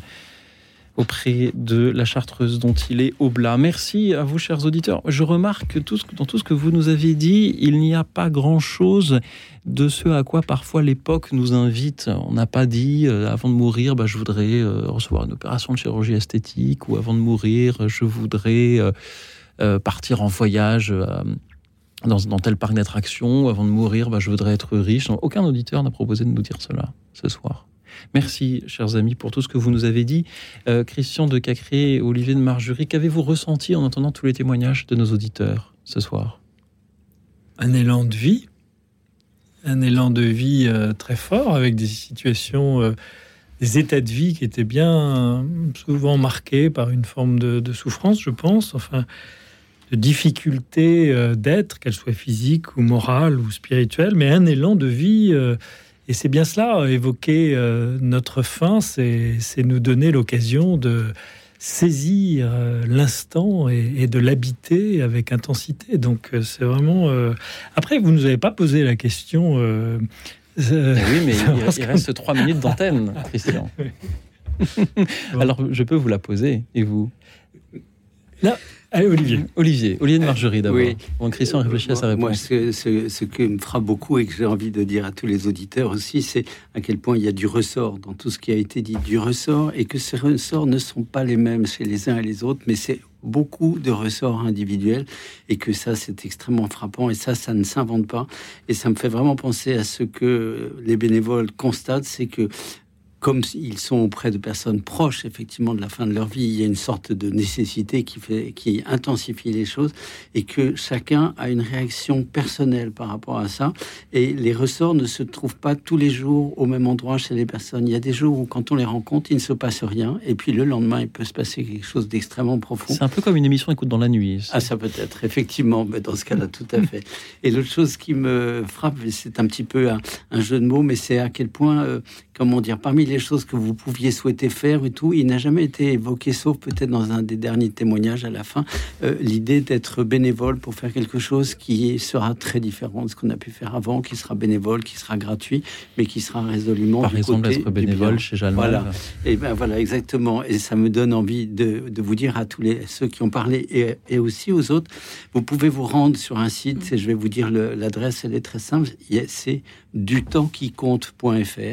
auprès de la Chartreuse dont il est oblat. Merci à vous, chers auditeurs. Je remarque que tout ce, dans tout ce que vous nous avez dit, il n'y a pas grand-chose de ce à quoi parfois l'époque nous invite. On n'a pas dit, euh, avant de mourir, bah, je voudrais euh, recevoir une opération de chirurgie esthétique, ou avant de mourir, je voudrais euh, euh, partir en voyage euh, dans, dans tel parc d'attractions, avant de mourir, bah, je voudrais être riche. Non, aucun auditeur n'a proposé de nous dire cela ce soir. Merci, chers amis, pour tout ce que vous nous avez dit. Euh, Christian de Cacré, Olivier de Margerie, qu'avez-vous ressenti en entendant tous les témoignages de nos auditeurs ce soir ? Un élan de vie, un élan de vie euh, très fort, avec des situations, euh, des états de vie qui étaient bien euh, souvent marqués par une forme de, de souffrance, je pense, enfin, de difficulté euh, d'être, qu'elle soit physique ou morale ou spirituelle, mais un élan de vie... Euh, Et c'est bien cela, évoquer euh, notre fin, c'est, c'est nous donner l'occasion de saisir euh, l'instant et, et de l'habiter avec intensité. Donc euh, c'est vraiment... Euh... Après, vous ne nous avez pas posé la question... Euh... Euh... Oui, mais il, il reste trois minutes d'antenne, Christian. Bon. Alors, je peux vous la poser, et vous ? Là, allez, Olivier. Olivier, Olivier de Margerie d'abord. Oui. Bon, Christian réfléchit à sa réponse. Moi, ce, ce, ce qui me frappe beaucoup et que j'ai envie de dire à tous les auditeurs aussi, c'est à quel point il y a du ressort dans tout ce qui a été dit, du ressort, et que ces ressorts ne sont pas les mêmes chez les uns et les autres, mais c'est beaucoup de ressorts individuels, et que ça, c'est extrêmement frappant, et ça, ça ne s'invente pas. Et ça me fait vraiment penser à ce que les bénévoles constatent, c'est que comme ils sont auprès de personnes proches, effectivement, de la fin de leur vie, il y a une sorte de nécessité qui fait, qui intensifie les choses, et que chacun a une réaction personnelle par rapport à ça. Et les ressorts ne se trouvent pas tous les jours au même endroit chez les personnes. Il y a des jours où, quand on les rencontre, il ne se passe rien, et puis le lendemain, il peut se passer quelque chose d'extrêmement profond. C'est un peu comme une émission Écoute dans la nuit. Ça. Ah, ça peut être, effectivement, mais dans ce cas-là, tout à fait. Et l'autre chose qui me frappe, c'est un petit peu un, un jeu de mots, mais c'est à quel point, euh, comment dire, parmi les choses que vous pouviez souhaiter faire et tout, il n'a jamais été évoqué, sauf peut-être dans un des derniers témoignages à la fin, euh, l'idée d'être bénévole pour faire quelque chose qui sera très différent de ce qu'on a pu faire avant, qui sera bénévole, qui sera gratuit, mais qui sera résolument Par du exemple, côté être bénévole chez Jalmal. Voilà. Et ben voilà, exactement. Et ça me donne envie de, de vous dire à tous les ceux qui ont parlé et, et aussi aux autres, vous pouvez vous rendre sur un site, et je vais vous dire le, l'adresse, elle est très simple, c'est du temps qui compte point f r.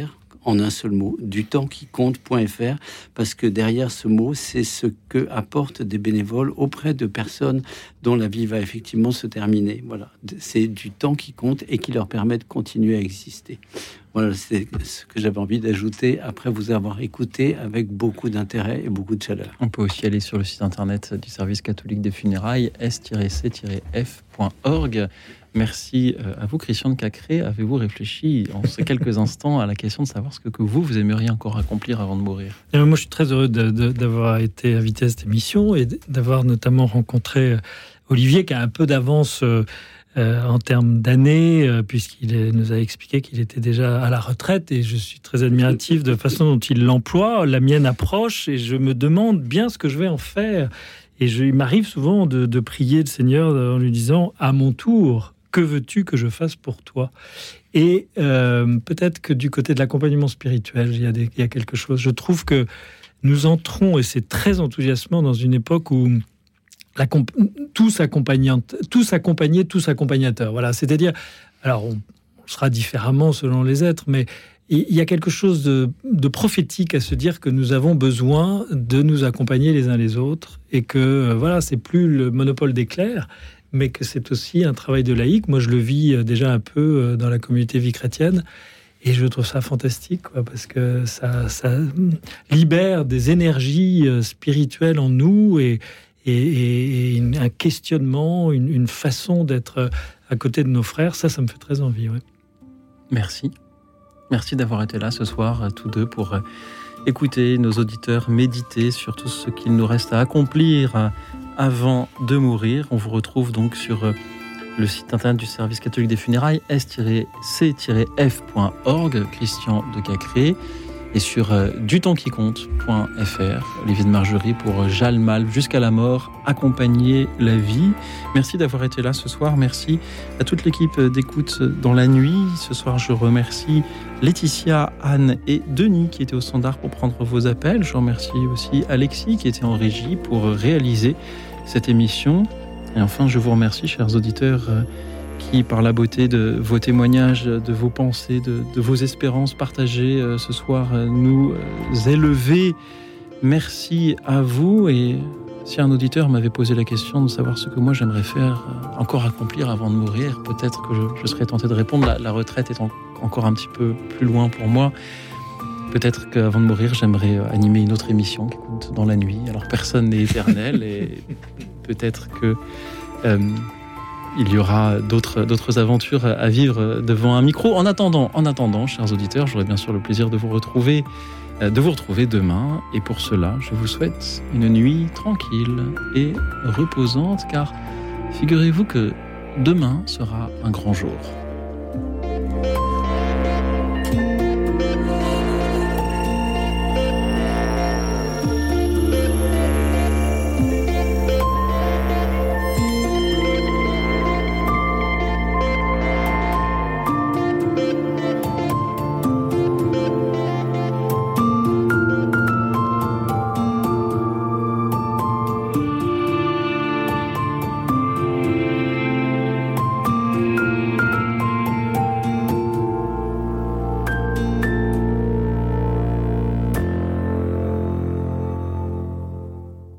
en un seul mot, du temps qui compte point f r, parce que derrière ce mot, c'est ce que apportent des bénévoles auprès de personnes dont la vie va effectivement se terminer. Voilà, c'est du temps qui compte et qui leur permet de continuer à exister. Voilà, c'est ce que j'avais envie d'ajouter après vous avoir écouté avec beaucoup d'intérêt et beaucoup de chaleur. On peut aussi aller sur le site internet du service catholique des funérailles, s tiret c tiret f point org. Merci à vous, Christian de Cacré. Avez-vous réfléchi en ces quelques instants à la question de savoir ce que, que vous, vous aimeriez encore accomplir avant de mourir ? Et moi, je suis très heureux de, de, d'avoir été invité à cette émission et d'avoir notamment rencontré Olivier, qui a un peu d'avance euh, Euh, en termes d'années, euh, puisqu'il est, nous a expliqué qu'il était déjà à la retraite, et je suis très admiratif de la façon dont il l'emploie. La mienne approche et je me demande bien ce que je vais en faire. Et je, il m'arrive souvent de, de prier le Seigneur en lui disant « À mon tour, que veux-tu que je fasse pour toi ?» Et euh, peut-être que du côté de l'accompagnement spirituel, il y, a des, il y a quelque chose. Je trouve que nous entrons, et c'est très enthousiasmant, dans une époque où La comp- tous accompagnants, tous accompagnés, tous accompagnateurs. Voilà, c'est-à-dire, alors on, on sera différemment selon les êtres, mais il y a quelque chose de, de prophétique à se dire que nous avons besoin de nous accompagner les uns les autres et que euh, voilà, c'est plus le monopole des clercs, mais que c'est aussi un travail de laïc. Moi, je le vis déjà un peu dans la communauté vie chrétienne. Et je trouve ça fantastique, quoi, parce que ça, ça libère des énergies spirituelles en nous et Et, et un questionnement, une, une façon d'être à côté de nos frères, ça, ça me fait très envie. Ouais. Merci. Merci d'avoir été là ce soir, tous deux, pour écouter nos auditeurs méditer sur tout ce qu'il nous reste à accomplir avant de mourir. On vous retrouve donc sur le site internet du service catholique des funérailles, s tiret c tiret f point org, Christian de Cacré, et sur euh, du temps qui compte point f r, Olivier de Margerie pour Jalmal, jusqu'à la mort, accompagner la vie. Merci d'avoir été là ce soir. Merci à toute l'équipe d'écoute dans la nuit. Ce soir, je remercie Laetitia, Anne et Denis qui étaient au standard pour prendre vos appels. Je remercie aussi Alexis qui était en régie pour réaliser cette émission. Et enfin, je vous remercie, chers auditeurs, euh, qui, par la beauté de vos témoignages, de vos pensées, de, de vos espérances partagées euh, ce soir, euh, nous euh, élever. Merci à vous. Et si un auditeur m'avait posé la question de savoir ce que moi j'aimerais faire, euh, encore accomplir avant de mourir, peut-être que je, je serais tenté de répondre. La, la retraite est en, encore un petit peu plus loin pour moi. Peut-être qu'avant de mourir, j'aimerais animer une autre émission qui compte dans la nuit. Alors personne n'est éternel et peut-être que... Euh, il y aura d'autres, d'autres aventures à vivre devant un micro. En attendant, en attendant, chers auditeurs, j'aurai bien sûr le plaisir de vous retrouver, de vous retrouver demain. Et pour cela, je vous souhaite une nuit tranquille et reposante, car figurez-vous que demain sera un grand jour.